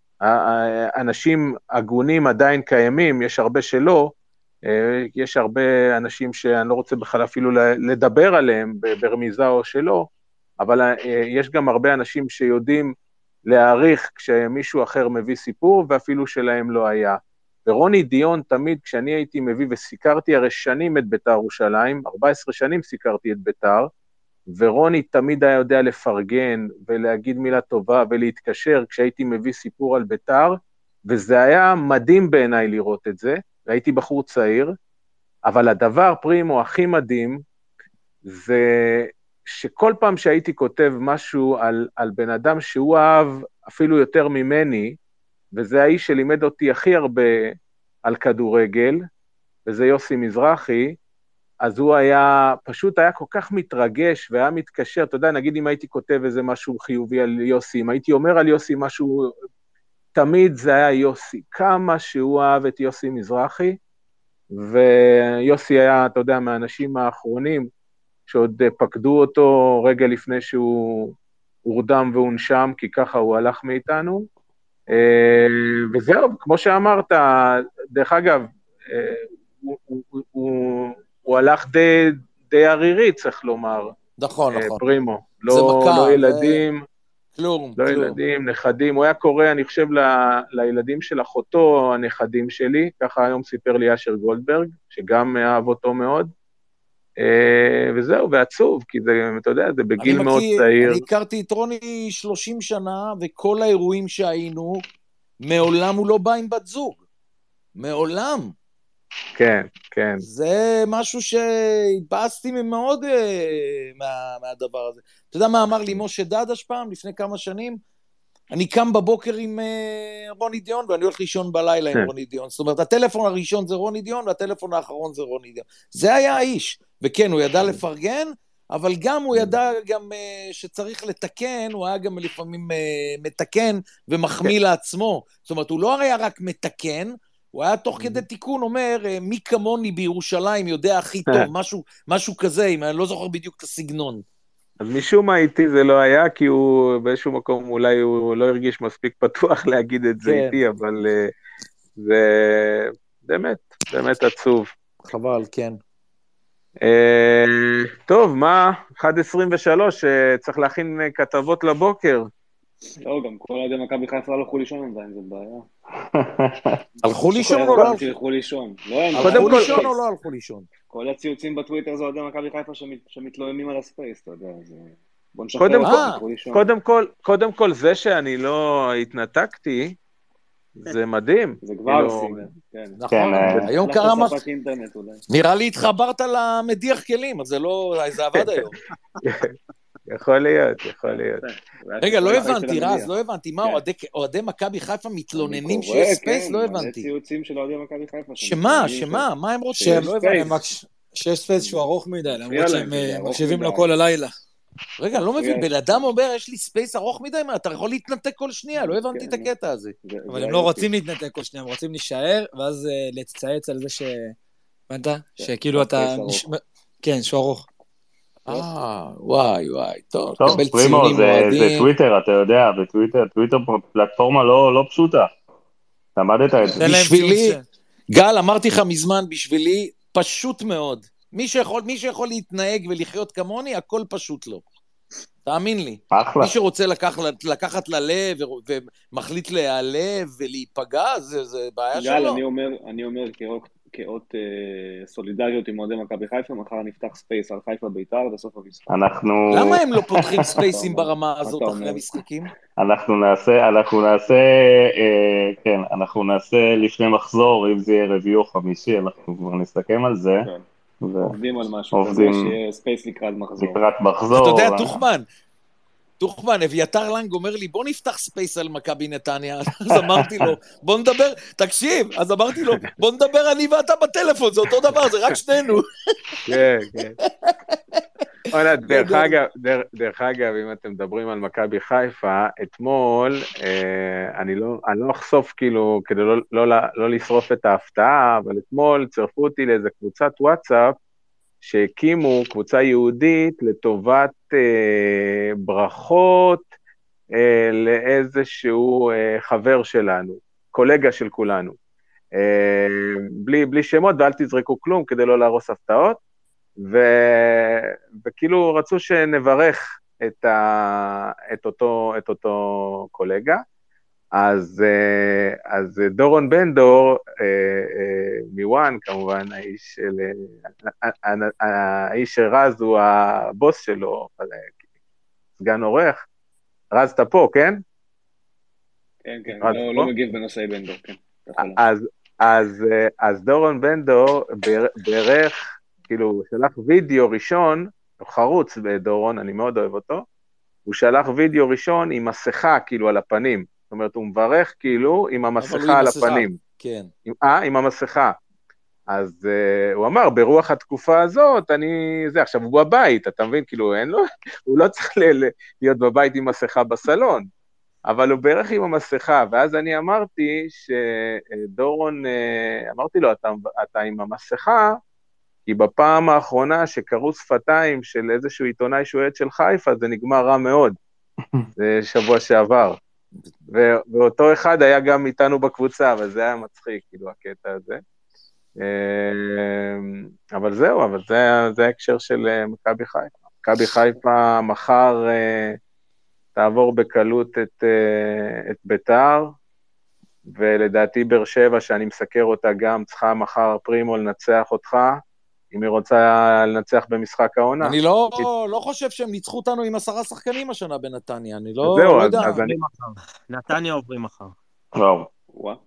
אנשים הגונים עדיין קיימים, יש הרבה שלא, יש הרבה אנשים שאני לא רוצה בכלל אפילו לדבר עליהם ברמיזה או שלא, אבל יש גם הרבה אנשים שיודעים להעריך כשמישהו אחר מביא סיפור, ואפילו שלהם לא היה. ורוני דיון תמיד, כשאני הייתי מביא וסיקרתי הרי שנים את בית"ר ירושלים, ארבע עשרה שנים סיקרתי את בית"ר, ורוני תמיד היה יודע לפרגן ולהגיד מילה טובה ולהתקשר כשהייתי מביא סיפור על בית"ר, וזה היה מדהים בעיניי לראות את זה, והייתי בחור צעיר, אבל הדבר פרימו הכי מדהים, זה שכל פעם שהייתי כותב משהו על, על בן אדם שהוא אהב אפילו יותר ממני, וזה האיש שלימד אותי הכי הרבה על כדורגל, וזה יוסי מזרחי, אז הוא היה, פשוט היה כל כך מתרגש, והיה מתקשר, אתה יודע, נגיד אם הייתי כותב איזה משהו חיובי על יוסי, אם הייתי אומר על יוסי משהו, תמיד זה היה יוסי, כמה שהוא אהב את יוסי מזרחי, ויוסי היה, אתה יודע, מהאנשים האחרונים, שעוד פקדו אותו רגע לפני שהוא הורדם והונשם, כי ככה הוא הלך מאיתנו, וזהו, כמו שאמרת, דרך אגב, הוא, הוא, הוא, הוא הלך די, די ערירי, צריך לומר. נכון, נכון. פרימו. לא, מקר, לא ילדים, זה... כלום, לא כלום. ילדים, נכדים. הוא היה קורא, אני חושב, ל, לילדים של אחותו, הנכדים שלי, ככה היום סיפר לי אשר גולדברג, שגם אהב אותו מאוד. וזהו, ועצוב, כי זה, אתה יודע, זה בגיל מאוד מכיר, צעיר. אני הכרתי את רוני שלושים שנה, וכל האירועים שהיינו, מעולם הוא לא בא עם בת זוג. מעולם. כן, כן. זה משהו שהתבאסתי מאוד מה, מהדבר הזה. אתה יודע מה אמר לי משה דדש פעם, לפני כמה שנים? אני קם בבוקר עם רוני דיון, ואני הולך לישון בלילה עם רוני דיון. זאת אומרת, הטלפון הראשון זה רוני דיון, והטלפון האחרון זה רוני דיון. זה היה האיש. וכן, הוא ידע לפרגן, אבל גם הוא ידע גם שצריך לתקן, הוא היה גם לפעמים מתקן ומחמיא לעצמו. זאת אומרת, הוא לא היה רק מתקן, הוא היה תוך כדי תיקון אומר, מי כמוני בירושלים יודע הכי טוב, משהו, משהו כזה, אם אני לא זוכר בדיוק את הסגנון. אז משום מה איתי זה לא היה, כי הוא באיזשהו מקום אולי הוא לא הרגיש מספיק פתוח להגיד את זה איתי, אבל זה באמת, באמת עצוב. חבל, כן. טוב, מה? אחת עשרים ושלוש, צריך להכין כתבות לבוקר. לא, גם כל עדי מכבי חיפה הלכו לישון עדיין, זאת בעיה. הלכו לישון או לא הלכו לישון? הלכו לישון או לא הלכו לישון? כל הציוצים בטוויטר זה עדי מכבי חיפה שמתלוננים על הספייס, אתה יודע, זה... קודם כל, קודם כל זה שאני לא התנתקתי, זה מדהים. זה כבר סימן, כן. נכון, היום קרה מה... נראה לי התחברת למדיח כלים, אז זה לא... זה עבד היום. יכול להיות, יכול להיות. רגע, לא הבנתי, רז, לא הבנתי. מה, אוהדי מכבי חיפה מתלוננים שיש ספייס? לא הבנתי. זה ציוצים של אוהדי מכבי חיפה. שמה? שמה? מה הם רוצים? לא הבנתי. שיש ספייס שהוא ארוך מדי, למרות שהם מקשיבים לו כל הלילה. רגע, לא מבין, בן אדם אומר, יש לי ספייס ארוך מדי, מה, אתה יכול להתנתק כל שנייה, לא הבנתי את הקטע הזה. אבל הם לא רוצים להתנתק כל שנייה, הם רוצים להישאר, ואז להצטייץ על זה ש... הבנת? שכאילו אתה... כן, שהוא ארוך. אה, וואי, וואי, טוב, טוב, פרימו, זה טוויטר, אתה יודע, בטוויטר, טוויטר פלטפורמה לא פשוטה. למדת את זה. בשבילי, גל, אמרתי לך מזמן, בשבילי, פשוט מאוד. מי שיכול, מי שיכול להתנהג ולחיות כמוני, הכל פשוט לא. תאמין לי. אחלה. מי שרוצה לקח, לקחת ללב ומחליט להיעלב ולהיפגע, זה, זה בעיה שלו. גל, אני אומר, אני אומר כאות אה, סולידריות עם אוהדי מכבי חיפה, מחר נפתח ספייס על חיפה ביתר בסוף המשחק. אנחנו... למה הם לא פותחים ספייסים ברמה הזאת אחרי המשחקים? אנחנו נעשה, אנחנו נעשה, אה, כן, אנחנו נעשה לפני מחזור, אם זה יהיה רביעי או חמישי, אנחנו כבר נסתכם על זה. כן. עובדים על משהו, עובדים שיהיה ספייס לקראת מחזור. לקראת מחזור. אתה יודע, תוכמן, תוכמן, אביתר לנג אומר לי, בוא נפתח ספייס על מכבי נתניה, אז אמרתי לו, בוא נדבר, תקשיב, אז אמרתי לו, בוא נדבר אני ואתה בטלפון, זה אותו דבר, זה רק שנינו. כן, כן. דרך אגב, דרך אגב, אם אתם מדברים על מכבי חיפה, אתמול, אני לא אחשוף כאילו, כדי לא לשרוף את ההפתעה, אבל אתמול צירפו אותי לאיזה קבוצת וואטסאפ, שהקימו קבוצה יהודית לטובת אה, ברכות אה, לאיזשהו אה, חבר שלנו, קולגה של כולנו. אה, בלי, בלי שמות ואל תזרקו כלום כדי לא להרוס הפתעות, ו, וכאילו רצו שנברך את, ה, את, אותו, את אותו קולגה. אז, אז דורון בנדור, מיואן כמובן, האיש של, האיש שרז הוא הבוס שלו, סגן עורך. רז, אתה פה, כן? כן, כן, לא, לא מגיב בנושאי בנדור, כן. אז, אז, אז דורון בנדור בערך, כאילו, שלח וידאו ראשון, חרוץ בדורון, אני מאוד אוהב אותו, הוא שלח וידאו ראשון עם מסכה, כאילו, על הפנים. זאת אומרת, הוא מברך כאילו עם המסכה על הפנים. כן. אה, עם המסכה. אז uh, הוא אמר, ברוח התקופה הזאת, אני... זה, עכשיו הוא בבית, אתה מבין? כאילו, אין לו... הוא לא צריך ל- להיות בבית עם מסכה בסלון, אבל הוא ברך עם המסכה, ואז אני אמרתי שדורון, uh, אמרתי לו, אתה, אתה עם המסכה, כי בפעם האחרונה שקראו שפתיים של איזשהו עיתונאי שועד של חיפה, זה נגמר רע מאוד. זה שבוע שעבר. ואותו אחד היה גם איתנו בקבוצה, אבל זה היה מצחיק, כאילו, הקטע הזה. אבל זהו, אבל זה ההקשר של מכבי חיפה. מכבי חיפה מחר תעבור בקלות את, את ביתר, ולדעתי באר שבע, שאני מסקר אותה גם, צריכה מחר פרימו לנצח אותך, אם היא רוצה לנצח במשחק העונה. אני לא, לא חושב שהם ניצחו אותנו עם עשרה שחקנים השנה בנתניה, אני לא, זהו, לא יודע. אז אני... נתניה עוברים מחר. וואו. וואו.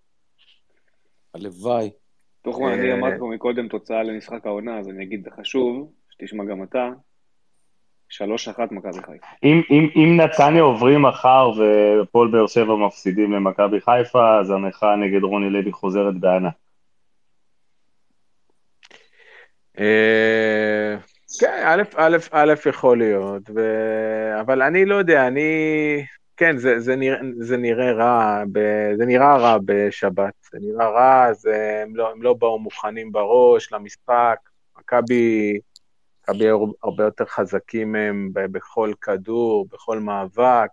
הלוואי. תוכמן, אני אמרתי פה מקודם תוצאה למשחק העונה, אז אני אגיד, זה חשוב, שתשמע גם אתה, שלוש אחת מכבי חיפה. אם, אם, אם נתניה עוברים מחר ופועל באר שבע מפסידים למכבי חיפה, אז המחאה נגד רוני לוי חוזרת בענה. כן, א', א', א' יכול להיות, ו... אבל אני לא יודע, אני, כן, זה, זה, נראה, זה נראה רע, ב... זה נראה רע בשבת, זה נראה רע, זה, הם, לא, הם לא באו מוכנים בראש למשחק, מכבי, מכבי הרבה יותר חזקים מהם בכל כדור, בכל מאבק,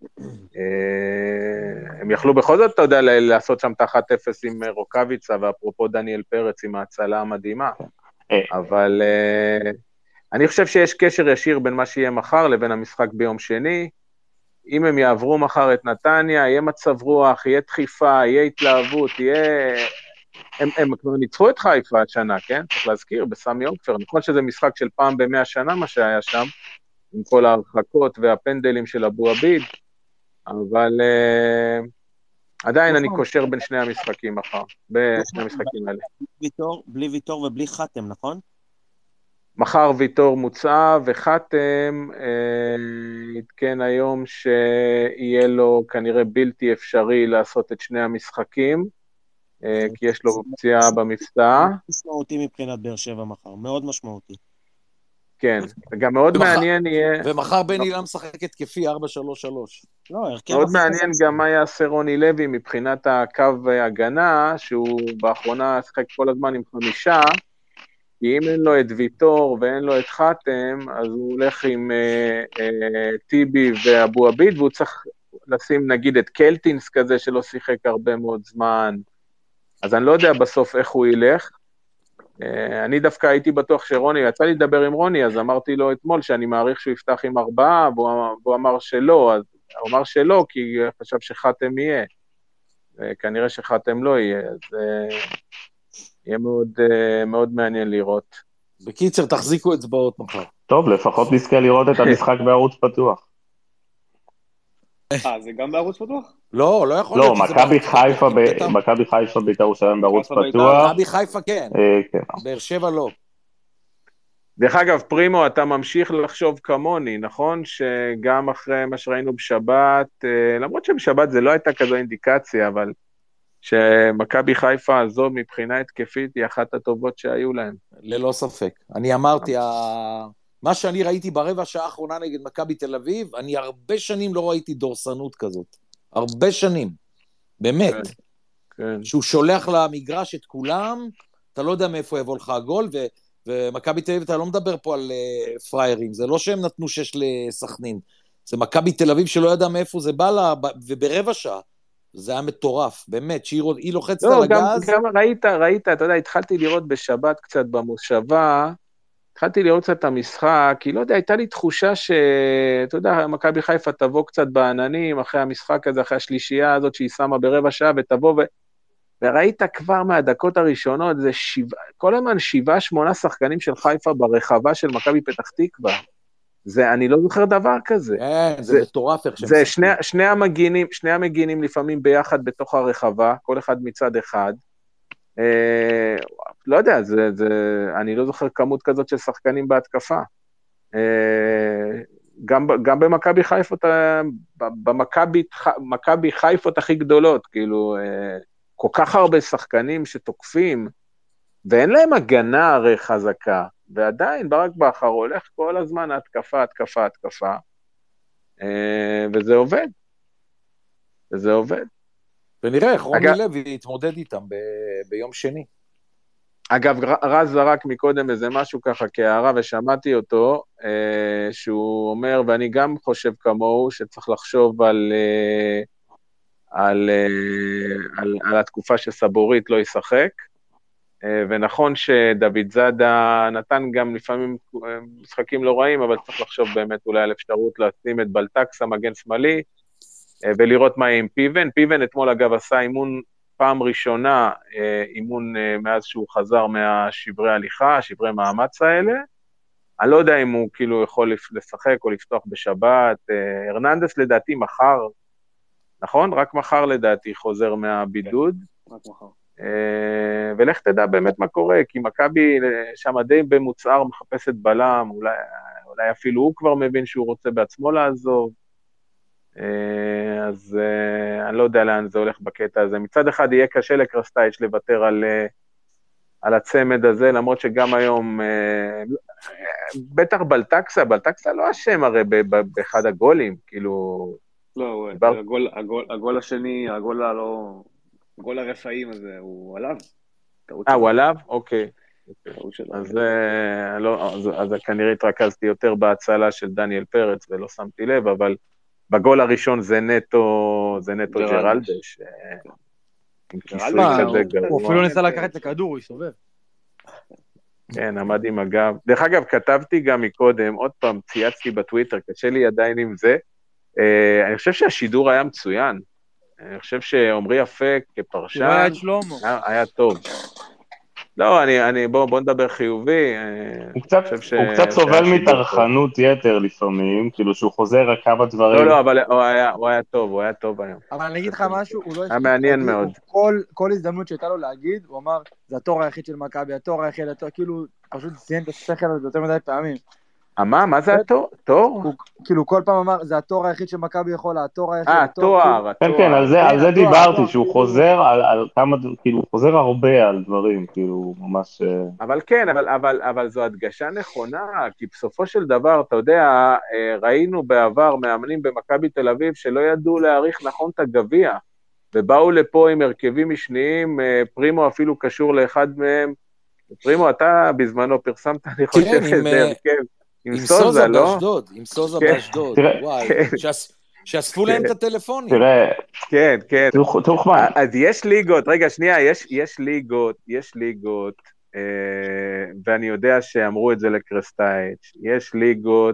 הם יכלו בכל זאת, אתה יודע, לעשות שם תחת אפס עם רוקביצה, ואפרופו דניאל פרץ עם ההצלה המדהימה, אבל uh, אני חושב שיש קשר ישיר בין מה שיהיה מחר לבין המשחק ביום שני. אם הם יעברו מחר את נתניה, יהיה מצב רוח, יהיה דחיפה, יהיה התלהבות, יהיה... הם, הם כבר ניצחו את חיפה השנה, כן? צריך להזכיר, בסמי עופר. נכון שזה משחק של פעם במאה שנה, מה שהיה שם, עם כל ההרחקות והפנדלים של אבו עביד, אבל uh, עדיין אני קושר בין שני המשחקים מחר, בשני המשחקים האלה. בלי ויתור ובלי חתם, נכון? מחר ויתור מוצא וחתם, התקן היום שיהיה לו כנראה בלתי אפשרי לעשות את שני המשחקים, כי יש לו פציעה במבצע. משמעותי מבחינת באר שבע מחר, מאוד משמעותי. כן, וגם מאוד מעניין יהיה... ומחר בן אילם משחק התקפי ארבע שלוש שלוש. מאוד מעניין גם מה יעשה רוני לוי מבחינת הקו הגנה, שהוא באחרונה שחק כל הזמן עם חמישה, כי אם אין לו את ויטור ואין לו את חתם, אז הוא הולך עם אה, אה, טיבי ואבו עביד, והוא צריך לשים נגיד את קלטינס כזה שלא שיחק הרבה מאוד זמן, אז אני לא יודע בסוף איך הוא ילך. אה, אני דווקא הייתי בטוח שרוני, יצא לי לדבר עם רוני, אז אמרתי לו אתמול שאני מעריך שהוא יפתח עם ארבעה, והוא, והוא אמר שלא, אז הוא אמר שלא, כי חשב שחתם יהיה. אה, כנראה שחתם לא יהיה, אז... אה, יהיה מאוד, מאוד מעניין לראות. בקיצר, תחזיקו אצבעות מחר. טוב, לפחות נזכה לראות את המשחק בערוץ פתוח. אה, זה גם בערוץ פתוח? לא, לא יכול להיות. לא, מכבי חיפה, מכבי חיפה בית"ר ירושלים בערוץ פתוח. מכבי חיפה כן. באר שבע לא. דרך אגב, פרימו, אתה ממשיך לחשוב כמוני, נכון? שגם אחרי מה שראינו בשבת, למרות שבשבת זה לא הייתה כזו אינדיקציה, אבל... שמכבי חיפה הזו מבחינה התקפית היא אחת הטובות שהיו להם. ללא ספק. אני אמרתי, מה שאני ראיתי ברבע שעה האחרונה נגד מכבי תל אביב, אני הרבה שנים לא ראיתי דורסנות כזאת. הרבה שנים. באמת. שהוא שולח למגרש את כולם, אתה לא יודע מאיפה יבוא לך הגול, ומכבי תל אביב, אתה לא מדבר פה על פריירים, זה לא שהם נתנו שש לסכנין, זה מכבי תל אביב שלא ידע מאיפה זה בא לה, וברבע שעה. זה היה מטורף, באמת, שהיא לוחצת לא, על הגז. גם, גם ראית, ראית, אתה יודע, התחלתי לראות בשבת קצת במושבה, התחלתי לראות קצת את המשחק, כי לא יודע, הייתה לי תחושה ש, אתה יודע, מכבי חיפה תבוא קצת בעננים, אחרי המשחק הזה, אחרי השלישייה הזאת שהיא שמה ברבע שעה, ותבוא ו... וראית כבר מהדקות הראשונות, זה שבע, כל הזמן שבעה, שמונה שחקנים של חיפה ברחבה של מכבי פתח תקווה. זה, אני לא זוכר דבר כזה. כן, זה מטורף איך שהם זה שני, שני המגינים, שני המגינים לפעמים ביחד בתוך הרחבה, כל אחד מצד אחד. אה, לא יודע, זה, זה, אני לא זוכר כמות כזאת של שחקנים בהתקפה. אה, גם, גם במכבי חיפות, במכבי, מכבי חיפות הכי גדולות, כאילו, אה, כל כך הרבה שחקנים שתוקפים, ואין להם הגנה הרי חזקה. ועדיין ברק בכר הולך כל הזמן התקפה, התקפה, התקפה, וזה עובד, וזה עובד. ונראה איך רוני לוי יתמודד איתם ב- ביום שני. אגב, רז זרק מקודם איזה משהו ככה כהערה, ושמעתי אותו, שהוא אומר, ואני גם חושב כמוהו, שצריך לחשוב על, על, על, על התקופה שסבורית לא ישחק, ונכון שדוד זאדה נתן גם לפעמים משחקים לא רעים, אבל צריך לחשוב באמת אולי על אפשרות לשים את בלטקס, המגן שמאלי, ולראות מה עם פיבן. פיבן אתמול אגב עשה אימון פעם ראשונה, אימון מאז שהוא חזר מהשברי הליכה, שברי מאמץ האלה. אני לא יודע אם הוא כאילו יכול לשחק או לפתוח בשבת. הרננדס לדעתי מחר, נכון? רק מחר לדעתי חוזר מהבידוד. רק מחר. ולך תדע באמת מה קורה, כי מכבי שם די במוצער מחפשת בלם, אולי, אולי אפילו הוא כבר מבין שהוא רוצה בעצמו לעזוב, אז אני לא יודע לאן זה הולך בקטע הזה. מצד אחד יהיה קשה לקרסטייץ' לוותר על, על הצמד הזה, למרות שגם היום, בטח בלטקסה, בלטקסה לא אשם הרי באחד הגולים, כאילו... לא, דיבר... הגול, הגול, הגול השני, הגול הלא... הגול הרפאים הזה, הוא עליו. אה, הוא עליו? אוקיי. אז, לא, אז, אז כנראה התרכזתי יותר בהצלה של דניאל פרץ, ולא שמתי לב, אבל בגול הראשון זה נטו, זה נטו ג'רלדש. עם כיסוי כזה גרוע. הוא אפילו ניסה לקחת את הכדור, הוא יסובב. כן, עמד עם הגב. דרך אגב, כתבתי גם מקודם, עוד פעם צייצתי בטוויטר, קשה לי עדיין עם זה, אני חושב שהשידור היה מצוין. אני חושב שעומרי אפק כפרשן הוא היה את שלמה. היה טוב. לא, אני, אני, בוא, בוא נדבר חיובי. הוא קצת, ש... הוא קצת סובל מתרחנות יתר לפעמים, כאילו שהוא חוזר רק כמה דברים. לא, לא, אבל הוא היה, הוא היה טוב, הוא היה טוב היום. אבל אני אגיד לך משהו, הוא לא היה מעניין מאוד. כל, כל הזדמנות שהייתה לו להגיד, הוא אמר, זה התור היחיד של מכבי, התור היחיד, התור, כאילו, פשוט ציין את השכל הזה יותר מדי פעמים. מה? מה זה התור? תור? כאילו, כל פעם אמר, זה התור היחיד שמכבי יכולה, התור היחיד. אה, התואר, כן, כן, על זה דיברתי, שהוא חוזר על כמה, כאילו, הוא חוזר הרבה על דברים, כאילו, ממש... אבל כן, אבל זו הדגשה נכונה, כי בסופו של דבר, אתה יודע, ראינו בעבר מאמנים במכבי תל אביב, שלא ידעו להעריך נכון את הגביע, ובאו לפה עם הרכבים משניים, פרימו אפילו קשור לאחד מהם, פרימו, אתה בזמנו פרסמת, אני חושב שזה הרכב. עם סוזה באשדוד, עם סוזה באשדוד, וואי, שאספו להם את הטלפונים. תראה, כן, כן. תוכמן. אז יש ליגות, רגע, שנייה, יש ליגות, יש ליגות, ואני יודע שאמרו את זה לקרסטייץ', יש ליגות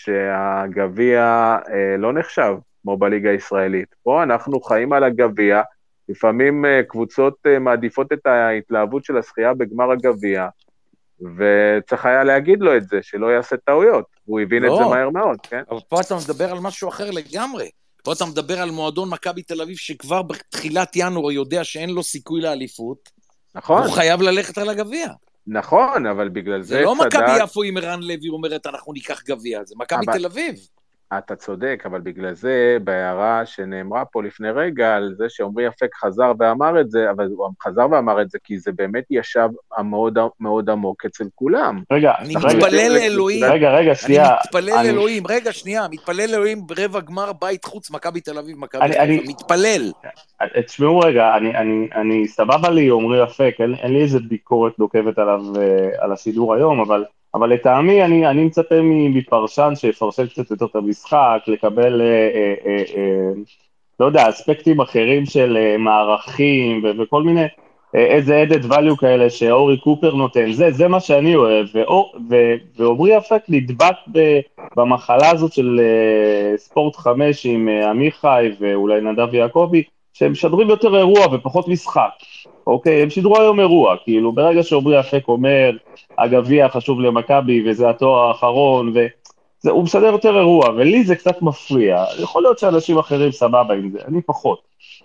שהגביע לא נחשב, כמו בליגה הישראלית. פה אנחנו חיים על הגביע, לפעמים קבוצות מעדיפות את ההתלהבות של השחייה בגמר הגביע, וצריך היה להגיד לו את זה, שלא יעשה טעויות, הוא הבין את זה מהר מאוד, כן? אבל פה אתה מדבר על משהו אחר לגמרי, פה אתה מדבר על מועדון מכבי תל אביב, שכבר בתחילת ינואר יודע שאין לו סיכוי לאליפות, נכון. הוא חייב ללכת על הגביע. נכון, אבל בגלל זה... זה לא מכבי יפו עם ערן לוי אומרת, אנחנו ניקח גביע, זה מכבי תל אביב. אתה צודק, אבל בגלל זה, בהערה שנאמרה פה לפני רגע, על זה שעומרי אפק חזר ואמר את זה, אבל הוא חזר ואמר את זה, כי זה באמת ישב מאוד, מאוד עמוק אצל כולם. רגע, אני מתפלל לאלוהים. רגע, רגע, שנייה. אני מתפלל לאלוהים, רגע, שנייה, מתפלל לאלוהים ברבע גמר בית חוץ, מכבי תל אביב, מכבי תל אביב, מתפלל. תשמעו רגע, אני סבבה לי, עומרי אפק, אין לי איזה ביקורת נוקבת עליו, על השידור היום, אבל... אבל לטעמי, אני, אני מצפה מפרשן שיפרשן קצת יותר את המשחק, לקבל, אה, אה, אה, אה, לא יודע, אספקטים אחרים של אה, מערכים ו- וכל מיני, אה, איזה added value כאלה שאורי קופר נותן, זה, זה מה שאני אוהב, ואור, ו- ועומרי אפק נדבק ב- במחלה הזאת של אה, ספורט חמש עם אה, עמיחי ואולי נדב יעקבי, שהם משדרים יותר אירוע ופחות משחק. אוקיי, הם שידרו היום אירוע, כאילו ברגע שעומרי אפק אומר, הגביע חשוב למכבי וזה התואר האחרון, והוא משדר יותר אירוע, ולי זה קצת מפריע, יכול להיות שאנשים אחרים סבבה עם זה, אני פחות.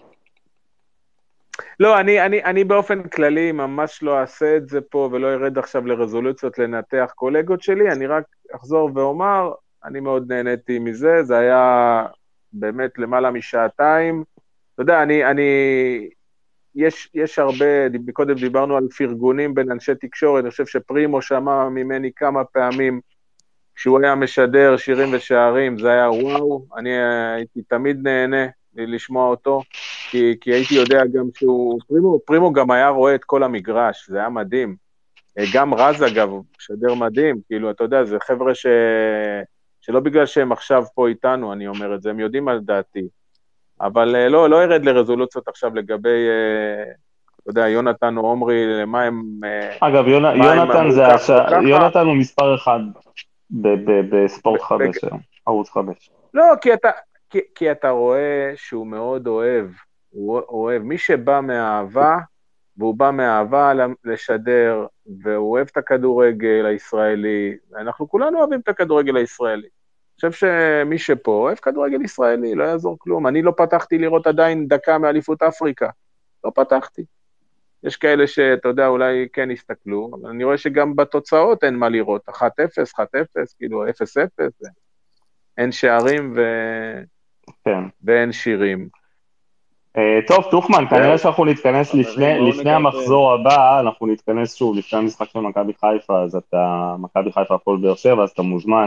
לא, אני, אני, אני באופן כללי ממש לא אעשה את זה פה, ולא ירד עכשיו לרזולוציות לנתח קולגות שלי, אני רק אחזור ואומר, אני מאוד נהניתי מזה, זה היה באמת למעלה משעתיים, אתה יודע, אני... אני יש, יש הרבה, קודם דיברנו על פרגונים בין אנשי תקשורת, אני חושב שפרימו שמע ממני כמה פעמים, כשהוא היה משדר שירים ושערים, זה היה וואו, אני הייתי תמיד נהנה לשמוע אותו, כי, כי הייתי יודע גם שהוא, פרימו, פרימו גם היה רואה את כל המגרש, זה היה מדהים, גם רז אגב, הוא משדר מדהים, כאילו אתה יודע, זה חבר'ה ש, שלא בגלל שהם עכשיו פה איתנו, אני אומר את זה, הם יודעים על דעתי, אבל לא, לא ירד לרזולוציות עכשיו לגבי, אתה יודע, יונתן או עומרי, למה הם... אגב, יונתן זה, יונתן הוא מספר אחד בספורט חדש, ערוץ חדש. לא, כי אתה רואה שהוא מאוד אוהב, הוא אוהב, מי שבא מאהבה, והוא בא מאהבה לשדר, והוא אוהב את הכדורגל הישראלי, אנחנו כולנו אוהבים את הכדורגל הישראלי. אני חושב שמי שפה אוהב כדורגל ישראלי, לא יעזור כלום. אני לא פתחתי לראות עדיין דקה מאליפות אפריקה. לא פתחתי. יש כאלה שאתה יודע, אולי כן הסתכלו, אבל אני רואה שגם בתוצאות אין מה לראות. אחת אפס, אחת אפס, כאילו אפס אפס. אין שערים ו... כן. ואין שירים. טוב, תוכמן, כנראה שאנחנו נתכנס לפני המחזור הבא, אנחנו נתכנס שוב לפני המשחק של מכבי חיפה, אז אתה, מכבי חיפה הפועל באר שבע, אז אתה מוזמן.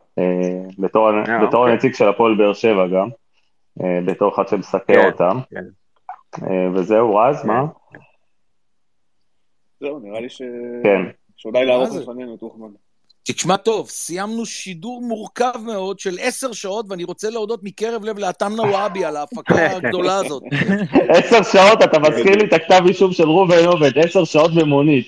בתור הנציג של הפועל באר שבע גם, בתור אחד שמסקר אותם, וזהו, רז, מה? זהו, נראה לי שעודי לערוך לפנינו, תוכמן. תשמע טוב, סיימנו שידור מורכב מאוד של עשר שעות, ואני רוצה להודות מקרב לב לאתם נוואבי על ההפקה הגדולה הזאת. עשר שעות, אתה מזכיר לי את הכתב אישום של ראובן עובד, עשר שעות במונית.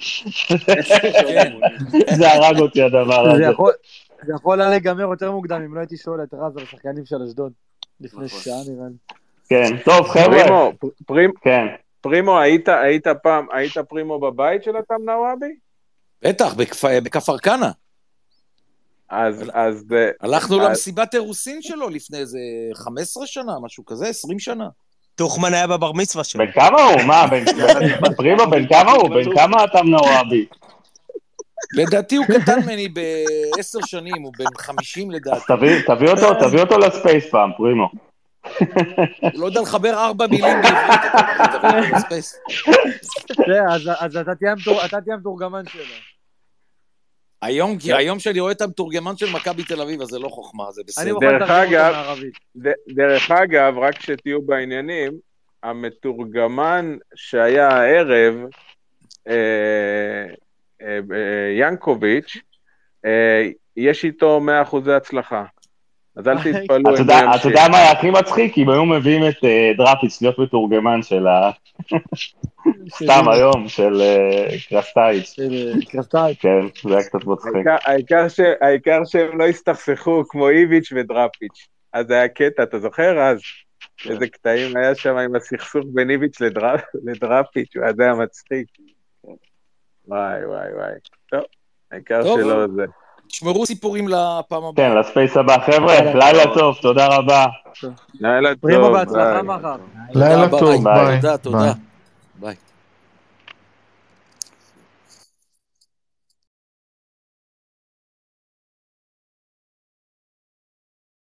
זה הרג אותי הדבר הזה. זה יכול להיגמר יותר מוקדם, אם לא הייתי שואל את רז על השחקנים של אשדוד. לפני שעה נראה לי. כן, טוב חבר'ה. פרימו, פרימו, כן. פרימו, היית, היית פעם, היית פרימו בבית של אתם נוואבי? בטח, בכפר כנא. אז, אז... הלכנו למסיבת אירוסין שלו לפני איזה חמש עשרה שנה, משהו כזה, עשרים שנה. תוכמן היה בבר מצווה שלו. בן כמה הוא? מה? פרימו, בן כמה הוא? בן כמה אתם נוואבי? לדעתי הוא קטן ממני בעשר שנים, הוא בן חמישים לדעתי. תביא אותו, תביא אותו לספייס פעם, פרימו. הוא לא יודע לחבר ארבע מילים בעברית, אתה תביא אותו לספייס. אז אתה תהיה המתורגמן שלו. היום, היום שאני רואה את המתורגמן של מכבי תל אביב, אז זה לא חוכמה, זה בסדר. דרך אגב, דרך אגב, רק שתהיו בעניינים, המתורגמן שהיה הערב, ינקוביץ', יש איתו מאה אחוזי הצלחה. אז אל תתפלו. אתה יודע מה היה הכי מצחיק? אם היו מביאים את דראפיץ' להיות מתורגמן של ה... סתם היום, של קרסטייץ'. של קרסטייץ'. כן, זה היה קצת מצחיק. העיקר שהם לא הסתכסכו כמו איביץ' ודראפיץ'. אז זה היה קטע, אתה זוכר אז? איזה קטעים היה שם עם הסכסוך בין איביץ' לדראפיץ', ואז זה היה מצחיק. וואי, וואי, וואי. טוב, העיקר שלא זה. תשמרו סיפורים לפעם הבאה. כן, לספייס הבא. חבר'ה, לילה טוב, תודה רבה. לילה טוב. פרימו בהצלחה מחר. לילה טוב, ביי. תודה, תודה. ביי.